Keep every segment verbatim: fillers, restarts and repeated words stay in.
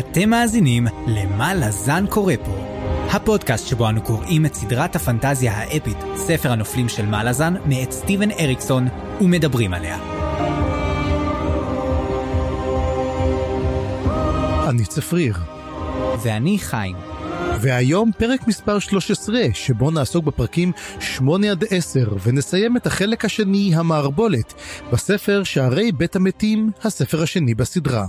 אתם מאזינים למה לזן קורא פה, הפודקאסט שבו אנו קוראים את סדרת הפנטזיה האפית ספר הנופלים של מה לזן מאת סטיבן אריקסון ומדברים עליה. אני צפריר. ואני חיים. והיום פרק מספר שלוש עשרה, שבו נעסוק בפרקים שמונה עד עשר, ונסיים את החלק השני, המערבולת, בספר שערי בית המתים, הספר השני בסדרה.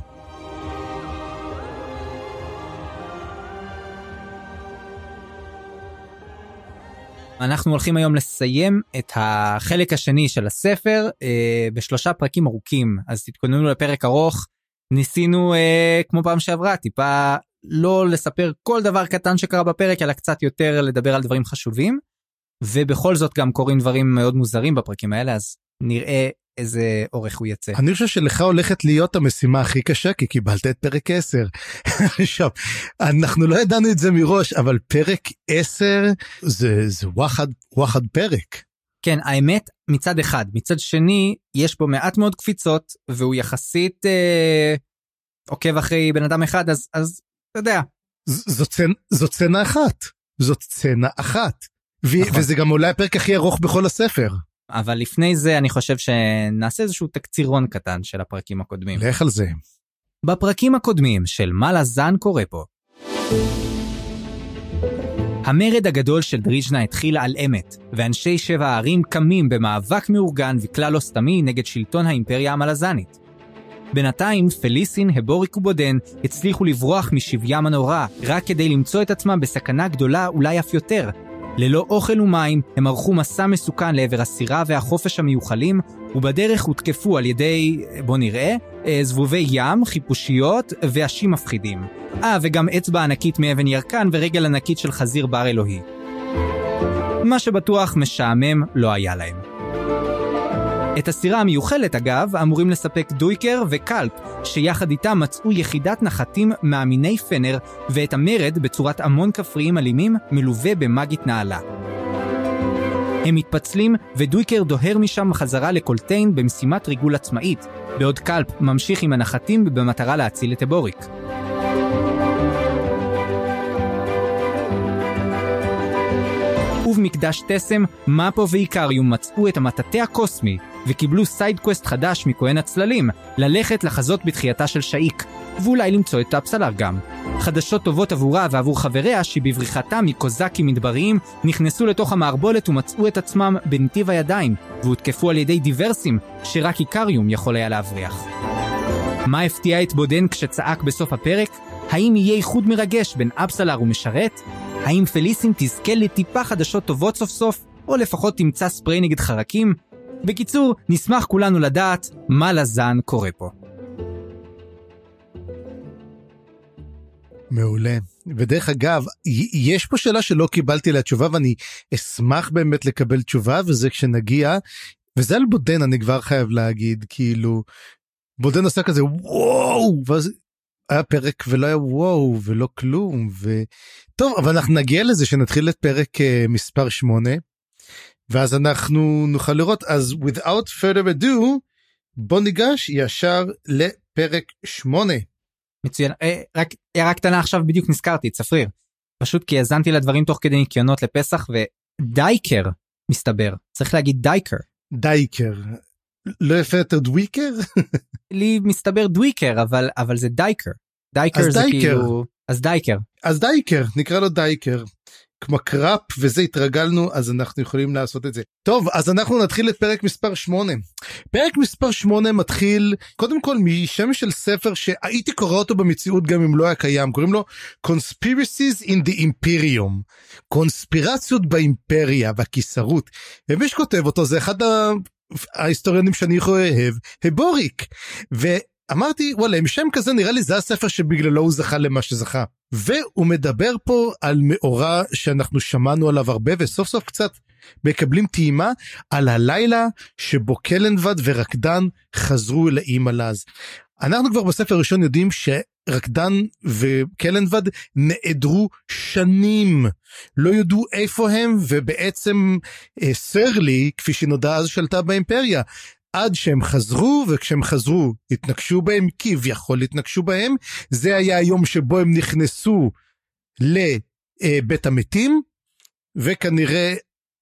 אנחנו הולכים היום לסיים את החלק השני של הספר אה, בשלושה פרקים ארוכים, אז תתכוננו לפרק ארוך. ניסינו אה, כמו פעם שעברה טיפה לא לספר כל דבר קטן שקרה בפרק, אלא קצת יותר לדבר על דברים חשובים, ובכל זאת גם קוראים דברים מאוד מוזרים בפרקים האלה, אז נראה איזה אורך הוא יצא. אני חושב שלך הולכת להיות המשימה הכי קשה, כי קיבלת את פרק עשר. עכשיו, אנחנו לא ידענו את זה מראש, אבל פרק עשר זה, זה וואחד, וואחד פרק. כן, האמת מצד אחד, מצד שני, יש בו מעט מאוד קפיצות, והוא יחסית אה, עוקב אחרי בן אדם אחד, אז, אז אתה יודע. זאת, זאת צנה אחת, זאת צנה אחת, ו- נכון. וזה גם אולי הפרק הכי ארוך בכל הספר. אבל לפני זה אני חושב שנעשה איזשהו תקצירון קטן של הפרקים הקודמים. לך על זה. בפרקים הקודמים של מה לזן קורא פה. המרד הגדול של דריז'נה התחיל על אמת, ואנשי שבע הערים קמים במאבק מאורגן וכלל לא סתמי נגד שלטון האימפריה המלזנית. בינתיים פליסין, הבוריק ובודן הצליחו לברוח משביים הנורא, רק כדי למצוא את עצמם בסכנה גדולה אולי אף יותר. ללא אוכל ומים, הם ערכו מסע מסוכן לעבר הסירה והחופש המיוחלים, ובדרך הותקפו על ידי, בוא נראה, זבובי ים, חיפושיות ואשים מפחידים. אה, וגם אצבע ענקית מאבן ירקן ורגל ענקית של חזיר בר אלוהי. מה שבטוח משעמם לא היה להם. את הסירה המיוחלת, אגב, אמורים לספק דויקר וקלפ, שיחד איתם מצאו יחידת נחתים מאמיני פנר, ואת המרד בצורת המון כפריים אלימים מלווה במגית נעלה. הם מתפצלים, ודויקר דוהר משם חזרה לקולטיין במשימת ריגול עצמאית, בעוד קלפ ממשיך עם הנחתים במטרה להציל את הבוריק. ובמקדש תסם, מפו ואיקריום מצאו את המטאטא הקוסמי, וקיבלו סיידקווסט חדש מכהן הצללים, ללכת לחזות בתחייתה של שאיק, ואולי למצוא את הפסלר גם. חדשות טובות עבורה ועבור חבריה שבבריחתם מקוזקים מדבריים, נכנסו לתוך המערבולת ומצאו את עצמם בנתיב הידיים, והותקפו על ידי דיברסים, שרק איקריום יכול היה להבריח. מה הפתיע את בודן כשצעק בסוף הפרק? האם יהיה איחוד מרגש בין אבסלר ומשרת? האם פליסין תזכה לטיפה חדשות טובות סוף סוף, או לפחות תמצא ספרי נגד חרקים? בקיצור, נשמח כולנו לדעת מה לזן קורה פה. מעולה. ודרך אגב, יש פה שאלה שלא קיבלתי לה תשובה, ואני אשמח באמת לקבל תשובה, וזה כשנגיע, וזה על בודן אני כבר חייב להגיד, כאילו, בודן עושה כזה וואו, ואז היה פרק ולא היה וואו, ולא כלום, ו... טוב, אבל אנחנו נגיע לזה שנתחיל את פרק uh, מספר שמונה, ואז אנחנו נוכל לראות, אז without further ado, בוא ניגש ישר לפרק שמונה. מצוין, אה, רק, רק קטנה עכשיו בדיוק נזכרתי, צפריר, פשוט כי הזנתי לדברים תוך כדי ניקיונות לפסח, ודייקר מסתבר, צריך להגיד דייקר. דייקר, לא יפה יותר דוויקר? לי מסתבר דוויקר, אבל, אבל זה דייקר. דייקר זה דייקר. כאילו... אז דייקר. אז דייקר, נקרא לו דייקר. כמו קראפ וזה התרגלנו, אז אנחנו יכולים לעשות את זה. טוב, אז אנחנו נתחיל את פרק מספר שמונה. פרק מספר שמונה מתחיל, קודם כל, משם של ספר שהייתי קורא אותו במציאות גם אם לא היה קיים, קוראים לו Conspiracies in the Imperium. קונספירציות באימפריה והקיסרות. ומי שכותב אותו זה אחד ההיסטוריונים שאני אוהב, הבוריק. ואמרתי, וואלה, עם שם כזה נראה לי זה הספר שבגללו הוא זכה למה שזכה. והוא מדבר פה על מאורע שאנחנו שמענו עליו הרבה, וסוף סוף קצת מקבלים טעימה על הלילה שבו קלנבד ורקדן חזרו לאימא לז. אנחנו כבר בספר הראשון יודעים שרקדן וקלנבד נעדרו שנים, לא יודעו איפה הם, ובעצם סרלי, כפי שנודע אז שלטה באימפריה, עד שהם חזרו, וכשהם חזרו התנגשו בהם, כביכול התנגשו בהם, זה היה היום שבו הם נכנסו לבית המתים, וכנראה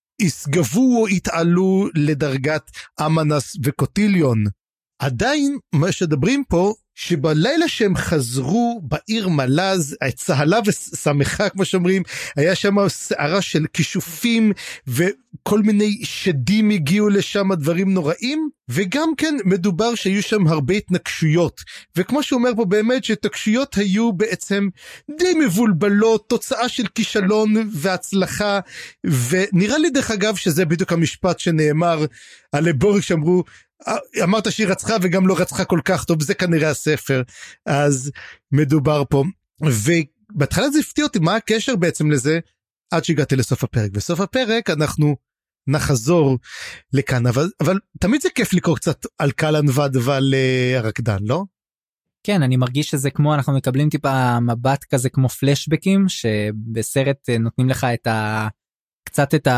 הסגבו או התעלו לדרגת אמנס וקוטיליון. עדיין מה שדברים פה, שבלילה שהם חזרו בעיר מלז, צהלה ושמחה כמו שאומרים, היה שם שערה של כישופים, וכל מיני שדים הגיעו לשם, דברים נוראים, וגם כן מדובר שהיו שם הרבה התנגשויות, וכמו שאומר פה באמת שהתנגשויות היו בעצם די מבולבלות, תוצאה של כישלון והצלחה, ונראה לי דרך אגב שזה בדיוק המשפט שנאמר על בוריק שאמרו, אמרת שהיא רצחה וגם לא רצחה כל כך טוב, זה כנראה הספר, אז מדובר פה, ובהתחלה זה הפתיע אותי, מה הקשר בעצם לזה, עד שהגעתי לסוף הפרק, בסוף הפרק אנחנו נחזור לכאן, אבל, אבל תמיד זה כיף לקרוא קצת על קלן וד ועל uh, הרקדן, לא? כן, אני מרגיש שזה כמו, אנחנו מקבלים טיפה מבט כזה כמו פלשבקים, שבסרט נותנים לך את ה... קצת את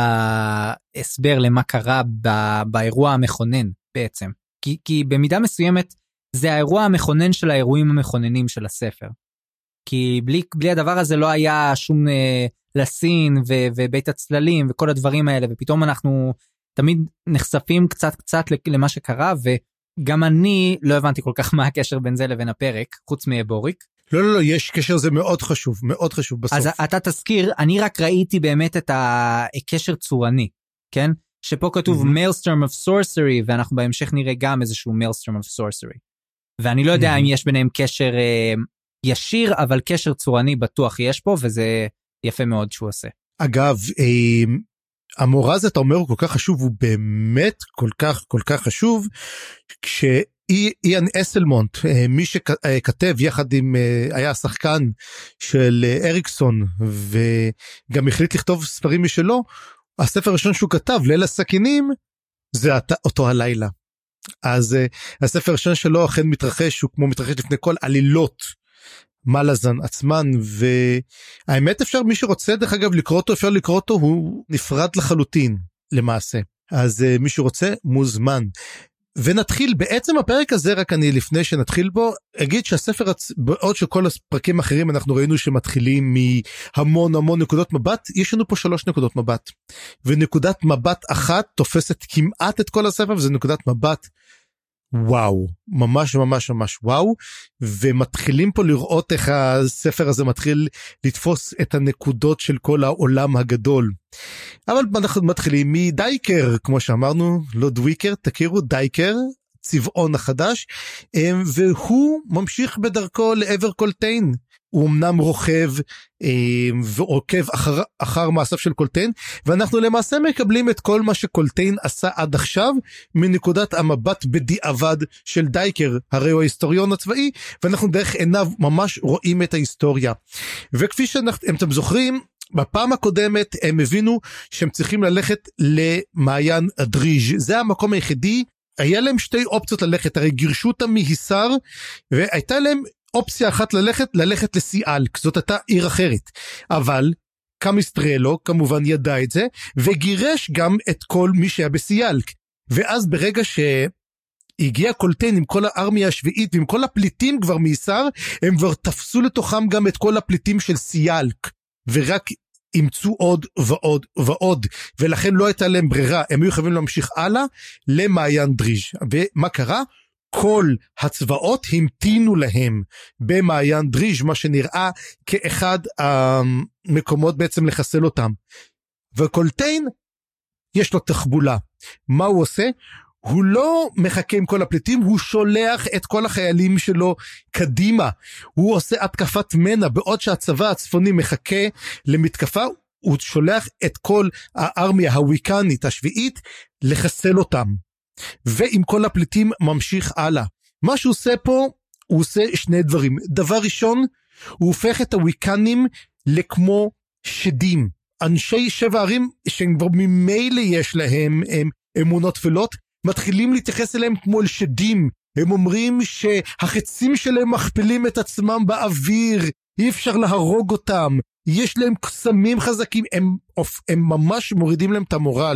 ההסבר למה קרה ב- באירוע המכונן בעצם, כי, כי במידה מסוימת זה האירוע המכונן של האירועים המכוננים של הספר, כי בלי, בלי הדבר הזה לא היה שום אה, לסין ו- ובית הצללים וכל הדברים האלה, ופתאום אנחנו תמיד נחשפים קצת קצת למה שקרה, וגם אני לא הבנתי כל כך מה הקשר בין זה לבין הפרק, חוץ מבוריק. לא, לא, לא, יש קשר, זה מאוד חשוב, מאוד חשוב בסוף. אז אתה תזכיר, אני רק ראיתי באמת את הקשר צורני, כן? שפה כתוב mm-hmm. Maelstrom of Sorcery, ואנחנו בהמשך נראה גם איזשהו Maelstrom of Sorcery. ואני לא יודע mm-hmm. אם יש ביניהם קשר אה, ישיר, אבל קשר צורני בטוח יש פה, וזה יפה מאוד שהוא עושה. אגב, אה, המורה הזה, אתה אומר, הוא כל כך חשוב, הוא באמת כל כך, כל כך חשוב, כש... איאן אסלמונט, מי שכתב יחד עם, היה השחקן של אריקסון, וגם החליט לכתוב ספרים משלו, הספר הראשון שהוא כתב, ליל הסכינים, זה אותו הלילה. אז הספר הראשון שלו אכן מתרחש, הוא כמו מתרחש לפני כל עלילות מלזן עצמן, והאמת אפשר, מי שרוצה דרך אגב לקרוא אותו, אפשר לקרוא אותו, הוא נפרד לחלוטין למעשה. אז מי שרוצה מוזמן. ונתחיל בעצם הפרק הזה, רק אני לפני שנתחיל בו, אגיד שהספר, בעוד שכל הפרקים האחרים אנחנו ראינו שמתחילים מהמון המון נקודות מבט, יש לנו פה שלוש נקודות מבט, ונקודת מבט אחת תופסת כמעט את כל הספר, וזה נקודת מבט וואו, ממש ממש ממש וואו, ומתחילים פה לראות איך הספר הזה מתחיל לתפוס את הנקודות של כל העולם הגדול. אבל אנחנו מתחילים מדייקר, כמו שאמרנו, לא דוויקר, תכירו, דייקר, צבעון החדש, והוא ממשיך בדרכו לעבר קולטיין. הוא אמנם רוכב אה, ועוקב אחר, אחר מעשיו של קולטיין, ואנחנו למעשה מקבלים את כל מה שקולטיין עשה עד עכשיו, מנקודת המבט בדיעבד של דייקר, הרי הוא ההיסטוריון הצבאי, ואנחנו דרך עיניו ממש רואים את ההיסטוריה. וכפי שאתם זוכרים, בפעם הקודמת הם הבינו שהם צריכים ללכת למעיין אדריז', זה המקום היחידי, היה להם שתי אופציות ללכת, הרי גירשו אותם מהיסר, והייתה להם אופציה אחת ללכת, ללכת לסיאלק, זאת הייתה עיר אחרת, אבל קמיסטרלו כמובן ידע את זה, וגירש גם את כל מי שהיה בסיאלק, ואז ברגע שהגיע קולטיין עם כל הארמיה השביעית, ועם כל הפליטים כבר מיסר, הם כבר תפסו לתוכם גם את כל הפליטים של סיאלק, ורק ימצאו עוד ועוד ועוד, ולכן לא הייתה להם ברירה, הם היו חייבים להמשיך הלאה למעיין דריז'. ומה קרה? כל הצבאות המתינו להם במעיין דריז', מה שנראה כאחד המקומות בעצם לחסל אותם. וקולטיין יש לו תחבולה. מה הוא עושה? הוא לא מחכה עם כל הפליטים, הוא שולח את כל החיילים שלו קדימה. הוא עושה התקפת מנע, בעוד שהצבא הצפוני מחכה למתקפה, הוא שולח את כל הארמיה הוויקנית השביעית לחסל אותם. ועם כל הפליטים ממשיך הלאה. מה שהוא עושה פה, הוא עושה שני דברים. דבר ראשון, הוא הופך את הוויקנים לכמו שדים. אנשי שבע ערים, שהם כבר ממילא יש להם הם, אמונות תפלות, מתחילים להתייחס אליהם כמו אל שדים. הם אומרים שהחצים שלהם מכפילים את עצמם באוויר, אי אפשר להרוג אותם, יש להם קסמים חזקים, הם, הם ממש מורידים להם את המורל.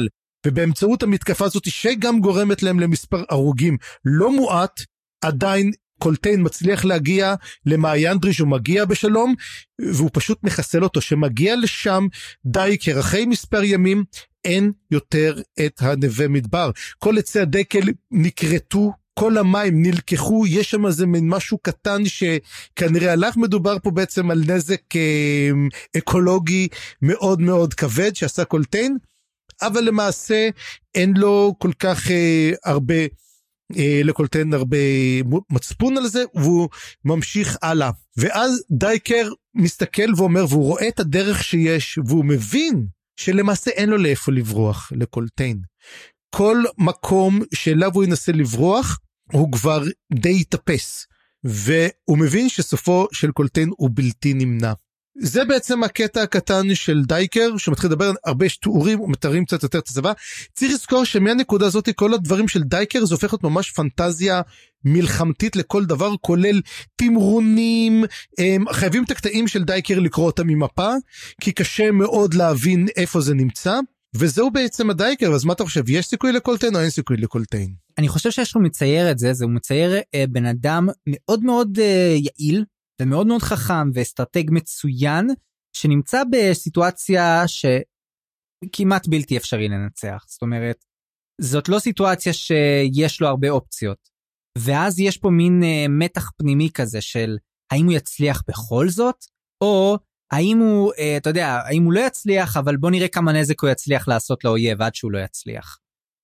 ובאמצעות המתקפה הזאת שגם גורמת להם למספר הרוגים לא מועט, עדיין קולטיין מצליח להגיע למעיין-דריז' הוא מגיע בשלום, והוא פשוט מחסל אותו, שמגיע לשם דייקר, אחרי מספר ימים אין יותר את הנווה מדבר, כל עצי הדקל נקרטו, כל המים נלקחו, יש שם איזה מין משהו קטן שכנראה הלך, מדובר פה בעצם על נזק אה, אקולוגי מאוד מאוד כבד שעשה קולטיין, אבל למעשה אין לו כל כך אה, הרבה, אה, לקולטיין הרבה מצפון על זה, והוא ממשיך הלאה. ואז דייקר מסתכל ואומר, והוא רואה את הדרך שיש, והוא מבין שלמעשה אין לו לאיפה לברוח לקולטיין. כל מקום שאליו הוא ינסה לברוח, הוא כבר די יתאפס, והוא מבין שסופו של קולטיין הוא בלתי נמנע. זה בעצם הקטע הקטן של דייקר, שמתחיל לדבר על הרבה תיאורים ומתארים קצת יותר את הצבא. צריך לזכור שמהנקודה הזאת, כל הדברים של דייקר, זה הופך להיות ממש פנטזיה מלחמתית לכל דבר, כולל תמרונים, חייבים את הקטעים של דייקר לקרוא אותם ממפה, כי קשה מאוד להבין איפה זה נמצא, וזהו בעצם הדייקר. אז מה אתה חושב, יש סיכוי לקולטיין או אין סיכוי לקולטיין? אני חושב שיש לו מצייר את זה, זה הוא מצייר אה, בן אדם מאוד מאוד אה, יעיל, ומאוד מאוד חכם ואסטרטג מצוין, שנמצא בסיטואציה שכמעט בלתי אפשרי לנצח. זאת אומרת, זאת לא סיטואציה שיש לו הרבה אופציות. ואז יש פה מין אה, מתח פנימי כזה של האם הוא יצליח בכל זאת, או האם הוא, אה, אתה יודע, האם הוא לא יצליח, אבל בוא נראה כמה נזק הוא יצליח לעשות לאויב עד שהוא לא יצליח.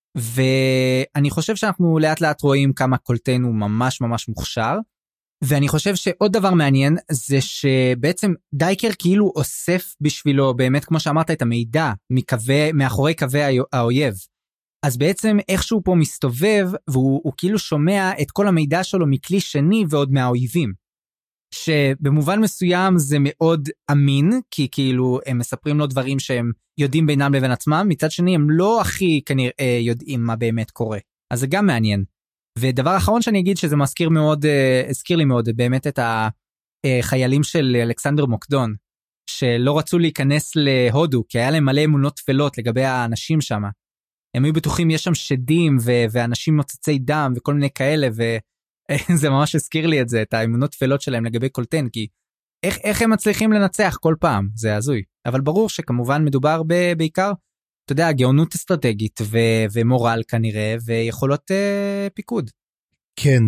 ואני חושב שאנחנו לאט לאט רואים כמה קולטיין הוא ממש ממש מוכשר, ואני חושב שעוד דבר מעניין זה שבעצם דייקר כאילו אוסף בשבילו באמת כמו שאמרת את המידע מקווה, מאחורי קווי האויב. אז בעצם איכשהו פה מסתובב והוא הוא כאילו שומע את כל המידע שלו מכלי שני ועוד מהאויבים. שבמובן מסוים זה מאוד אמין, כי כאילו הם מספרים לו דברים שהם יודעים בינם לבין עצמם, מצד שני הם לא הכי כנראה יודעים מה באמת קורה. אז זה גם מעניין. ודבר אחרון שאני אגיד שזה מזכיר מאוד, הזכיר לי מאוד באמת את החיילים של אלכסנדר מוקדון, שלא רצו להיכנס להודו, כי היה להם מלא אמונות תפלות לגבי האנשים שם. הם היו בטוחים יש שם שדים ו- ואנשים מוצצי דם וכל מיני כאלה, וזה ממש הזכיר לי את זה, את האמונות תפלות שלהם לגבי קולטיין, כי איך, איך הם מצליחים לנצח כל פעם, זה הזוי. אבל ברור שכמובן מדובר ב- בעיקר, אתה יודע, גאונות אסטרטגית ו- ומורל כנראה, ויכולות uh, פיקוד. כן,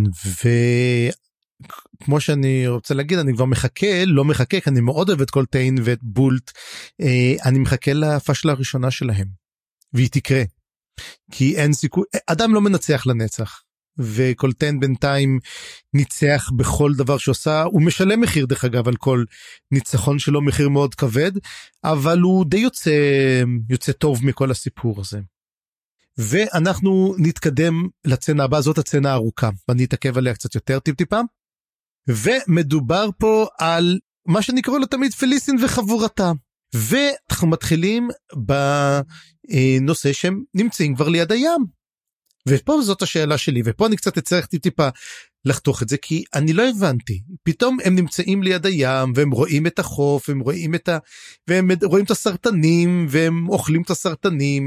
וכמו שאני רוצה להגיד, אני כבר מחכה, לא מחכה, כי אני מאוד אוהב את קולטיין ואת בולט, uh, אני מחכה לפשלה הראשונה שלהם, והיא תקרה. כי אין סיכוי, אדם לא מנצח לנצח, וקולטיין בינתיים ניצח בכל דבר שעושה, הוא משלם מחיר דרך אגב על כל ניצחון שלו, מחיר מאוד כבד, אבל הוא די יוצא, יוצא טוב מכל הסיפור הזה. ואנחנו נתקדם לצנה הבאה, זאת הצנה הארוכה, ואני אתעכב עליה קצת יותר טיפ טיפה, ומדובר פה על מה שנקרא לו תמיד פליסין וחבורתה, ואנחנו מתחילים בנושא שהם נמצאים כבר ליד הים, ופה זאת השאלה שלי, ופה אני קצת אצטרך טיפה לחתוך את זה, כי אני לא הבנתי, פתאום הם נמצאים ליד הים, והם רואים את החוף, והם רואים את ה... והם רואים את הסרטנים, והם אוכלים את הסרטנים,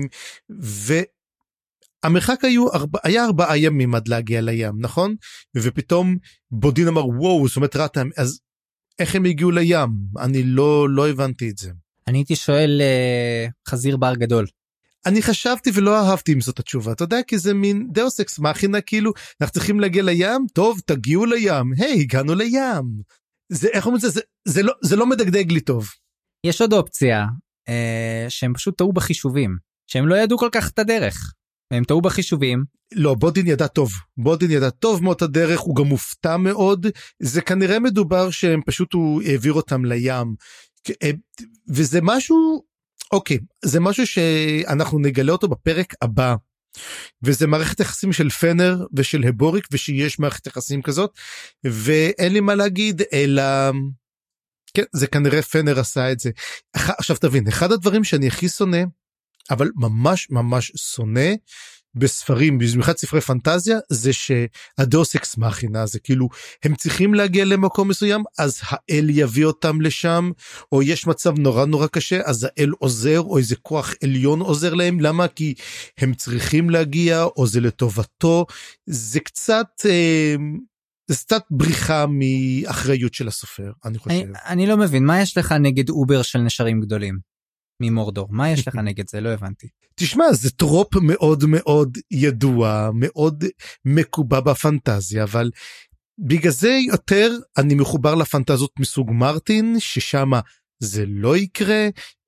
והמרחק היו, היה ארבעה ימים עד להגיע לים, נכון? ופתאום בודין אמר, וואו, זאת אומרת, ראתם, אז איך הם הגיעו לים? אני לא, לא הבנתי את זה. אני הייתי שואל uh, חזיר בר גדול. אני חשבתי ולא אהבתי עם זאת התשובה, אתה יודע, כי זה מין דאוס אקס מכינה, כאילו, אנחנו צריכים להגיע לים, טוב, תגיעו לים, היי, הגענו לים. זה, איך אומרים את זה, זה, זה, לא, זה לא מדגדג לי טוב. יש עוד אופציה, אה, שהם פשוט טעו בחישובים, שהם לא ידעו כל כך את הדרך, הם טעו בחישובים. לא, בודין ידע טוב, בודין ידע טוב מאוד את הדרך, הוא גם מופתע מאוד, זה כנראה מדובר שהם פשוט, הוא העביר אותם לים, וזה משהו... אוקיי, זה משהו שאנחנו נגלה אותו בפרק הבא, וזה מערכת יחסים של פנר ושל הבוריק, ושיש מערכת יחסים כזאת, ואין לי מה להגיד, אלא, כן, זה כנראה פנר עשה את זה. עכשיו תבין, אחד הדברים שאני הכי שונא, אבל ממש ממש שונא, בספרים, במיוחד ספרי פנטזיה, זה שהדאוס אקס מכינה, זה כאילו, הם צריכים להגיע למקום מסוים, אז האל יביא אותם לשם, או יש מצב נורא נורא קשה, אז האל עוזר, או איזה כוח עליון עוזר להם, למה? כי הם צריכים להגיע, או זה לטובתו, זה קצת, אה, זה קצת בריחה מאחריות של הסופר, אני חושב. אני, אני לא מבין, מה יש לך נגד אובר של נשרים גדולים? ממורדור, מה יש לך נגד זה? לא הבנתי. תשמע, זה טרופ מאוד מאוד ידוע, מאוד מקובע בפנטזיה, אבל בגלל זה יותר אני מחובר לפנטזיות מסוג מרטין, ששם זה לא יקרה,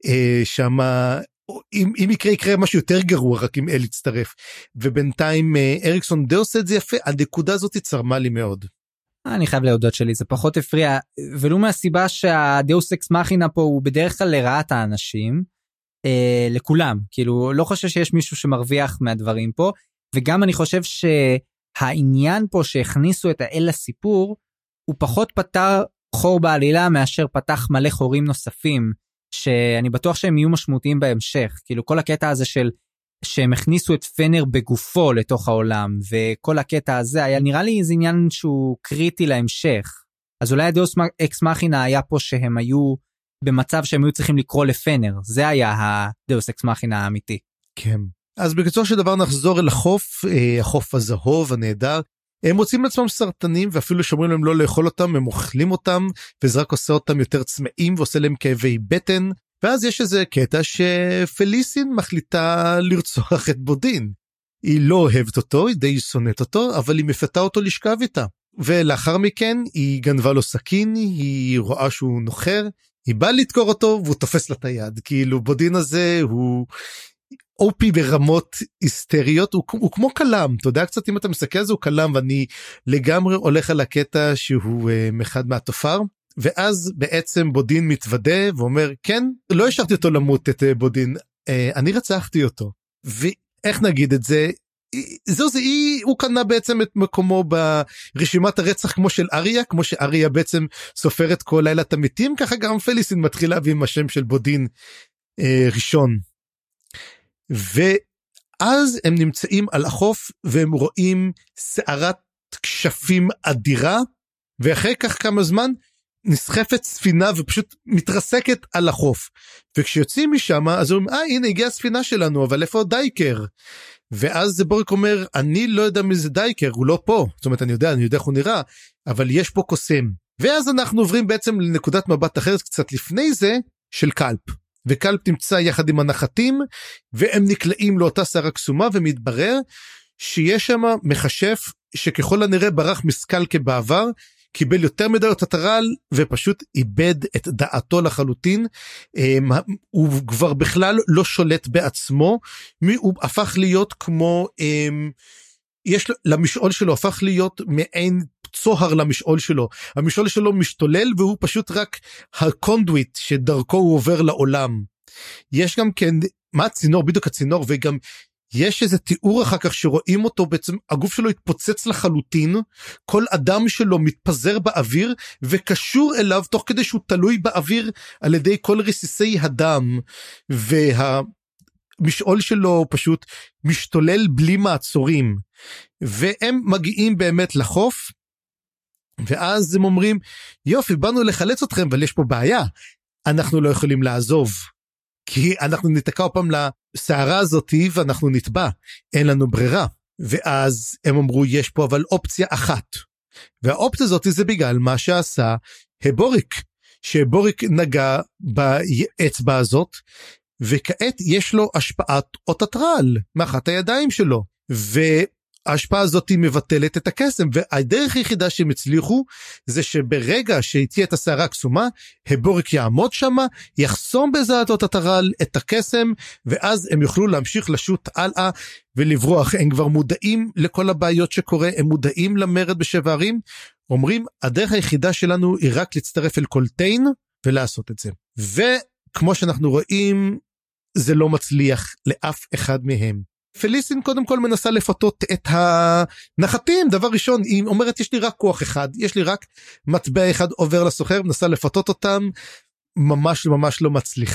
שם אם, אם יקרה יקרה משהו יותר גרוע, רק אם אל יצטרף, ובינתיים אריקסון די עושה את זה יפה, הנקודה הזאת צרמה לי מאוד. אני חייב להודות שלי, זה פחות הפריע, ולו מהסיבה שהדאוס אקס מכינה פה הוא בדרך כלל לרעת האנשים, אה, לכולם, כאילו לא חושב שיש מישהו שמרוויח מהדברים פה, וגם אני חושב שהעניין פה שהכניסו את האל לסיפור, הוא פחות פתר חור בעלילה מאשר פתח מלא חורים נוספים, שאני בטוח שהם יהיו משמעותיים בהמשך, כאילו כל הקטע הזה של שהם הכניסו את פנר בגופו לתוך העולם, וכל הקטע הזה היה נראה לי איזה עניין שהוא קריטי להמשך, אז אולי הדאוס אקס מכינה היה פה שהם היו במצב שהם היו צריכים לקרוא לפנר, זה היה הדאוס אקס מכינה האמיתי. כן, אז בקיצור של דבר נחזור אל החוף, החוף הזהוב הנהדר, הם מוצאים לעצמם סרטנים, ואפילו שאומרים להם לא לאכול אותם, הם אוכלים אותם, וזה רק עושה אותם יותר צמאים, ועושה להם כאבי בטן, ואז יש איזה קטע שפליסין מחליטה לרצוח את בודין. היא לא אוהבת אותו, היא די שונאת אותו, אבל היא מפתה אותו לשכב איתה. ולאחר מכן היא גנבה לו סכין, היא רואה שהוא נוחר, היא באה לדקור אותו והוא תופס לה את היד. כאילו בודין הזה הוא אופי ברמות היסטריות, הוא, הוא כמו קלם, אתה יודע קצת אם אתה מסתכל על זה הוא קלם, ואני לגמרי הולך על הקטע שהוא um, אחד מהתופר. ואז בעצם בודין מתוודה ואומר, כן, לא השארתי אותו למות את בודין, אני רצחתי אותו. ואיך נגיד את זה? זהו זה, היא, הוא קנה בעצם את מקומו ברשימת הרצח כמו של אריה, כמו שאריה בעצם סופרת כל לילה את המתים, ככה גם פליסין מתחילה עם השם של בודין אה, ראשון. ואז הם נמצאים על החוף, והם רואים שערת כשפים אדירה, ואחרי כך כמה זמן, נסחפת ספינה ופשוט מתרסקת על החוף, וכשיוצאים משם אז אומרים, אה הנה הגיעה הספינה שלנו, אבל איפה דייקר? ואז בוריק אומר, אני לא יודע מי זה דייקר, הוא לא פה, זאת אומרת אני יודע, אני יודע איך הוא נראה, אבל יש פה קוסם. ואז אנחנו עוברים בעצם לנקודת מבט אחרת קצת לפני זה, של קלפ, וקלפ נמצא יחד עם הנחתים, והם נקלעים לאותה שערה קסומה, ומתברר שיש שם מכשף, שככל הנראה ברח מסקל כבעבר, קיבל יותר מדעיות הטרל, ופשוט איבד את דעתו לחלוטין, הוא כבר בכלל לא שולט בעצמו, הוא הפך להיות כמו, יש למשעול שלו, הפך להיות מעין צוהר למשעול שלו, המשעול שלו משתולל, והוא פשוט רק הקונדוויט שדרכו הוא עובר לעולם. יש גם כן, מה הצינור? בדיוק הצינור, וגם יש איזה תיאור אחר כך שרואים אותו, בעצם הגוף שלו התפוצץ לחלוטין, כל אדם שלו מתפזר באוויר, וקשור אליו תוך כדי שהוא תלוי באוויר, על ידי כל רסיסי הדם, והמשעול שלו פשוט משתולל בלי מעצורים, והם מגיעים באמת לחוף, ואז הם אומרים, יופי, באנו לחלץ אתכם, אבל יש פה בעיה, אנחנו לא יכולים לעזוב, כי אנחנו נתקע פעם לשערה הזאת ואנחנו נטבע, אין לנו ברירה. ואז הם אמרו, יש פה אבל אופציה אחת, והאופציה הזאת זה בגלל מה שעשה הבוריק, שהבוריק נגע באצבע הזאת, וכעת יש לו השפעת אותטרל מאחת הידיים שלו, וההשפעה הזאת מבטלת את הקסם, והדרך היחידה שהם הצליחו, זה שברגע שתהיה את השערה הקסומה, הבוריק יעמוד שמה, יחסום בעזרת אותטרל את הקסם, ואז הם יוכלו להמשיך לשוט הלאה, ולברוח. הם כבר מודעים לכל הבעיות שקורה, הם מודעים למרד בשבע ערים, אומרים, הדרך היחידה שלנו היא רק להצטרף אל קולטיין, ולעשות את זה. וכמו שאנחנו רואים, זה לא מצליח לאף אחד מהם. פליסין קודם כל מנסה לפתות את הנחתים, דבר ראשון, היא אומרת, יש לי רק כוח אחד, יש לי רק מטבע אחד עובר לסוחר, מנסה לפתות אותם, ממש ממש לא מצליחה,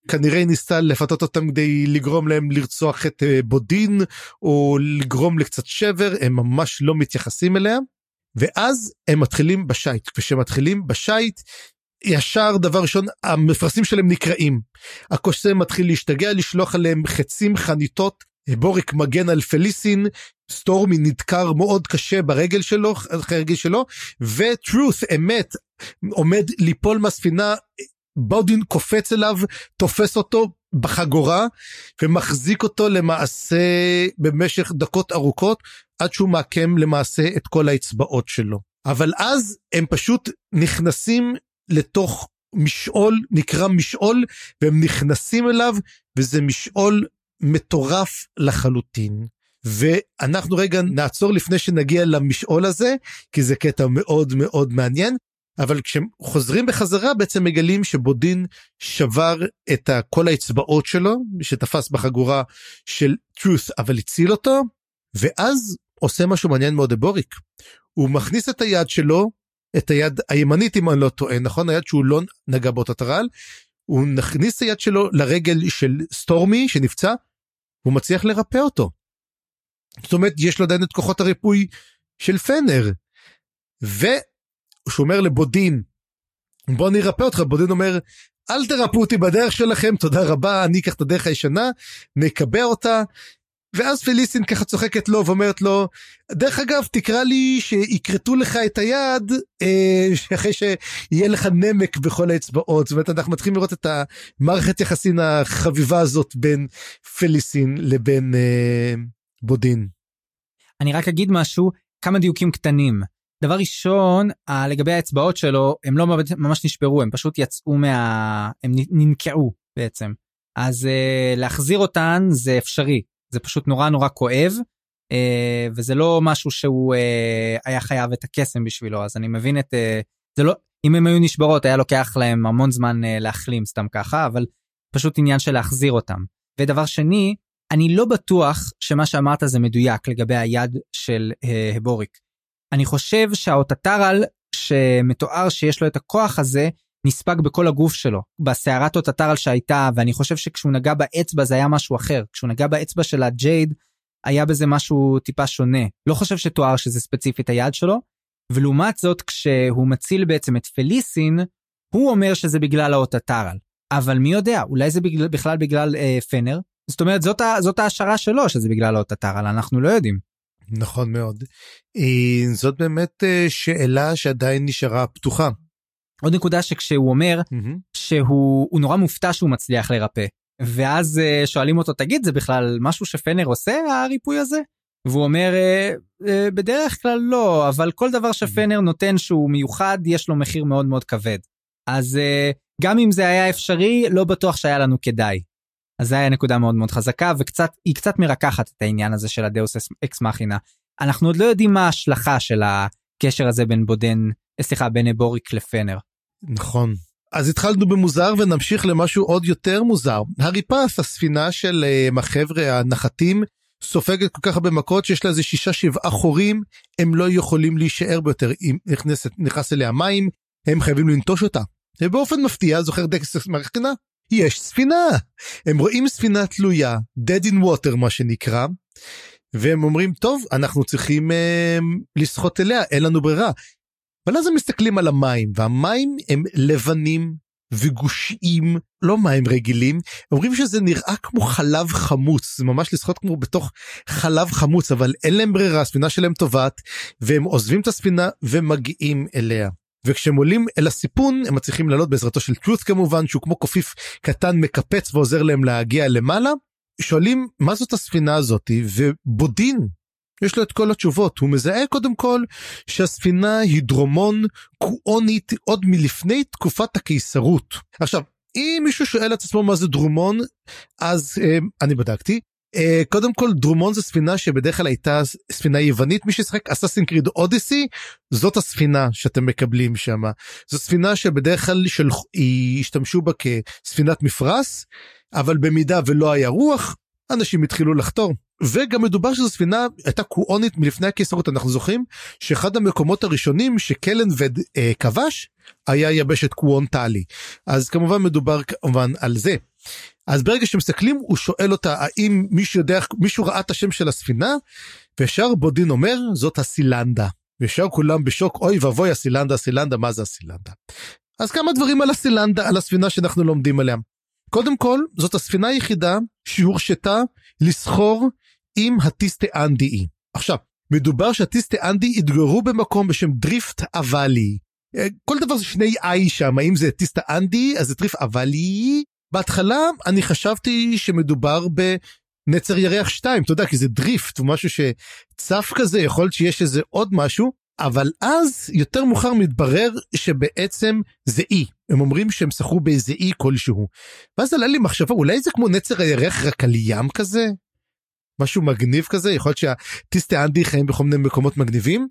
כנראה היא ניסתה לפתות אותם כדי לגרום להם לרצוח את בודין, או לגרום לקצת שבר, הם ממש לא מתייחסים אליה, ואז הם מתחילים בשייט, כשמתחילים בשייט, ישר דבר ראשון, המפרסים שלהם נקראים, הקוסם מתחיל להשתגע, לשלוח עליהם חצים חניתות, בוריק מגן על פליסין, סטורמי נדקר מאוד קשה ברגל שלו, אחרי הרגל שלו, וטרוס, אמת, עומד ליפול מהספינה, בודין קופץ אליו, תופס אותו בחגורה, ומחזיק אותו למעשה במשך דקות ארוכות, עד שהוא מעקם למעשה את כל האצבעות שלו. אבל אז הם פשוט נכנסים לתוך משעול, נקרא משעול, והם נכנסים אליו, וזה משעול מטורף לחלוטין. ואנחנו רגע נעצור לפני שנגיע למשעול הזה, כי זה קטע מאוד מאוד מעניין, אבל כשהם חוזרים בחזרה, בעצם מגלים שבודין שבר את כל האצבעות שלו, שתפס בחגורה של טרוס, אבל הציל אותו, ואז עושה משהו מעניין מאוד לבוריק. הוא מכניס את היד שלו, את היד הימנית אם אני לא טועה, נכון? היד שהוא לא נגע באותה טרל, הוא נכניס את היד שלו לרגל של סטורמי שנפצע, הוא מצליח לרפא אותו. זאת אומרת, יש לו עדיין את כוחות הריפוי של פנר, והוא אומר לבודין, בוא נרפא אותך, בודין אומר, אל תרפאו אותי בדרך שלכם, תודה רבה, אני אקח את הדרך הישנה, נקבע אותה, ואז פליסין ככה צוחקת לו ואומרת לו, דרך אגב תקרא לי שיקרטו לך את היד, אה, אחרי שיהיה לך נמק בכל האצבעות, זאת אומרת אנחנו מתחילים לראות את המערכת יחסין החביבה הזאת בין פליסין לבין אה, בודין. אני רק אגיד משהו, כמה דיוקים קטנים. דבר ראשון, לגבי האצבעות שלו, הם לא ממש נשברו, הם פשוט יצאו מה... הם ננקעו בעצם. אז אה, להחזיר אותן זה אפשרי. זה פשוט נורא נורא כואב, וזה לא משהו שהוא היה חייב את הקסם בשבילו, אז אני מבין את, זה לא, אם הם היו נשברות, היה לוקח להם המון זמן להחלים סתם ככה, אבל פשוט עניין של להחזיר אותם. ודבר שני, אני לא בטוח שמה שאמרת זה מדויק לגבי היד של הבוריק. אני חושב שהאוטטרל שמתואר שיש לו את הכוח הזה, נספג בכל הגוף שלו, בסערת אוטטרל שהייתה, ואני חושב שכשהוא נגע באצבע זה היה משהו אחר, כשהוא נגע באצבע של הג'ייד, היה בזה משהו טיפה שונה, לא חושב שתואר שזה ספציפית היד שלו, ולעומת זאת כשהוא מציל בעצם את פליסין, הוא אומר שזה בגלל האוטטרל, אבל מי יודע, אולי זה בגלל, בכלל בגלל אה, פנר, זאת אומרת זאת, זאת ההשערה שלו שזה בגלל האוטטרל, אנחנו לא יודעים. נכון מאוד, זאת באמת שאלה שעדיין נשארה פתוחה. עוד נקודה שכשהוא אומר mm-hmm. שהוא נורא מופתע שהוא מצליח לרפא, ואז uh, שואלים אותו, תגיד, זה בכלל משהו שפנר עושה, הריפוי הזה? והוא אומר, uh, uh, בדרך כלל לא, אבל כל דבר שפנר mm-hmm. נותן שהוא מיוחד, יש לו מחיר מאוד מאוד כבד. אז uh, גם אם זה היה אפשרי, לא בטוח שהיה לנו כדאי. אז זה היה נקודה מאוד מאוד חזקה, והיא קצת מרקחת את העניין הזה של הדאוס אקס מכינה. אנחנו עוד לא יודעים מה ההשלכה של הקשר הזה בין בודן, סליחה, בין בוריק לפנר. נכון. אז התחלנו במוזר ונמשיך למשהו עוד יותר מוזר. הריפס, הספינה של החבר'ה הנחתים, סופגת כל כך הרבה מכות שיש לה איזה שישה שבעה חורים, הם לא יכולים להישאר ביותר. אם נכנס, נכנס אליה מים, הם חייבים לנטוש אותה. ובאופן מפתיע, זוכר דקס מכינה, יש ספינה. הם רואים ספינה תלויה, dead in water מה שנקרא, והם אומרים, טוב, אנחנו צריכים אה, לשחות אליה, אין לנו ברירה. אבל אז הם מסתכלים על המים, והמים הם לבנים וגושיים, לא מים רגילים, אומרים שזה נראה כמו חלב חמוץ, זה ממש לשחות כמו בתוך חלב חמוץ, אבל אין להם ברירה, הספינה שלהם טובעת, והם עוזבים את הספינה ומגיעים אליה. וכשהם עולים אל הסיפון, הם מצליחים לעלות בעזרתו של טרוס כמובן, שהוא כמו קופיף קטן מקפץ ועוזר להם להגיע למעלה, שואלים מה זאת הספינה הזאת, ובודין, יש לו את כל התשובות, הוא מזהה קודם כל שהספינה היא דרומון קואונית עוד מלפני תקופת הקיסרות. עכשיו, אם מישהו שואל את עצמו מה זה דרומון, אז אה, אני בדקתי, אה, קודם כל דרומון זה ספינה שבדרך כלל הייתה ספינה יוונית, מי ששחק אסאסינס קריד אודיסי, זאת הספינה שאתם מקבלים שם, זו ספינה שבדרך כלל של... השתמשו בה כספינת מפרס, אבל במידה ולא היה רוח, אנשים התחילו לחתור. וגם מדובר שזו ספינה הייתה קואונית מלפני הקיסרות, אנחנו זוכרים שאחד המקומות הראשונים שקלנבד אה, כבש, היה יבשת קוונטלי. אז כמובן מדובר כמובן על זה. אז ברגע שמסתכלים, הוא שואל אותה, האם מישהו יודע, מישהו ראה את השם של הספינה? וישר בודין אומר, זאת הסילנדה. וישר כולם בשוק, אוי ובוי, הסילנדה, הסילנדה, מה זה הסילנדה? אז כמה דברים על הסילנדה, על הספינה שאנחנו לומדים עליה. קודם כל, זאת הספינה היחידה שהורשתה לסחור עם הטיסטה אנדי. עכשיו, מדובר שהטיסטה אנדי התגוררו במקום בשם דריפט אבלי. כל דבר זה שני איי שם, האם זה טיסטה אנדי, אז זה דריפט אבלי. בהתחלה אני חשבתי שמדובר בנצר ירח שתיים, אתה יודע, כי זה דריפט, הוא משהו שצף כזה, יכול להיות שיש איזה עוד משהו, אבל אז יותר מאוחר מתברר שבעצם זה אי, הם אומרים שהם שחרו באיזה אי כלשהו, ואז עלה לי מחשבה, אולי זה כמו נצר הירח רק על ים כזה? משהו מגניב כזה, יכול להיות שהטיסטה אנדי חיים בכל מיני מקומות מגניבים,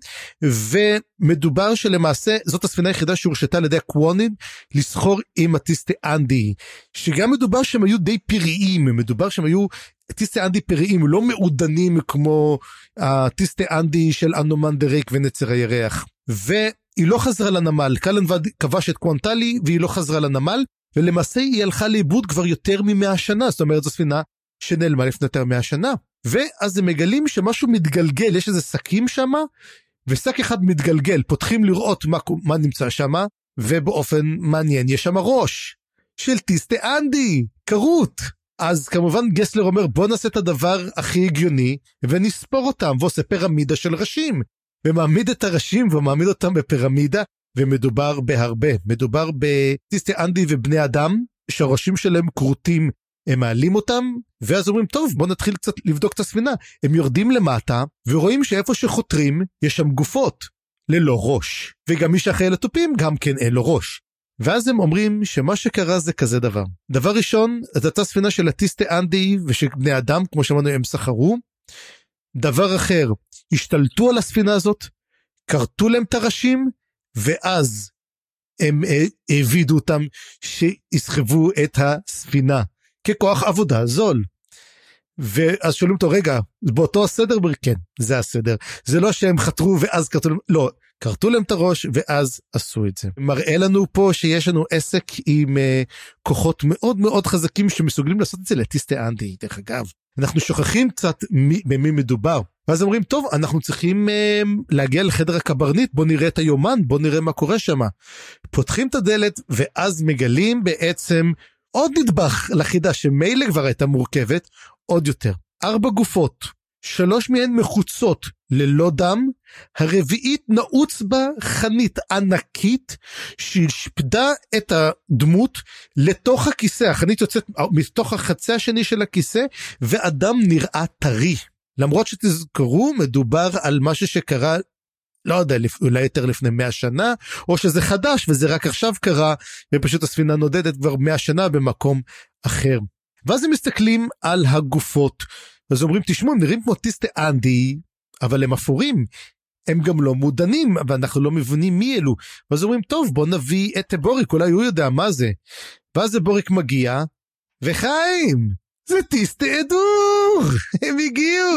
ומדובר שלמעשה זאת הספינה היחידה שהורשתה על ידי הקוונין לסחור עם הטיסטה אנדי, שגם מדובר שהם היו די פראיים, מדובר שהם היו טיסטה אנדי פראיים, לא מעודנים כמו הטיסטה אנדי של אנומן דרייק ונצר הירח, והיא לא חזרה לנמל, קלנבד כבש את קוונטלי והיא לא חזרה לנמל, ולמעשה היא הלכה לאיבוד כבר יותר ממאה שנה, זאת אומרת זו ספינה שנעלמה לפני יותר מאה שנה. ואז הם מגלים שמשהו מתגלגל, יש איזה שקים שם, ושק אחד מתגלגל, פותחים לראות מה, מה נמצא שם, ובאופן מעניין יש שם ראש של טיסטה אנדי, קרות. אז כמובן גסלר אומר, בוא נעשה את הדבר הכי הגיוני, ונספור אותם, ועושה פירמידה של ראשים, ומעמיד את הראשים, ומעמיד אותם בפירמידה, ומדובר בהרבה, מדובר בטיסטה אנדי ובני אדם, שהראשים שלהם קרוטים, הם מעלים אותם, ואז אומרים, טוב, בוא נתחיל קצת לבדוק את הספינה. הם יורדים למטה, ורואים שאיפה שחותרים, יש שם גופות, ללא ראש. וגם מי שאחראי לתופים, גם כן אין לו ראש. ואז הם אומרים שמה שקרה זה כזה דבר. דבר ראשון, זאת הייתה ספינה של הטיסטה אנדי, ושל בני אדם, כמו שאמרנו, הם שחרו. דבר אחר, השתלטו על הספינה הזאת, קרטו להם את הראשים, ואז הם העבידו אותם שיסחבו את הספינה. ככוח עבודה זול. ואז שואלים אותו, רגע, באותו הסדר? כן, זה הסדר. זה לא שהם חתרו ואז קרטו להם, לא, קרטו להם את הראש ואז עשו את זה. מראה לנו פה שיש לנו עסק עם uh, כוחות מאוד מאוד חזקים שמסוגלים לעשות את זה לטיסטה אנדי. דרך אגב, אנחנו שוכחים קצת מי, במי מדובר. ואז אומרים, טוב, אנחנו צריכים uh, להגיע לחדר הקברניט, בוא נראה את היומן, בוא נראה מה קורה שם. פותחים את הדלת ואז מגלים בעצם עוד נדבך לחידה שמילא כבר הייתה מורכבת, עוד יותר. ארבע גופות, שלוש מהן מחוצות ללא דם, הרביעית נעוץ בה חנית ענקית, שהשפדה את הדמות לתוך הכיסא, החנית יוצאת מתוך החצי השני של הכיסא, ואדם נראה טרי. למרות שתזכרו, מדובר על משהו שקרה, לא יודע, אולי יותר לפני מאה שנה, או שזה חדש וזה רק עכשיו קרה, ופשוט הספינה נודדת כבר מאה שנה במקום אחר. ואז הם מסתכלים על הגופות, אז אומרים, תשמעו, הם נראים כמו טיסטה אנדי, אבל הם אפורים, הם גם לא מודנים, ואנחנו לא מבינים מי אלו. ואז אומרים, טוב, בוא נביא את בוריק, אולי הוא יודע מה זה. ואז בוריק מגיע, וחיים, זה טיסטה אדור, הם הגיעו.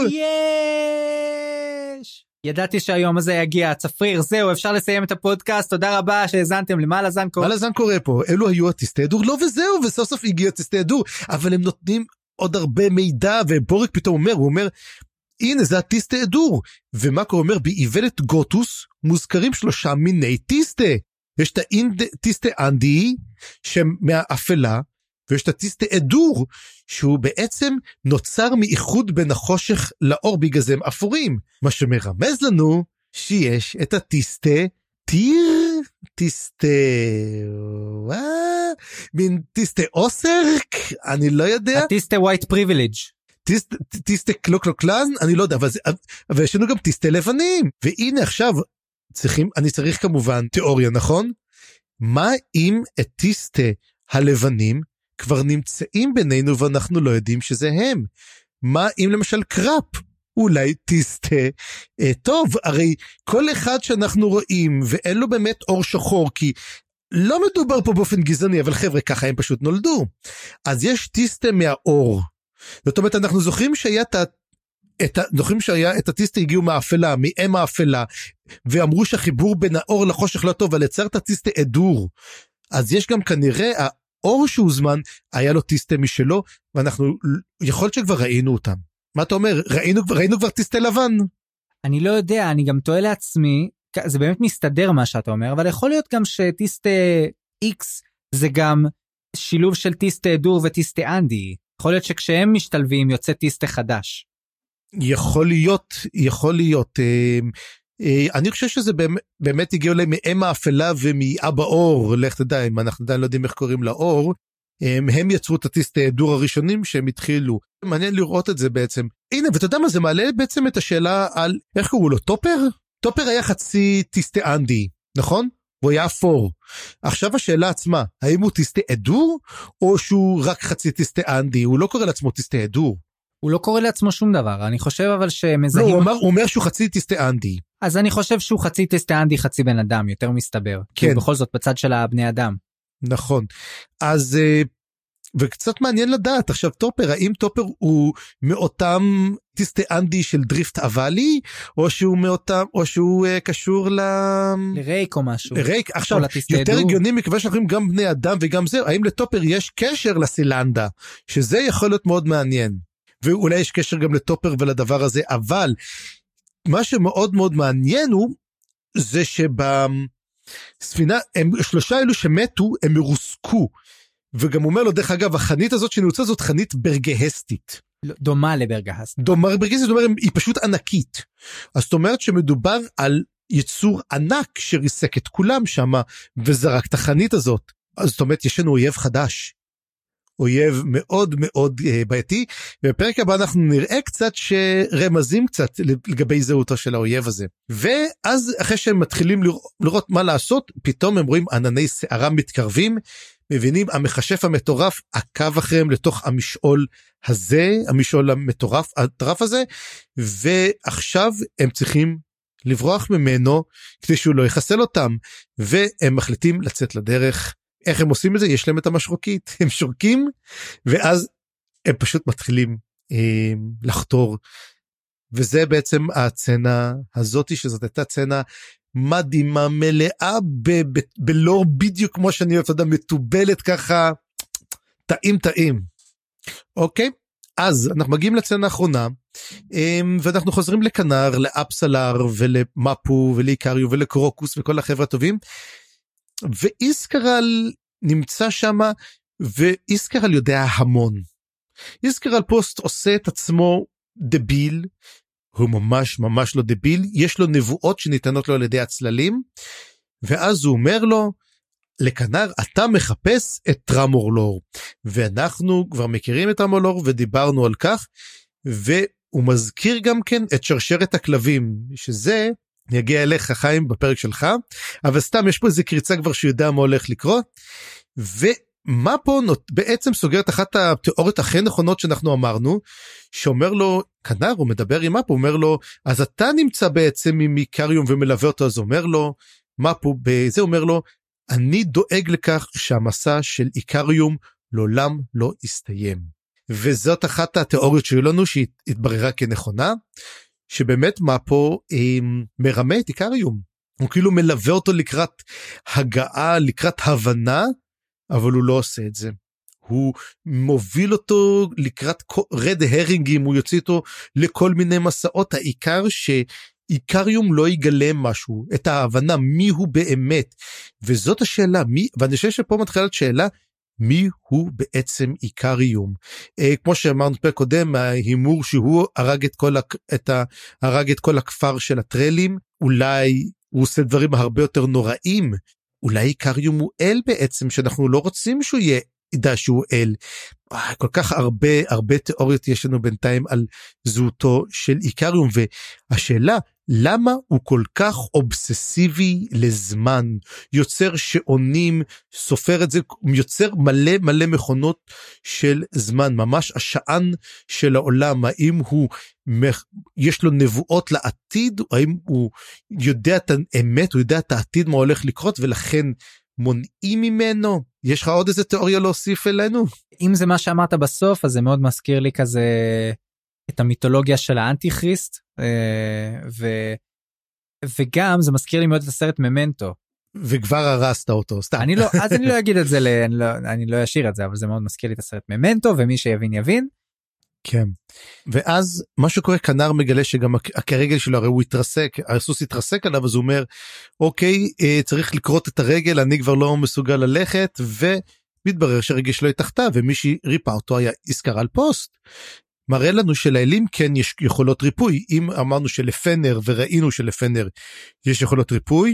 יש! ידעתי שהיום הזה יגיע, צפריר, זהו, אפשר לסיים את הפודקאסט, תודה רבה שהזנתם לי, מה לזן קורה? מה לזן קורה פה? אלו היו הטיסטה אדור, לא וזהו, וסוף סוף הגיע הטיסטה אדור, אבל הם נותנים עוד הרבה מידע, ובוריק פתאום אומר, הוא אומר, הנה זה הטיסטה אדור, ומה קורה אומר, באיוולת גוטוס, מוזכרים שלושה מיני טיסטה, יש את הטיסטה אנדי, שמהאפלה, ויש את הטיסטה אדור, שהוא בעצם נוצר מאיחוד בין החושך לאור, בגלל זה הם אפורים, מה שמרמז לנו, שיש את הטיסטה טיר, טיסטה, וואה, מין טיסטה אוסרק, אני לא יודע. הטיסטה ווייט פריבילג'. טיסטה קלוקלוקלן, אני לא יודע, אבל, אבל יש לנו גם טיסטה לבנים, והנה עכשיו, צריכים, אני צריך כמובן תיאוריה, נכון? מה אם את טיסטה הלבנים, כבר נמצאים בינינו ואנחנו לא יודעים שזה הם? מה אם למשל קראפ? אולי טיסטה, אה, טוב, הרי כל אחד שאנחנו רואים ואין לו באמת אור שחור, כי לא מדובר פה באופן גזעני, אבל חבר'ה, ככה הם פשוט נולדו. אז יש טיסטה מהאור. זאת אומרת, אנחנו זוכרים שהיה את את, זוכרים שהיה, את הטיסטה הגיעו מהאפלה, מאם האפלה, ואמרו שהחיבור בין האור לחושך לא טוב, אבל יצר את הטיסטה אדור. אז יש גם כנראה, האור שהוזמן, היה לו טיסטה משלו, ואנחנו, יכול להיות שכבר ראינו אותם. מה אתה אומר? ראינו, ראינו כבר טיסטה לבן? אני לא יודע, אני גם טועה לעצמי, זה באמת מסתדר מה שאתה אומר, אבל יכול להיות גם שטיסטה X זה גם שילוב של טיסטה אדור וטיסטה אנדי. יכול להיות שכשהם משתלבים יוצא טיסטה חדש. יכול להיות, יכול להיות. אני חושב שזה באמת, באמת הגיעו להם מאם האפלה ומאבא אור, לך תדע, אם אנחנו עדיין לא יודעים איך קוראים לאור, הם, הם יצרו את הטיסטה אדור הראשונים שהם התחילו. מעניין לראות את זה בעצם. הנה, ואתה יודע מה, זה מעלה בעצם את השאלה על, איך קראו לו, טופר? טופר היה חצי טיסטה אנדי, נכון? הוא היה אפור. עכשיו השאלה עצמה, האם הוא טיסטה אדור, או שהוא רק חצי טיסטה אנדי? הוא לא קורא לעצמו טיסטה אדור. הוא לא קורא לעצמו שום דבר, אני חושב אבל שמזהים... לא, הוא אומר, הוא אומר שהוא חצי טיסטה אנדי. אז אני חושב שהוא חצי טיסטה אנדי, חצי בן אדם, יותר מסתבר. כן. כי בכל זאת בצד של הבני אדם. נכון. אז, וקצת מעניין לדעת, עכשיו טופר, האם טופר הוא מאותם טיסטה אנדי של דריפט אבלי, או שהוא מאותם, או שהוא uh, קשור ל... לרייק או משהו. לרייק, עכשיו, יותר הגיוני מכיוון שאנחנו רואים גם בני אדם וגם זה, האם לטופר יש קשר לסילנדה, שזה יכול להיות מאוד מעניין, ואולי יש קשר גם לטופר ולדבר הזה, אבל מה שמאוד מאוד מעניין הוא, זה שבספינה, הם, שלושה אלו שמתו, הם מרוסקו, וגם אומר לו, דרך אגב, החנית הזאת שנוצא זאת חנית ברגהסטית. דומה לברגהסטית. דומה לברגהסטית, זאת אומרת, היא פשוט ענקית. אז זאת אומרת שמדובר על יצור ענק שריסק את כולם שם, וזרק את החנית הזאת. אז זאת אומרת, יש לנו אויב חדש. אויב מאוד מאוד uh, בעייתי, ובפרק הבא אנחנו נראה קצת שרמזים קצת לגבי זהותו של האויב הזה. ואז אחרי שהם מתחילים לראות, לראות מה לעשות, פתאום הם רואים ענני שערה מתקרבים, מבינים, המחשף המטורף עקב אחריהם לתוך המשעול הזה, המשעול המטורף, הטרף הזה, ועכשיו הם צריכים לברוח ממנו, כדי שהוא לא יחסל אותם, והם מחליטים לצאת לדרך. איך הם עושים את זה? יש להם את המשרוקית, הם שורקים, ואז הם פשוט מתחילים אה, לחתור, וזה בעצם הצנה הזאת, שזאת הייתה צנה מדהימה, מלאה ב- ב- בלור בדיוק כמו שאני אוהב, אתה יודע, מטובלת ככה, טעים טעים. אוקיי? אז אנחנו מגיעים לצנה האחרונה, ואנחנו חוזרים לכנר, לאפסלר ולמפו ולאיקריו ולקרוקוס וכל החבר'ה הטובים, ואיסקרל נמצא שם, ואיסקרל יודע המון. איסקרל פוסט עושה את עצמו דביל, הוא ממש ממש לא דביל, יש לו נבואות שניתנות לו על ידי הצללים, ואז הוא אומר לו, לכנר, אתה מחפש את טרמורלור, ואנחנו כבר מכירים את טרמורלור, ודיברנו על כך, והוא מזכיר גם כן את שרשרת הכלבים, שזה יגיע אליך חיים בפרק שלך, אבל סתם יש פה איזה קריצה כבר שיודע מה הולך לקרות, ומה פה בעצם סוגרת אחת התיאוריות הכי נכונות שאנחנו אמרנו, שאומר לו, כנר, הוא מדבר עם מפו, הוא אומר לו, אז אתה נמצא בעצם עם איקריום ומלווה אותו, אז אומר לו, מפו, בזה אומר לו, אני דואג לכך שהמסע של איקריום לעולם לא יסתיים. וזאת אחת התיאוריות שהיו לנו שהתבררה כנכונה, שבאמת מפו אה, מרמה את איקריום. הוא כאילו מלווה אותו לקראת הגעה, לקראת הבנה, אבל הוא לא עושה את זה. הוא מוביל אותו לקראת רד הרינגים, הוא יוצא אותו לכל מיני מסעות, העיקר שאיקריום לא יגלה משהו, את ההבנה מי הוא באמת, וזאת השאלה, מי, ואני חושב שפה מתחילת שאלה, מי הוא בעצם איקריום. אה, כמו שאמרנו פרק קודם, ההימור שהוא הרג את כל, את ה, הרג את כל הכפר של הטרלים, אולי הוא עושה דברים הרבה יותר נוראים, אולי איקריום הוא אל בעצם, שאנחנו לא רוצים שהוא יהיה, ידע שהוא אל. אה, כל כך הרבה, הרבה תיאוריות יש לנו בינתיים על זהותו של איקריום, והשאלה, למה הוא כל כך אובססיבי לזמן, יוצר שעונים, סופר את זה, יוצר מלא מלא מכונות של זמן, ממש השען של העולם, האם הוא, יש לו נבואות לעתיד, האם הוא יודע את האמת, הוא יודע את העתיד מה הולך לקרות, ולכן מונעים ממנו? יש לך עוד איזה תיאוריה להוסיף אלינו? אם זה מה שאמרת בסוף, אז זה מאוד מזכיר לי כזה, את המיתולוגיה של האנטי-כריסט, ו... וגם זה מזכיר לי מאוד את הסרט ממנטו. וכבר הרסת אותו, סתם. אני לא, אז אני לא אגיד את זה, ל... אני, לא, אני לא אשאיר את זה, אבל זה מאוד מזכיר לי את הסרט ממנטו, ומי שיבין יבין. כן. ואז מה שקורה, כנר מגלה שגם הרגל שלו, הרי הוא התרסק, הסוס התרסק עליו, אז הוא אומר, אוקיי, צריך לקרות את הרגל, אני כבר לא מסוגל ללכת, ומתברר שהרגל שלו התחתה, ומי שריפא אותו היה איסקר על פוסט. מראה לנו שלאלים כן יש יכולות ריפוי, אם אמרנו שלפנר, וראינו שלפנר יש יכולות ריפוי,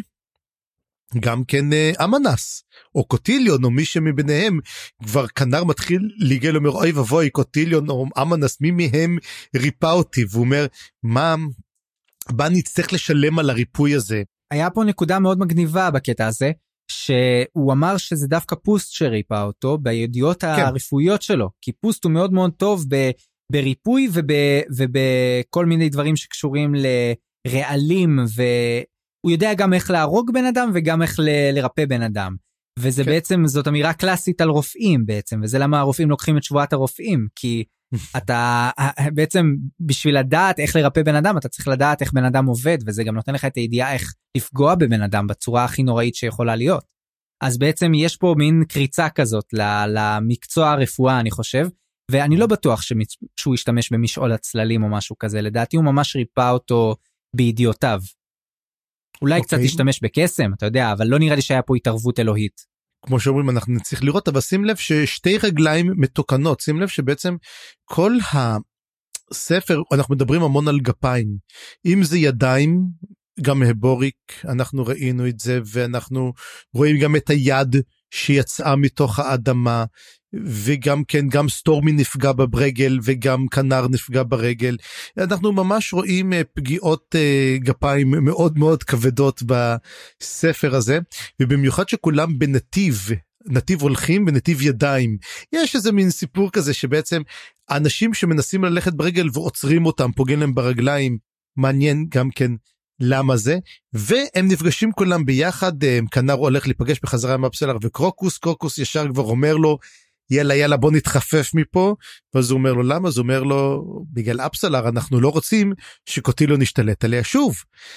גם כן אמנס, או קוטיליון, או מי שמביניהם, כבר כנר מתחיל ליגל, אומר, אוי ובוי, קוטיליון, או אמנס, מי מהם ריפא אותי, והוא אומר, מה, מה נצטרך לשלם על הריפוי הזה? היה פה נקודה מאוד מגניבה בקטע הזה, שהוא אמר שזה דווקא פוסט שריפא אותו, בידיעות כן. הרפואיות שלו, כי פוסט הוא מאוד מאוד טוב ב... בריפוי וב, ובכל מיני דברים שקשורים לרעלים, והוא יודע גם איך להרוג בן אדם וגם איך ל, לרפא בן אדם. וזה כן. בעצם, זאת אמירה קלאסית על רופאים בעצם, וזה למה הרופאים לוקחים את שבועת הרופאים, כי אתה בעצם בשביל לדעת איך לרפא בן אדם, אתה צריך לדעת איך בן אדם עובד, וזה גם נותן לך את הידיעה איך לפגוע בבן אדם בצורה הכי נוראית שיכולה להיות. אז בעצם יש פה מין קריצה כזאת למקצוע הרפואה, אני חושב, ואני לא בטוח שהוא ישתמש במשעול הצללים או משהו כזה, לדעתי הוא ממש ריפא אותו בידיעותיו. אולי okay. קצת ישתמש בקסם, אתה יודע, אבל לא נראה לי שהיה פה התערבות אלוהית. כמו שאומרים, אנחנו נצטרך לראות, אבל שים לב ששתי רגליים מתוקנות, שים לב שבעצם כל הספר, אנחנו מדברים המון על גפיים, אם זה ידיים, גם הבוריק, אנחנו ראינו את זה, ואנחנו רואים גם את היד שיצאה מתוך האדמה, וגם כן, גם סטורמי נפגע ברגל, וגם כנר נפגע ברגל. אנחנו ממש רואים פגיעות גפיים מאוד מאוד כבדות בספר הזה, ובמיוחד שכולם בנתיב, נתיב הולכים ונתיב ידיים. יש איזה מין סיפור כזה, שבעצם אנשים שמנסים ללכת ברגל ועוצרים אותם, פוגעים להם ברגליים, מעניין גם כן למה זה, והם נפגשים כולם ביחד, כנר הולך להיפגש בחזרה עם אפסלר וקרוקוס, קרוקוס ישר כבר אומר לו, יאללה יאללה בוא נתחפף מפה, ואז הוא אומר לו למה? אז הוא אומר לו, בגלל אפסלר אנחנו לא רוצים שקוטילו נשתלט עליה שוב,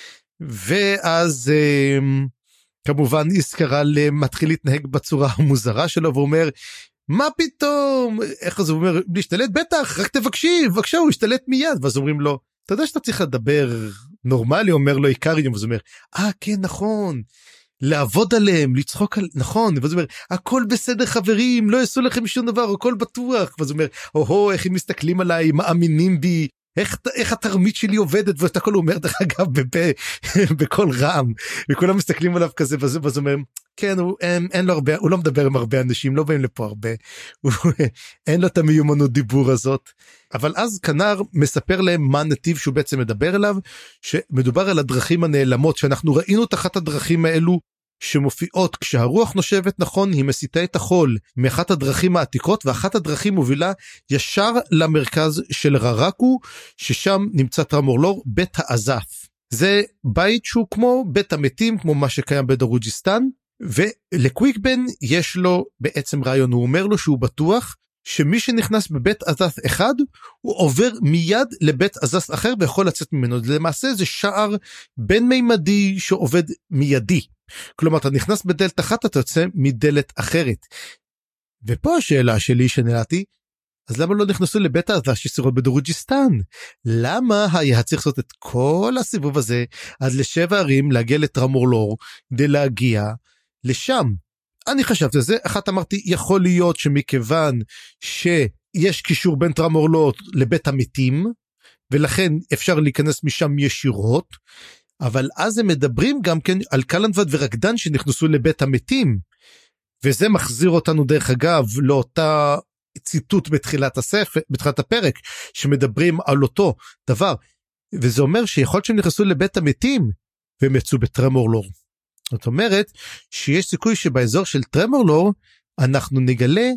ואז כמובן איסקרל מתחיל להתנהג בצורה המוזרה שלו, והוא אומר, מה פתאום? איך זה אומר, להשתלט? בטח, רק תבקשי, בבקשה, הוא ישתלט מיד, ואז אומרים לו, אתה יודע שאתה צריך לדבר נורמלי, אומר לו איקריון, ואז הוא אומר, אה כן נכון, לעבוד עליהם, לצחוק על, נכון, ואז הוא אומר, הכל בסדר חברים, לא יעשו לכם שום דבר, הכל בטוח, ואז הוא אומר, או-הו, איך הם מסתכלים עליי, מאמינים בי, איך, איך התרמית שלי עובדת, ואת הכל הוא אומר, דרך אגב, בכל רם, וכולם מסתכלים עליו כזה, ואז הוא אומר, כן, הוא, אין, אין לו הרבה, הוא לא מדבר עם הרבה אנשים, לא באים לפה הרבה, הוא, אין לו את המיומנות דיבור הזאת, אבל אז כנר מספר להם מה נתיב שהוא בעצם מדבר אליו, שמדובר על הדרכים הנעלמות, שאנחנו ראינו את אחת הדרכים האלו, שמופיעות כשהרוח נושבת, נכון, היא מסיטה את החול מאחת הדרכים העתיקות, ואחת הדרכים מובילה ישר למרכז של ררקו, ששם נמצא טרמורלור, בית האזף. זה בית שהוא כמו בית המתים, כמו מה שקיים בדרוג'יסטן, ולקוויקבן יש לו בעצם רעיון, הוא אומר לו שהוא בטוח, שמי שנכנס בבית אזף אחד, הוא עובר מיד לבית אזף אחר, ויכול לצאת ממנו. למעשה זה שער בין מימדי שעובד מיידי. כלומר, אתה נכנס בדלת אחת, אתה יוצא מדלת אחרת. ופה השאלה שלי שנראתי, אז למה לא נכנסו לבית האזף שסירות בדרוג'יסטן? למה היה צריך לעשות את כל הסיבוב הזה, עד לשבע ערים, להגיע לטרמורלור, כדי להגיע לשם? אני חשבתי על זה, אחת אמרתי, יכול להיות שמכיוון שיש קישור בין טרמורלור לבית המתים, ולכן אפשר להיכנס משם ישירות, אבל אז הם מדברים גם כן על קלנבד ורקדן שנכנסו לבית המתים, וזה מחזיר אותנו דרך אגב לאותה ציטוט בתחילת הספר, בתחילת הפרק, שמדברים על אותו דבר, וזה אומר שיכול להיות שהם נכנסו לבית המתים, והם יצאו בטרמורלור. זאת אומרת, שיש סיכוי שבאזור של טרמורלור, אנחנו נגלה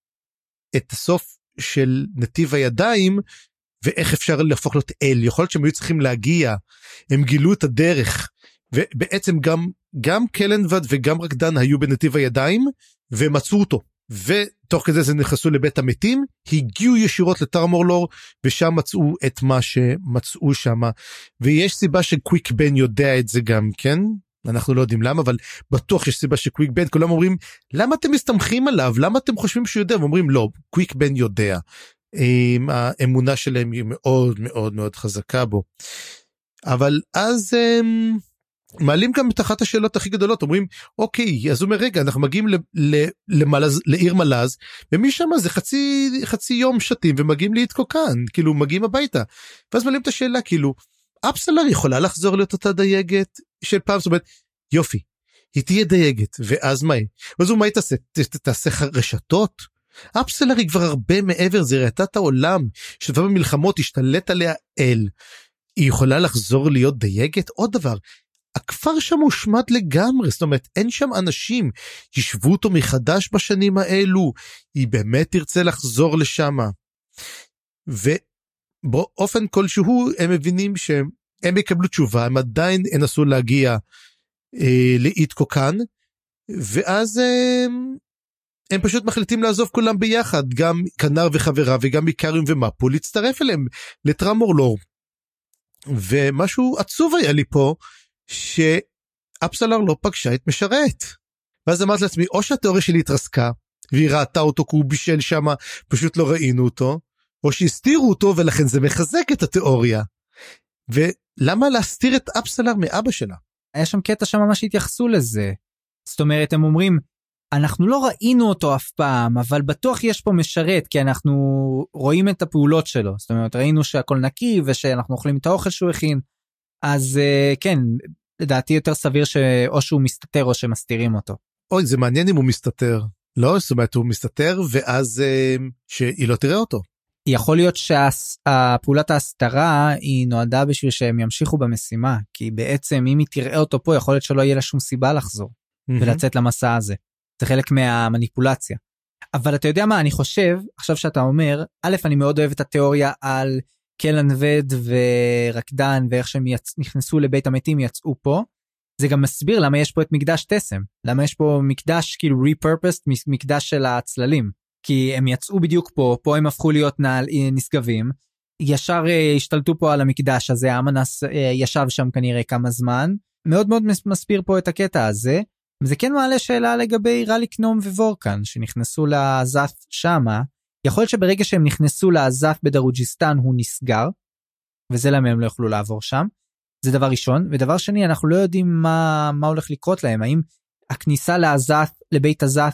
את הסוף של נתיב הידיים, ואיך אפשר להפוך להיות אל. יכול להיות שהם היו צריכים להגיע, הם גילו את הדרך, ובעצם גם, גם קלנבד וגם רקדן היו בנתיב הידיים, ומצאו אותו. ותוך כדי זה נכנסו לבית המתים, הגיעו ישירות לטרמורלור, ושם מצאו את מה שמצאו שם, ויש סיבה שקוויק בן יודע את זה גם, כן? אנחנו לא יודעים למה, אבל בטוח יש סיבה שקוויק בן, כולם אומרים, למה אתם מסתמכים עליו? למה אתם חושבים שהוא יודע? ואומרים, לא, קוויק בן יודע. האמונה שלהם היא מאוד מאוד מאוד חזקה בו. אבל אז הם מעלים גם את אחת השאלות הכי גדולות, אומרים, אוקיי, אז הוא אומר, רגע, אנחנו מגיעים ל, ל, למלז, לעיר מלז, ומשם זה חצי, חצי יום שתים, ומגיעים להתקוקן, כאילו, מגיעים הביתה. ואז מעלים את השאלה, כאילו, אפסלר יכולה לחזור להיות אותה דייגת של פעם, זאת אומרת, יופי, היא תהיה דייגת, ואז מה היא? ואז הוא מה היא תעשה? תעשה רשתות? אפסלר היא כבר הרבה מעבר, זה ראתה את העולם, שדבר במלחמות, השתלט עליה אל. היא יכולה לחזור להיות דייגת? עוד דבר, הכפר שם הושמד לגמרי, זאת אומרת, אין שם אנשים, ישבו אותו מחדש בשנים האלו, היא באמת תרצה לחזור לשם. ובאופן כלשהו, הם מבינים שהם יקבלו תשובה, הם עדיין ינסו להגיע אה, לאיתקוקן, ואז אה, הם פשוט מחליטים לעזוב כולם ביחד, גם כנר וחברה, וגם מיקריום ומפו, להצטרף אליהם לטרמורלור. ומשהו עצוב היה לי פה, שאפסלר לא פגשה את משרת. ואז אמרתי לעצמי, או שהתיאוריה שלי התרסקה, והיא ראתה אותו כי הוא בישל שם, פשוט לא ראינו אותו, או שהסתירו אותו ולכן זה מחזק את התיאוריה. ולמה להסתיר את אפסלר מאבא שלה? היה שם קטע שם ממש התייחסו לזה. זאת אומרת, הם אומרים, אנחנו לא ראינו אותו אף פעם, אבל בטוח יש פה משרת, כי אנחנו רואים את הפעולות שלו. זאת אומרת, ראינו שהכל נקי, ושאנחנו אוכלים את האוכל שהוא הכין. אז כן, לדעתי יותר סביר שאו שהוא מסתתר, או שמסתירים אותו. אוי, זה מעניין אם הוא מסתתר. לא, זאת אומרת, הוא מסתתר, ואז שהיא לא תראה אותו. יכול להיות שהפעולת ההסתרה היא נועדה בשביל שהם ימשיכו במשימה, כי בעצם אם היא תראה אותו פה, יכול להיות שלא יהיה לה שום סיבה לחזור, mm-hmm. ולצאת למסע הזה. זה חלק מהמניפולציה. אבל אתה יודע מה, אני חושב, עכשיו שאתה אומר, א', אני מאוד אוהב את התיאוריה על קלן וד ורקדן, ואיך שהם יצ... נכנסו לבית המתים, יצאו פה. זה גם מסביר למה יש פה את מקדש תסם. למה יש פה מקדש, כאילו repurposed, מקדש של הצללים. כי הם יצאו בדיוק פה, פה הם הפכו להיות נעל, נשגבים, ישר השתלטו פה על המקדש הזה, האמנס ישב שם כנראה כמה זמן, מאוד מאוד מסביר פה את הקטע הזה, וזה כן מעלה שאלה לגבי רליקנום ווורקן, שנכנסו לעזת שמה, יכול להיות שברגע שהם נכנסו לעזת בדרוג'יסטן הוא נסגר, וזה למה הם לא יכלו לעבור שם, זה דבר ראשון, ודבר שני, אנחנו לא יודעים מה, מה הולך לקרות להם, האם הכניסה לעזת, לבית עזת,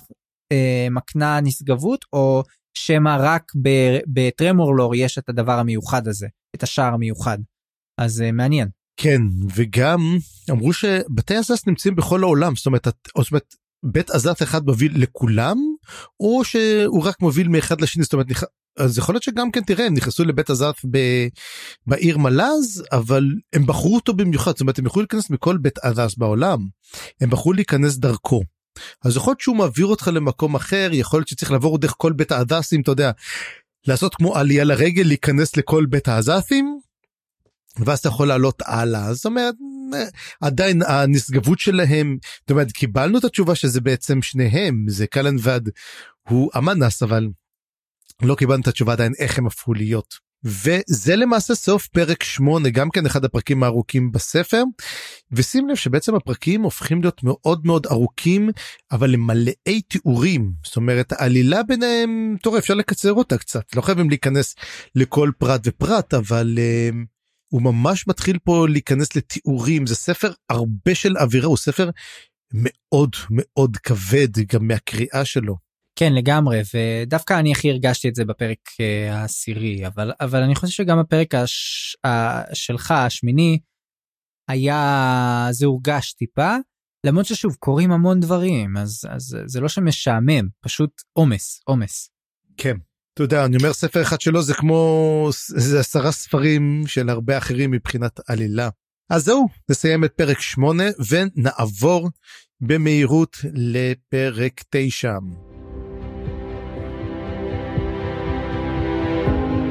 מקנה נשגבות, או שמה רק בטרמורלור יש את הדבר המיוחד הזה, את השער המיוחד. אז מעניין. כן, וגם אמרו שבתי עזת נמצאים בכל העולם, זאת אומרת, זאת אומרת, בית עזת אחד מוביל לכולם, או שהוא רק מוביל מאחד לשני, זאת אומרת, אז יכול להיות שגם כן תראה, הם נכנסו לבית עזת ב... בעיר מלז, אבל הם בחרו אותו במיוחד, זאת אומרת, הם יכולו להיכנס מכל בית עזת בעולם, הם בחרו להיכנס דרכו. אז יכול להיות שהוא מעביר אותך למקום אחר, יכול להיות שצריך לעבור דרך כל בית העזתים, אתה יודע, לעשות כמו עלייה לרגל, להיכנס לכל בית העזתים, ואז אתה יכול לעלות הלאה, זאת אומרת, עדיין הנשגבות שלהם, זאת אומרת, קיבלנו את התשובה שזה בעצם שניהם, זה קלן וד, הוא אמנס, אבל לא קיבלנו את התשובה עדיין איך הם הפכו להיות. וזה למעשה סוף פרק שמונה, גם כן אחד הפרקים הארוכים בספר, ושים לב שבעצם הפרקים הופכים להיות מאוד מאוד ארוכים, אבל הם מלאי תיאורים, זאת אומרת העלילה ביניהם, תורא, אפשר לקצר אותה קצת, לא חייבים להיכנס לכל פרט ופרט, אבל uh, הוא ממש מתחיל פה להיכנס לתיאורים, זה ספר הרבה של אווירה, הוא ספר מאוד מאוד כבד, גם מהקריאה שלו. כן, לגמרי, ודווקא אני הכי הרגשתי את זה בפרק העשירי, אבל, אבל אני חושב שגם הפרק הש, שלך, השמיני, היה, זה הורגש טיפה, למרות ששוב, קוראים המון דברים, אז, אז זה לא שמשעמם, פשוט אומס, אומס. כן, אתה יודע, אני אומר ספר אחד שלו, זה כמו, זה עשרה ספרים של הרבה אחרים מבחינת עלילה. אז זהו, נסיים את פרק שמונה, ונעבור במהירות לפרק תשע.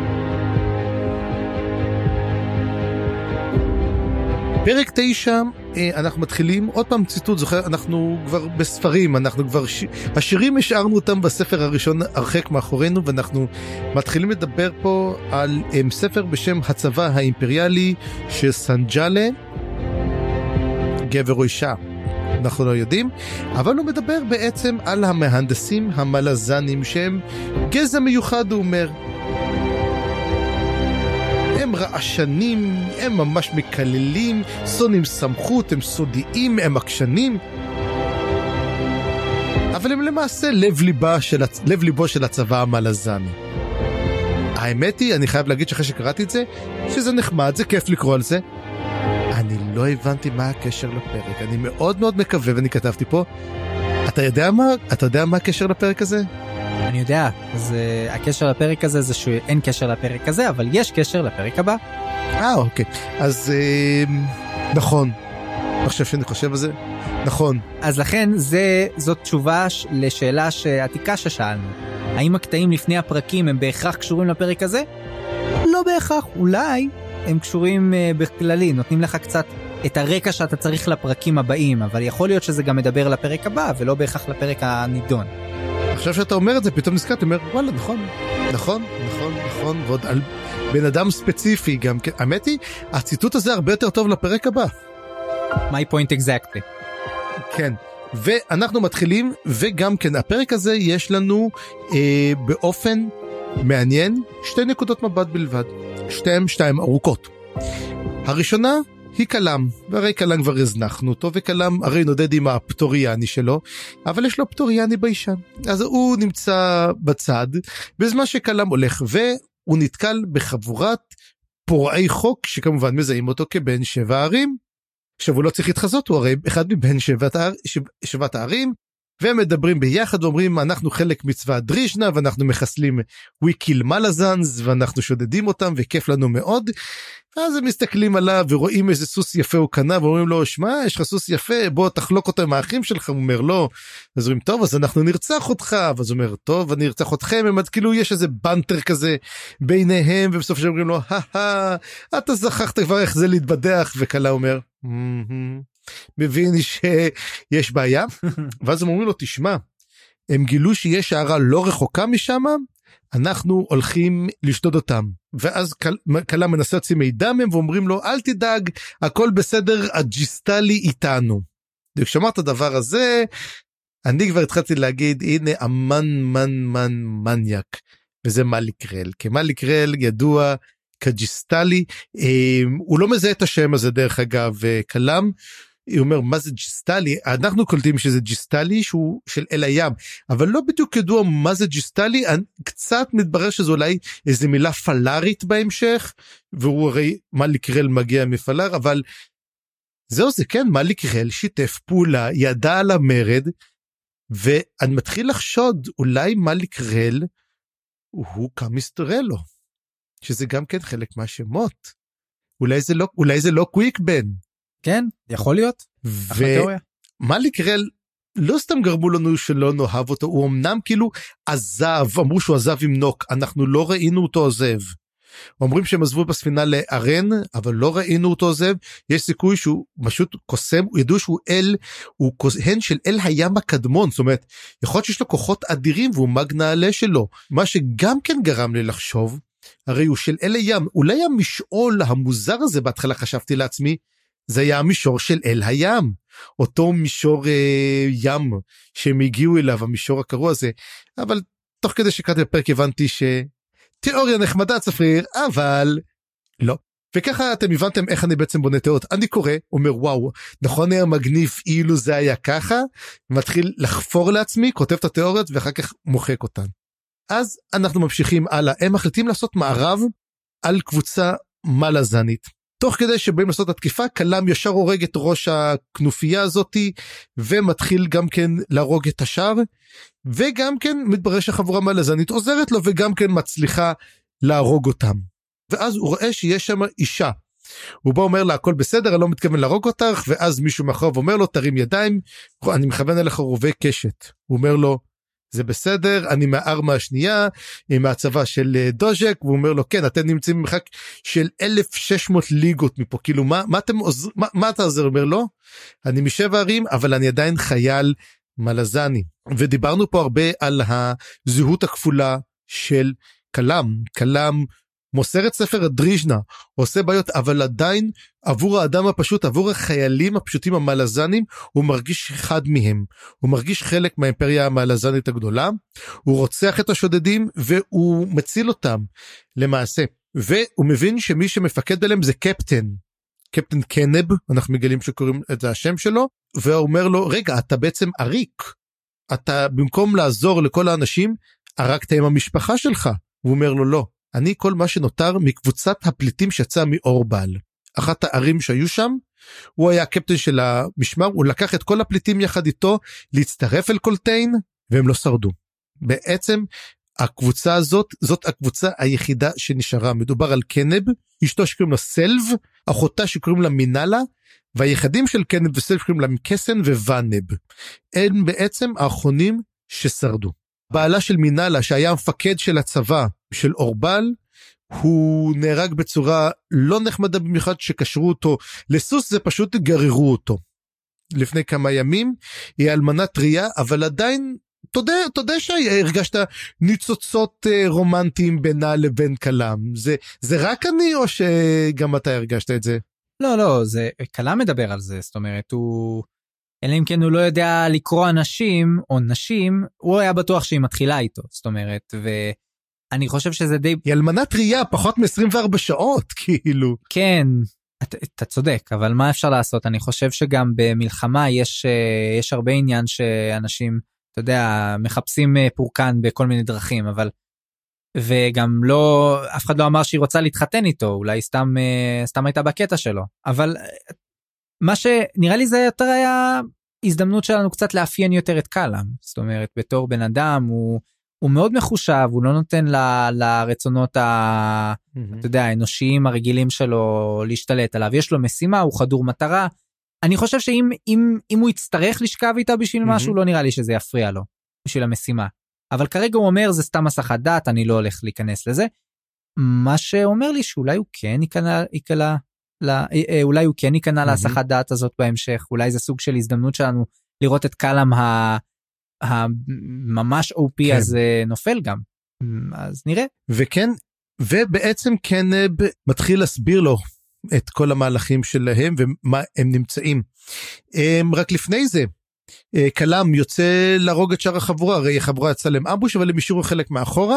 פרק תשע אנחנו מתחילים, עוד פעם ציטוט, זוכר, אנחנו כבר בספרים, אנחנו כבר, ש... השירים השארנו אותם בספר הראשון הרחק מאחורינו, ואנחנו מתחילים לדבר פה על um, ספר בשם הצבא האימפריאלי של סנג'אלה, גבר או אישה, אנחנו לא יודעים, אבל הוא מדבר בעצם על המהנדסים המלזנים, שהם גזע מיוחד, הוא אומר. הם רעשנים, הם ממש מקללים, שונאים סמכות, הם סודיים, הם עקשנים. אבל הם למעשה לב, ליבה של, לב ליבו של הצבא המלזני. האמת היא, אני חייב להגיד שאחרי שקראתי את זה, שזה נחמד, זה כיף לקרוא על זה. אני לא הבנתי מה הקשר לפרק, אני מאוד מאוד מקווה, ואני כתבתי פה, אתה יודע מה, אתה יודע מה הקשר לפרק הזה? אני יודע, אז uh, הקשר לפרק הזה זה שאין קשר לפרק הזה, אבל יש קשר לפרק הבא. אה, אוקיי. אז uh, נכון. אני חושב שאני חושב על זה. נכון. אז לכן זה, זאת תשובה לשאלה שעתיקה ששאלנו. האם הקטעים לפני הפרקים הם בהכרח קשורים לפרק הזה? לא בהכרח, אולי הם קשורים uh, בכללי, נותנים לך קצת את הרקע שאתה צריך לפרקים הבאים, אבל יכול להיות שזה גם מדבר לפרק הבא, ולא בהכרח לפרק הנידון. עכשיו שאתה אומר את זה, פתאום נזכר, אתה אומר, וואלה, נכון, נכון, נכון, נכון, ועוד על בן אדם ספציפי גם, האמת היא, הציטוט הזה הרבה יותר טוב לפרק הבא. My point exactly. כן, ואנחנו מתחילים, וגם כן, הפרק הזה יש לנו אה, באופן מעניין, שתי נקודות מבט בלבד, שתיים, שתיים ארוכות. הראשונה, היא קלם, והרי קלם כבר הזנחנו אותו, וקלם הרי נודד עם הפטוריאני שלו, אבל יש לו פטוריאני בישן. אז הוא נמצא בצד, בזמן שקלם הולך, והוא נתקל בחבורת פורעי חוק, שכמובן מזהים אותו כבן שבע ערים. עכשיו הוא לא צריך להתחזות, הוא הרי אחד מבין שבעת, שבעת הערים, והם מדברים ביחד ואומרים, אנחנו חלק מצבא דריז'נה, ואנחנו מחסלים וויקיל מלזנס, ואנחנו שודדים אותם, וכיף לנו מאוד. ואז הם מסתכלים עליו ורואים איזה סוס יפה הוא קנה, ואומרים לו, שמע, יש לך סוס יפה, בוא תחלוק אותו עם האחים שלך. הוא אומר, לא. אז אומרים, טוב, אז אנחנו נרצח אותך. ואז הוא אומר, טוב, אני ארצח אתכם. הם כאילו יש איזה בנטר כזה ביניהם, ובסוף שאומרים לו, הא, אתה זכחת כבר איך זה להתבדח. וקלה אומר, מבין שיש בעיה. ואז הם אומרים לו, תשמע, הם גילו שיש שערה לא רחוקה משם, אנחנו הולכים לשדוד אותם. ואז קלה מנסה להוציא מידע מהם, ואומרים לו, אל תדאג, הכל בסדר, הג'יסטלי איתנו. וכשאמרת הדבר הזה, אני כבר התחלתי להגיד, הנה אמן מן מן מניאק, וזה מליקרל. כי מליקרל ידוע כג'יסטלי, הוא לא מזהה את השם הזה דרך אגב, קלם, הוא אומר, מה זה ג'יסטלי? אנחנו קולטים שזה ג'יסטלי שהוא של אל הים, אבל לא בדיוק ידוע מה זה ג'יסטלי, קצת מתברר שזו אולי איזו מילה פלארית בהמשך, והוא הרי מליקרל מגיע מפלאר, אבל זהו זה כן, מליקרל שיתף פעולה, ידע על המרד, ואני מתחיל לחשוד, אולי מליקרל הוא קמיסטרלו, שזה גם כן חלק מהשמות, אולי זה לא, אולי זה לא קוויק בן, כן, יכול להיות. ומליקרל לא סתם גרמו לנו שלא נאהב אותו, הוא אמנם כאילו עזב, אמרו שהוא עזב עם נוק, אנחנו לא ראינו אותו עוזב. אומרים שהם עזבו בספינה לארן, אבל לא ראינו אותו עוזב, יש סיכוי שהוא פשוט קוסם, ידעו שהוא אל, הוא כהן של אל הים הקדמון, זאת אומרת, יכול להיות שיש לו כוחות אדירים, והוא מגנעלה שלו, מה שגם כן גרם לי לחשוב, הרי הוא של אל הים, אולי המשעול המוזר הזה, בהתחלה חשבתי לעצמי, זה היה המישור של אל הים, אותו מישור אה, ים שהם הגיעו אליו, המישור הקרוע הזה, אבל תוך כדי שקראתי בפרק הבנתי שתיאוריה נחמדה צפריר, אבל לא. וככה אתם הבנתם איך אני בעצם בונה תיאוריות, אני קורא, אומר וואו, נכון היה מגניב אילו זה היה ככה, מתחיל לחפור לעצמי, כותב את התיאוריות ואחר כך מוחק אותן. אז אנחנו ממשיכים הלאה, הם מחליטים לעשות מערב על קבוצה מלזנית. תוך כדי שבאים לעשות התקיפה, קלם ישר הורג את ראש הכנופיה הזאת, ומתחיל גם כן להרוג את השאר, וגם כן מתברר שהחבורה מלזנית עוזרת לו, וגם כן מצליחה להרוג אותם. ואז הוא רואה שיש שם אישה. הוא בא אומר לה, הכל בסדר, אני לא מתכוון להרוג אותך, ואז מישהו מאחוריו אומר לו, תרים ידיים, אני מכוון אליך רובה קשת. הוא אומר לו, זה בסדר, אני מהארמה השנייה, עם הצבא של דוז'ק, והוא אומר לו, כן, אתם נמצאים במרחק של אלף ושש מאות ליגות מפה, כאילו, מה, מה, אתם עוזר, מה, מה אתה עוזר? אומר לו, אני משבע ערים, אבל אני עדיין חייל מלזני. ודיברנו פה הרבה על הזהות הכפולה של קלאם. קלאם מוסר את ספר הדריז'נה, עושה בעיות, אבל עדיין עבור האדם הפשוט, עבור החיילים הפשוטים המלזנים, הוא מרגיש אחד מהם. הוא מרגיש חלק מהאימפריה המלזנית הגדולה, הוא רוצח את השודדים, והוא מציל אותם למעשה. והוא מבין שמי שמפקד עליהם זה קפטן, קפטן קנב, אנחנו מגלים שקוראים את השם שלו, והוא אומר לו, רגע, אתה בעצם עריק, אתה במקום לעזור לכל האנשים, ערקת עם המשפחה שלך. הוא אומר לו, לא, אני כל מה שנותר מקבוצת הפליטים שיצא מאורבל. אחת הערים שהיו שם, הוא היה הקפטן של המשמר, הוא לקח את כל הפליטים יחד איתו, להצטרף אל קולטיין, והם לא שרדו. בעצם, הקבוצה הזאת, זאת הקבוצה היחידה שנשארה. מדובר על קנב, אשתו שקוראים לה סלב, אחותה שקוראים לה מינלה, והיחדים של קנב וסלב שקוראים לה מקסן וונב. הם בעצם האחרונים ששרדו. בעלה של מינלה, שהיה המפקד של הצבא של אורבל, הוא נהרג בצורה לא נחמדה במיוחד, שקשרו אותו לסוס, זה פשוט גררו אותו. לפני כמה ימים, היא אלמנה טריה, אבל עדיין, תודה, תודה שהרגשת ניצוצות רומנטיים בינה לבין קלאם. זה, זה רק אני, או שגם אתה הרגשת את זה? לא, לא, זה, קלאם מדבר על זה, זאת אומרת, הוא, אלא אם כן הוא לא יודע לקרוא אנשים, או נשים, הוא היה בטוח שהיא מתחילה איתו, זאת אומרת, ואני חושב שזה די... היא אלמנה טריה, פחות מ-עשרים וארבע שעות, כאילו. כן, אתה, אתה צודק, אבל מה אפשר לעשות? אני חושב שגם במלחמה יש, יש הרבה עניין שאנשים, אתה יודע, מחפשים פורקן בכל מיני דרכים, אבל, וגם לא, אף אחד לא אמר שהיא רוצה להתחתן איתו, אולי סתם, סתם הייתה בקטע שלו, אבל מה שנראה לי זה יותר היה הזדמנות שלנו קצת לאפיין יותר את קלאם, זאת אומרת, בתור בן אדם, הוא, הוא מאוד מחושב, הוא לא נותן ל, לרצונות ה, mm-hmm. אתה יודע, האנושיים הרגילים שלו להשתלט עליו, יש לו משימה, הוא חדור מטרה, אני חושב שאם אם, אם הוא יצטרך לשכב איתה בשביל mm-hmm. משהו, לא נראה לי שזה יפריע לו, בשביל המשימה. אבל כרגע הוא אומר, זה סתם הסחת דעת, אני לא הולך להיכנס לזה. מה שאומר לי שאולי הוא כן ייכנע, ייכנע, אולי הוא כן ייכנע mm-hmm. להסחת דעת הזאת בהמשך, אולי זה סוג של הזדמנות שלנו לראות את קלאם הממש או פי כן. הזה נופל גם. אז נראה. וכן, ובעצם קנב מתחיל להסביר לו את כל המהלכים שלהם ומה הם נמצאים. רק לפני זה, קלאם יוצא להרוג את שאר החבורה, הרי החבורה יצא להם אמבוש, אבל הם השאירו חלק מאחורה,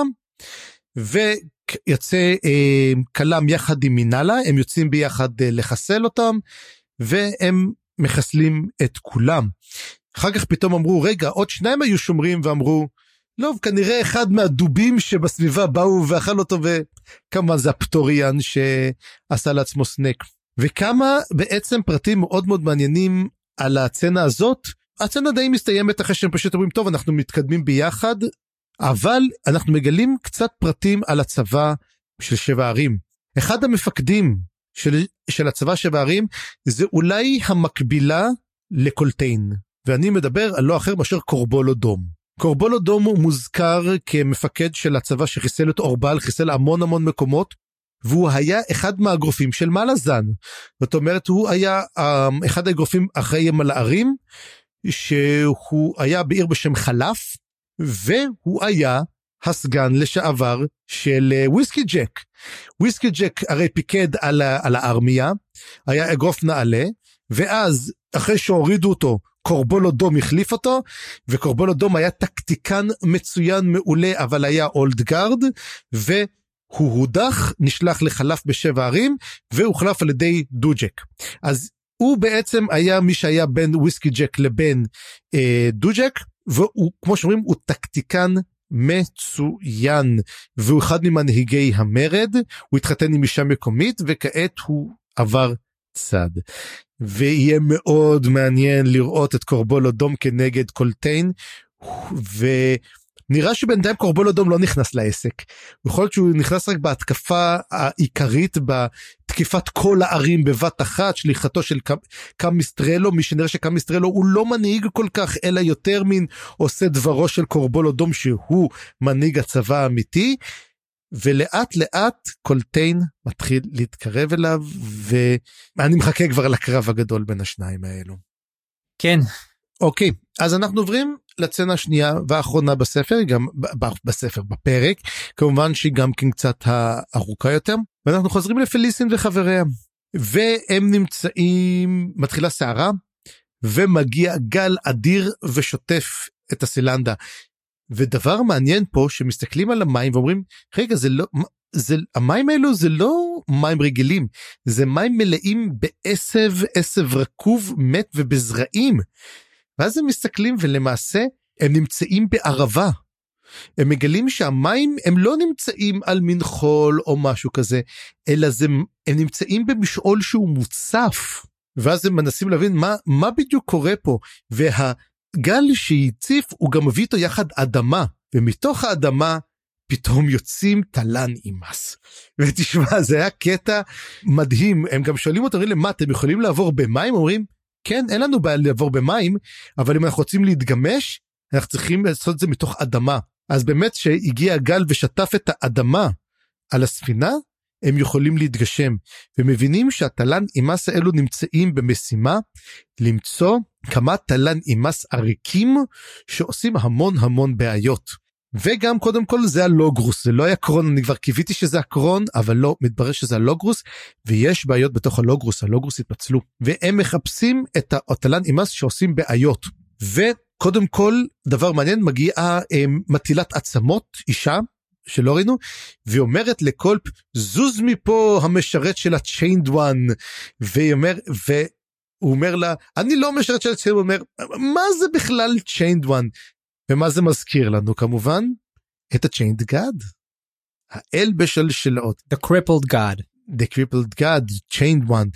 ויוצא קלאם יחד עם מינלה, הם יוצאים ביחד לחסל אותם, והם מחסלים את כולם. אחר כך פתאום אמרו, רגע, עוד שניים היו שומרים, ואמרו, לא, כנראה אחד מהדובים שבסביבה באו ואכל אותו, וכמה זה הפטוריאן שעשה לעצמו סנק. וכמה בעצם פרטים מאוד מאוד מעניינים על הצנה הזאת, הצנה די מסתיימת אחרי שהם פשוט אומרים, טוב, אנחנו מתקדמים ביחד, אבל אנחנו מגלים קצת פרטים על הצבא של שבע ערים. אחד המפקדים של, של הצבא שבע ערים, זה אולי המקבילה לקולטיין, ואני מדבר על לא אחר מאשר קורבולודום. קורבולודום הוא מוזכר כמפקד של הצבא שחיסל את אורבל, חיסל המון המון מקומות, והוא היה אחד מהאגרופים של מלזן. זאת אומרת, הוא היה um, אחד האגרופים אחראים על הערים, שהוא היה בעיר בשם חלף, והוא היה הסגן לשעבר של וויסקי ג'ק. וויסקי ג'ק הרי פיקד על, על הארמיה, היה אגרוף נעלה, ואז אחרי שהורידו אותו, קורבולודום החליף אותו, וקורבולודום היה טקטיקן מצוין מעולה, אבל היה אולד גארד, והוא הודח, נשלח לחלף בשבע ערים, והוחלף על ידי דוג'ק. אז הוא בעצם היה מי שהיה בין וויסקי ג'ק לבין אה, דוג'ק, והוא, כמו שאומרים, הוא טקטיקן מצוין, והוא אחד ממנהיגי המרד, הוא התחתן עם אישה מקומית, וכעת הוא עבר צד. ויהיה מאוד מעניין לראות את קורבולודום כנגד קולטיין, נראה שבינתיים קורבול אדום לא נכנס לעסק. יכול להיות שהוא נכנס רק בהתקפה העיקרית, בתקיפת כל הערים בבת אחת, שליחתו של קמיסטרלו, מי שנראה שקמיסטרלו הוא לא מנהיג כל כך, אלא יותר מין עושה דברו של קורבול אדום, שהוא מנהיג הצבא האמיתי, ולאט לאט קולטיין מתחיל להתקרב אליו, ואני מחכה כבר לקרב הגדול בין השניים האלו. כן. אוקיי, אז אנחנו עוברים לצנה השנייה והאחרונה בספר, גם בספר, בפרק, כמובן שהיא גם כן קצת הארוכה יותר, ואנחנו חוזרים לפליסין וחבריה, והם נמצאים, מתחילה סערה, ומגיע גל אדיר ושוטף את הסילנדה, ודבר מעניין פה, שמסתכלים על המים ואומרים, רגע, זה לא, זה, המים האלו זה לא מים רגילים, זה מים מלאים בעשב, עשב רקוב, מת ובזרעים, ואז הם מסתכלים ולמעשה הם נמצאים בערבה, הם מגלים שהמים הם לא נמצאים על מין חול או משהו כזה, אלא זה, הם נמצאים במשעול שהוא מוצף, ואז הם מנסים להבין מה, מה בדיוק קורה פה, והגל שהציף הוא גם מביא איתו יחד אדמה, ומתוך האדמה פתאום יוצאים תלן אימס, ותשמע זה היה קטע מדהים, הם גם שואלים אותו, למה אתם יכולים לעבור במים? אומרים, כן, אין לנו בעיה לעבור במים, אבל אם אנחנו רוצים להתגמש, אנחנו צריכים לעשות את זה מתוך אדמה. אז באמת שהגיע הגל ושטף את האדמה על הספינה, הם יכולים להתגשם, ומבינים שהתלן אימס האלו נמצאים במשימה, למצוא כמה תלן אימס עריקים, שעושים המון המון בעיות. וגם קודם כל זה הלוגרוס, זה לא היה קרון, אני כבר קיוויתי שזה הקרון, אבל לא, מתברר שזה הלוגרוס, ויש בעיות בתוך הלוגרוס, הלוגרוס התפצלו, והם מחפשים את התלן אימס שעושים בעיות, וקודם כל, דבר מעניין, מגיעה מטילת עצמות, אישה, שלא ראינו, והיא אומרת לקולפ, זוז מפה המשרת של ה-Chained One, והיא אומר, והוא אומר לה, אני לא משרת של ה-Chained One, הוא אומר, מה זה בכלל Chained One? ומה זה מזכיר לנו כמובן? את ה-Chained God, האל בשלשלות. The crippled God. The crippled God, Chained One,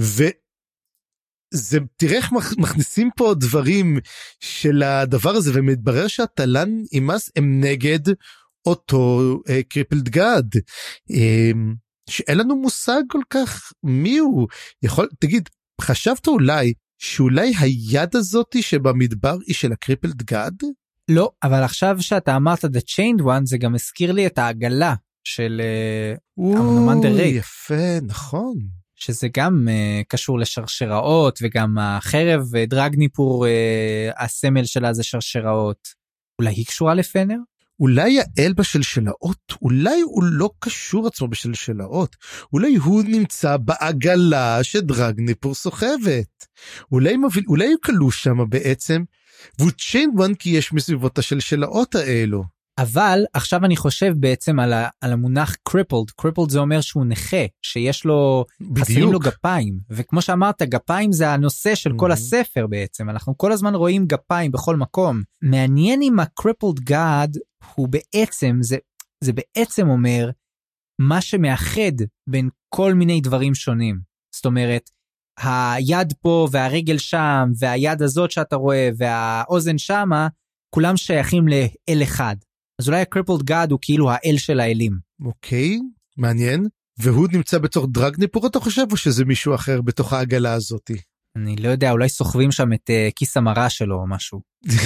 וזה, תראה איך מכניסים פה דברים של הדבר הזה, ומתברר שהתלן אימס הם נגד אותו uh, crippled God, um, שאין לנו מושג כל כך מי הוא, יכול, תגיד, חשבת אולי, שאולי היד הזאת שבמדבר היא של ה-crippled God? לא, אבל עכשיו שאתה אמרת The Chained One, זה גם הזכיר לי את העגלה של אמנומן דה ריי. יפה, נכון. שזה גם uh, קשור לשרשראות, וגם החרב דרגניפור, uh, הסמל שלה זה שרשראות. אולי היא קשורה לפנר? אולי האל בשלשלאות, אולי הוא לא קשור עצמו בשלשלאות, אולי הוא נמצא בעגלה שדרגניפור סוחבת. אולי, מוביל, אולי הוא קלו שם בעצם, והוא Chained One כי יש מסביבות השלשלאות האלו. אבל עכשיו אני חושב בעצם על, ה, על המונח crippled, crippled זה אומר שהוא נכה, שיש לו, חסרים לו גפיים, וכמו שאמרת, גפיים זה הנושא של כל הספר בעצם, אנחנו כל הזמן רואים גפיים בכל מקום. מעניין אם ה-crippled God הוא בעצם, זה, זה בעצם אומר, מה שמאחד בין כל מיני דברים שונים. זאת אומרת, היד פה והרגל שם, והיד הזאת שאתה רואה, והאוזן שמה, כולם שייכים לאל אחד. אז אולי ה-crippled God הוא כאילו האל של האלים. אוקיי, מעניין. והוא נמצא בתוך דרגניפור, אתה חושב, או שזה מישהו אחר בתוך העגלה הזאת? אני לא יודע, אולי סוחבים שם את uh, כיס המרה שלו או משהו.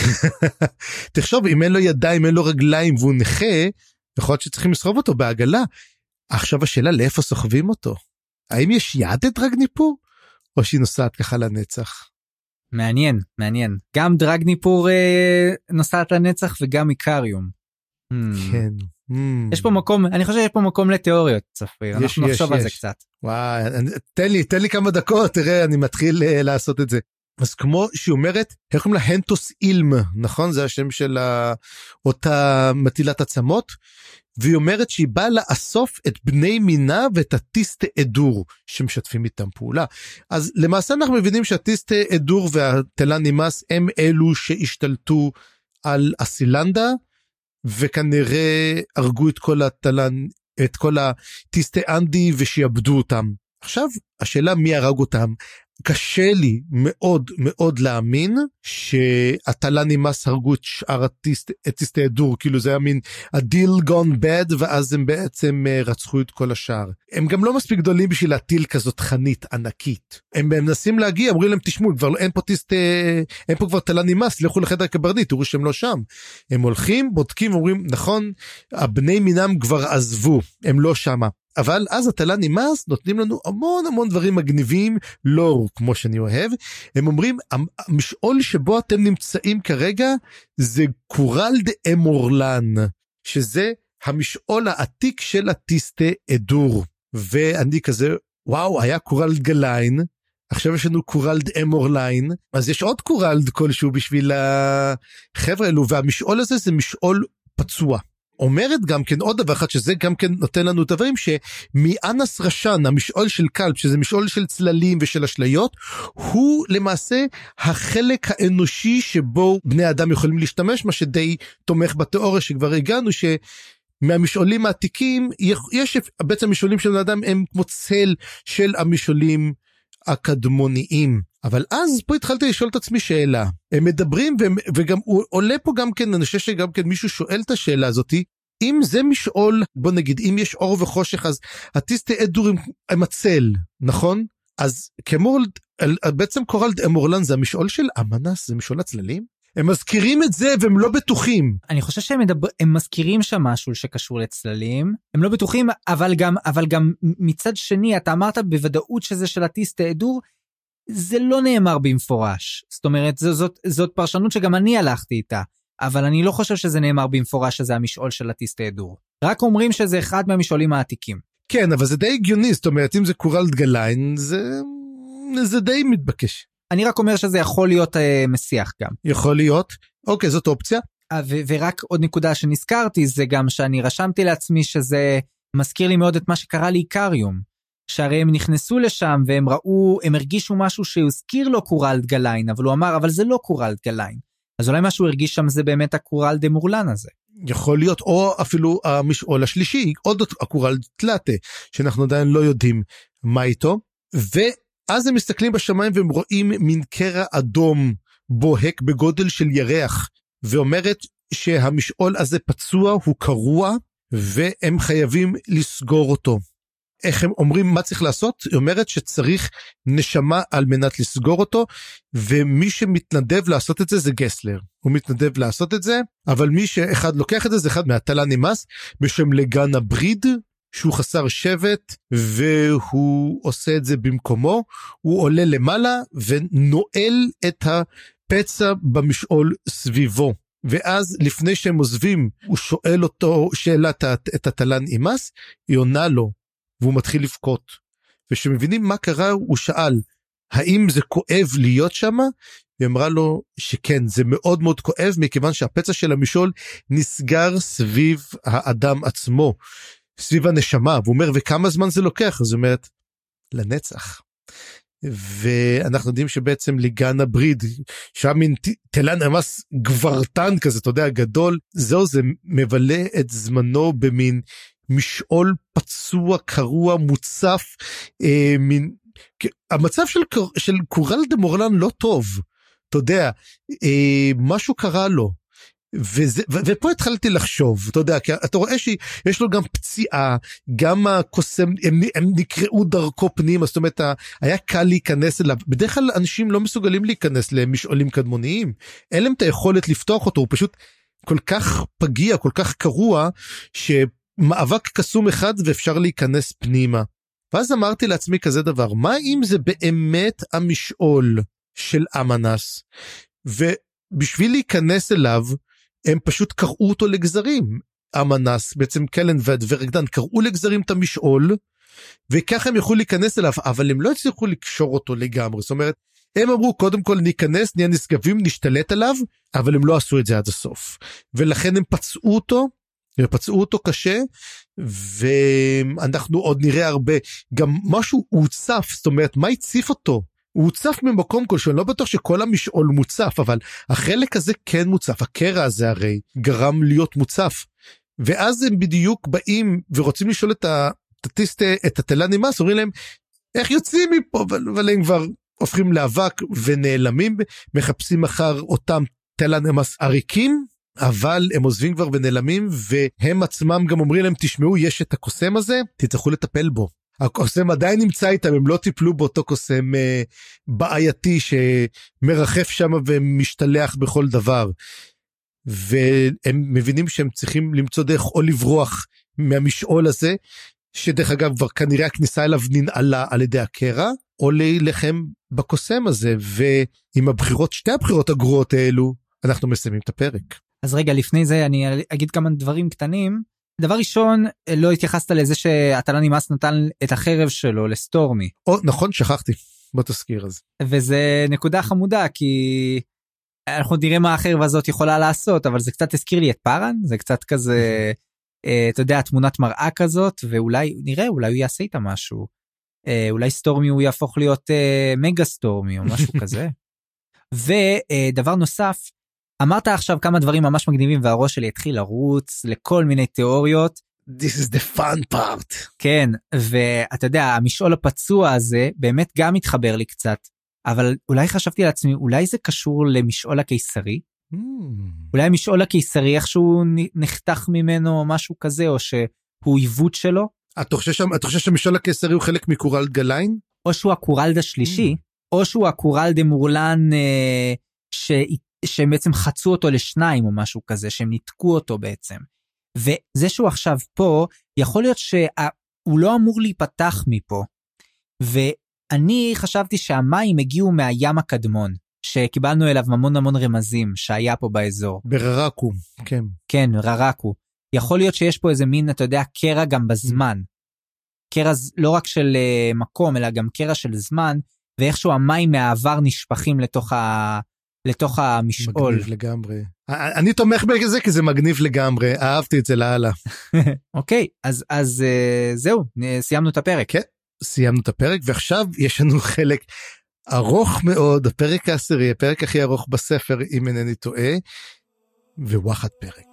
תחשוב, אם אין לו ידיים, אין לו רגליים, והוא נכה, יכול להיות שצריכים לסחוב אותו בעגלה. עכשיו השאלה, לאיפה סוחבים אותו? האם יש יד את דרגניפור? או שהיא נוסעת ככה לנצח? מעניין, מעניין. גם דרגניפור אה, נוסעת לנצח וגם איקריום. כן. יש פה מקום, אני חושב שיש פה מקום לתיאוריות, צפריר. אנחנו נחשוב על זה קצת. וואי, תן לי, תן לי כמה דקות, תראה, אני מתחיל uh, לעשות את זה. אז כמו שהיא אומרת, איך קוראים לה? הנטוס אילם, נכון? זה השם של אותה מטילת עצמות, והיא אומרת שהיא באה לאסוף את בני מינה ואת הטיסטה אדור, שמשתפים איתם פעולה. אז למעשה אנחנו מבינים שהטיסטה אדור והתלן אימס הם אלו שהשתלטו על הסילנדה, וכנראה הרגו את כל התלן, את כל הטיסטה אנדי ושיעבדו אותם. עכשיו, השאלה מי הרג אותם? קשה לי מאוד מאוד להאמין שהתל"נימאס הרגו את שאר הטיסטי הדור, כאילו זה היה מין הדיל gone bad, ואז הם בעצם רצחו את כל השאר. הם גם לא מספיק גדולים בשביל להטיל כזאת חנית ענקית. הם מנסים להגיע, אומרים להם תשמעו, כבר אין פה טיסטי, אין פה כבר תל"נימאס, לכו לחדר הקברניט, תראו שהם לא שם. הם הולכים, בודקים, אומרים נכון, הבני מינם כבר עזבו, הם לא שמה. אבל אז התל"נימאס נותנים לנו המון המון דברים מגניבים, לא כמו שאני אוהב. הם אומרים, המשעול שבו אתם נמצאים כרגע, זה קורלד אמורלן, שזה המשעול העתיק של הטיסטי אדור. ואני כזה, וואו, היה קורלד גליין, עכשיו יש לנו קורלד אמורליין, אז יש עוד קורלד כלשהו בשביל החבר'ה האלו, והמשעול הזה זה משעול פצוע. אומרת גם כן עוד דבר אחד, שזה גם כן נותן לנו דברים, שמאנס רשן, המשעול של קלפ, שזה משעול של צללים ושל אשליות, הוא למעשה החלק האנושי שבו בני אדם יכולים להשתמש, מה שדי תומך בתיאוריה שכבר הגענו, שמהמשעולים העתיקים, יש בעצם המשעולים של בני אדם, הם כמו צל של המשעולים הקדמוניים. אבל אז פה התחלתי לשאול את עצמי שאלה, הם מדברים וגם הוא עולה פה גם כן, אני חושב שגם כן מישהו שואל את השאלה הזאת, אם זה משעול, בוא נגיד, אם יש אור וחושך, אז הטיסטי אדור הם הצל, נכון? אז כמורלד, בעצם קורלד אמורלן זה המשעול של אמנס, זה משעול הצללים? הם מזכירים את זה והם לא בטוחים. אני חושב שהם מדבר, הם מזכירים שם משהו שקשור לצללים, הם לא בטוחים, אבל גם, אבל גם מצד שני, אתה אמרת בוודאות שזה של הטיסטי אדור, זה לא נאמר במפורש, זאת אומרת, זאת, זאת, זאת פרשנות שגם אני הלכתי איתה, אבל אני לא חושב שזה נאמר במפורש שזה המשעול של הטיסטי אדור. רק אומרים שזה אחד מהמשעולים העתיקים. כן, אבל זה די הגיוני, זאת אומרת, אם זה קורלד גליין, זה, זה די מתבקש. אני רק אומר שזה יכול להיות אה, מסיח גם. יכול להיות, אוקיי, זאת אופציה. ו- ורק עוד נקודה שנזכרתי, זה גם שאני רשמתי לעצמי שזה מזכיר לי מאוד את מה שקרה לאיקריום, שהרי הם נכנסו לשם והם ראו, הם הרגישו משהו שהזכיר לו קורלד גליין, אבל הוא אמר, אבל זה לא קורלד גליין. אז אולי משהו הרגיש שם זה באמת הקורלד אמורלן הזה. יכול להיות, או אפילו המשעול השלישי, עוד הקורלד תלתה, שאנחנו עדיין לא יודעים מה איתו, ואז הם מסתכלים בשמיים והם רואים מין קרע אדום בוהק בגודל של ירח, ואומרת שהמשעול הזה פצוע, הוא קרוע, והם חייבים לסגור אותו. איך הם אומרים מה צריך לעשות? היא אומרת שצריך נשמה על מנת לסגור אותו, ומי שמתנדב לעשות את זה זה גסלר. הוא מתנדב לעשות את זה, אבל מי שאחד לוקח את זה, זה אחד מהתל"נימאס, בשם לגן הבריד, שהוא חסר שבט, והוא עושה את זה במקומו, הוא עולה למעלה, ונועל את הפצע במשעול סביבו. ואז לפני שהם עוזבים, הוא שואל אותו שאלת את התל"נימאס, היא עונה לו, והוא מתחיל לבכות, ושמבינים מה קרה, הוא שאל, האם זה כואב להיות שם? היא אמרה לו שכן, זה מאוד מאוד כואב, מכיוון שהפצע של המשעול נסגר סביב האדם עצמו, סביב הנשמה, והוא אומר, וכמה זמן זה לוקח? אז היא אומרת, לנצח. ואנחנו יודעים שבעצם לגן הבריד, שם מין תל"נימאס גברתן כזה, אתה יודע, גדול, זהו, זה מבלה את זמנו במין, משעול פצוע, קרוע, מוצף, אה, מין, המצב של, של קורלד אמורלן לא טוב, אתה יודע, אה, משהו קרה לו, וזה, ו, ופה התחלתי לחשוב, אתה יודע, כי אתה רואה שיש לו גם פציעה, גם הקוסם, הם, הם נקראו דרכו פנימה, זאת אומרת, היה קל להיכנס אליו, בדרך כלל אנשים לא מסוגלים להיכנס למשעולים קדמוניים, אין להם את היכולת לפתוח אותו, הוא פשוט כל כך פגיע, כל כך קרוע, ש... מאבק קסום אחד ואפשר להיכנס פנימה. ואז אמרתי לעצמי כזה דבר, מה אם זה באמת המשעול של אמנס, ובשביל להיכנס אליו, הם פשוט קראו אותו לגזרים. אמנס, בעצם קלן ורקדן, קראו לגזרים את המשעול, וככה הם יכולו להיכנס אליו, אבל הם לא הצליחו לקשור אותו לגמרי. זאת אומרת, הם אמרו, קודם כל ניכנס, נהיה נשגבים, נשתלט עליו, אבל הם לא עשו את זה עד הסוף. ולכן הם פצעו אותו, פצעו אותו קשה, ואנחנו עוד נראה הרבה, גם משהו הוצף, זאת אומרת, מה הציף אותו? הוא הוצף ממקום כלשהו, אני לא בטוח שכל המשעול מוצף, אבל החלק הזה כן מוצף, הקרע הזה הרי גרם להיות מוצף, ואז הם בדיוק באים ורוצים לשאול את הטיסטי, את התל"נימאס, אומרים להם, איך יוצאים מפה? אבל, אבל הם כבר הופכים לאבק ונעלמים, מחפשים אחר אותם תלנמס עריקים, אבל הם עוזבים כבר ונעלמים, והם עצמם גם אומרים להם, תשמעו, יש את הקוסם הזה, תצטרכו לטפל בו. הקוסם עדיין נמצא איתם, הם לא טיפלו באותו קוסם אה, בעייתי, שמרחף שם ומשתלח בכל דבר. והם מבינים שהם צריכים למצוא דרך או לברוח מהמשעול הזה, שדרך אגב כבר כנראה הכניסה אליו ננעלה על ידי הקרע, או להילחם בקוסם הזה, ועם הבחירות, שתי הבחירות הגרועות האלו, אנחנו מסיימים את הפרק. אז רגע, לפני זה אני אגיד כמה דברים קטנים. דבר ראשון, לא התייחסת לזה שהתלנמס נתן את החרב שלו לסטורמי. או, נכון, שכחתי, בוא תזכיר אז. וזה נקודה חמודה, כי אנחנו נראה מה החרב הזאת יכולה לעשות, אבל זה קצת הזכיר לי את פארן, זה קצת כזה, אתה יודע, תמונת מראה כזאת, ואולי, נראה, אולי הוא יעשה איתה משהו. אולי סטורמי הוא יהפוך להיות מגה סטורמי, או משהו כזה. ודבר נוסף, אמרת עכשיו כמה דברים ממש מגניבים, והראש שלי התחיל לרוץ לכל מיני תיאוריות. This is the fun part. כן, ואתה יודע, המשעול הפצוע הזה באמת גם מתחבר לי קצת, אבל אולי חשבתי לעצמי, אולי זה קשור למשעול הקיסרי? Mm. אולי המשעול הקיסרי איכשהו נחתך ממנו או משהו כזה, או שהוא עיוות שלו? אתה חושב שהמשעול הקיסרי הוא חלק מקורלד גליין? או שהוא הקורלד השלישי, mm. או שהוא הקורלד מורלן אה, ש... שהם בעצם חצו אותו לשניים או משהו כזה, שהם ניתקו אותו בעצם. וזה שהוא עכשיו פה, יכול להיות שהוא לא אמור להיפתח מפה. ואני חשבתי שהמים הגיעו מהים הקדמון, שקיבלנו אליו המון המון רמזים שהיה פה באזור. בררקו, כן. כן, ררקו. יכול להיות שיש פה איזה מין, אתה יודע, קרע גם בזמן. קרע לא רק של מקום, אלא גם קרע של זמן, ואיכשהו המים מהעבר נשפכים לתוך ה... לתוך המשעול. מגניב לגמרי. אני תומך בזה כי זה מגניב לגמרי, אהבתי את זה להלאה. אוקיי, אז, אז זהו, סיימנו את הפרק. כן, סיימנו את הפרק, ועכשיו יש לנו חלק ארוך מאוד, הפרק העשירי, הפרק הכי ארוך בספר, אם אינני טועה, וואחד פרק.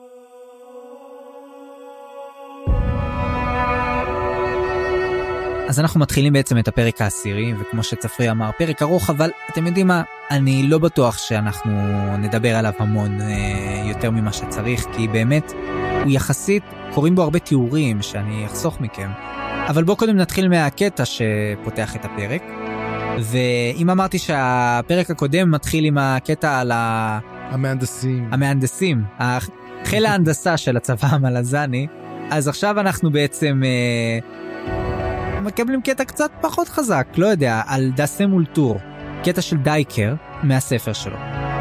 אז אנחנו מתחילים בעצם את הפרק העשירי, וכמו שצפרי אמר, פרק ארוך, אבל אתם יודעים מה, אני לא בטוח שאנחנו נדבר עליו המון אה, יותר ממה שצריך, כי באמת הוא יחסית, קוראים בו הרבה תיאורים שאני אחסוך מכם, אבל בואו קודם נתחיל מהקטע שפותח את הפרק, ואם אמרתי שהפרק הקודם מתחיל עם הקטע על ה... המהנדסים. המהנדסים, חיל ההנדסה של הצבא המלזני, אז עכשיו אנחנו בעצם... אה, מקבלים קטע קצת פחות חזק, לא יודע, על דסם אולטור, קטע של דייקר מהספר שלו.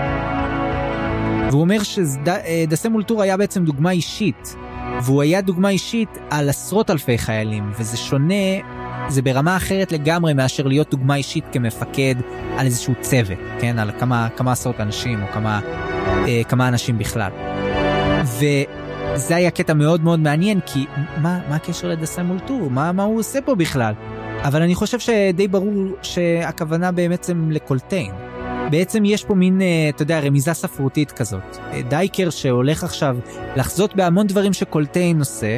והוא אומר שדסם אולטור היה בעצם דוגמה אישית, והוא היה דוגמה אישית על עשרות אלפי חיילים, וזה שונה, זה ברמה אחרת לגמרי מאשר להיות דוגמה אישית כמפקד על איזשהו צוות, כן, על כמה, כמה עשרות אנשים או כמה, אה, כמה אנשים בכלל. ו... זה היה קטע מאוד מאוד מעניין, כי מה, מה הקשר לדסם אולטור? מה, מה הוא עושה פה בכלל? אבל אני חושב שדי ברור שהכוונה בעצם לקולטיין. בעצם יש פה מין, אתה יודע, רמיזה ספרותית כזאת. דייקר שהולך עכשיו לחזות בהמון דברים שקולטיין עושה,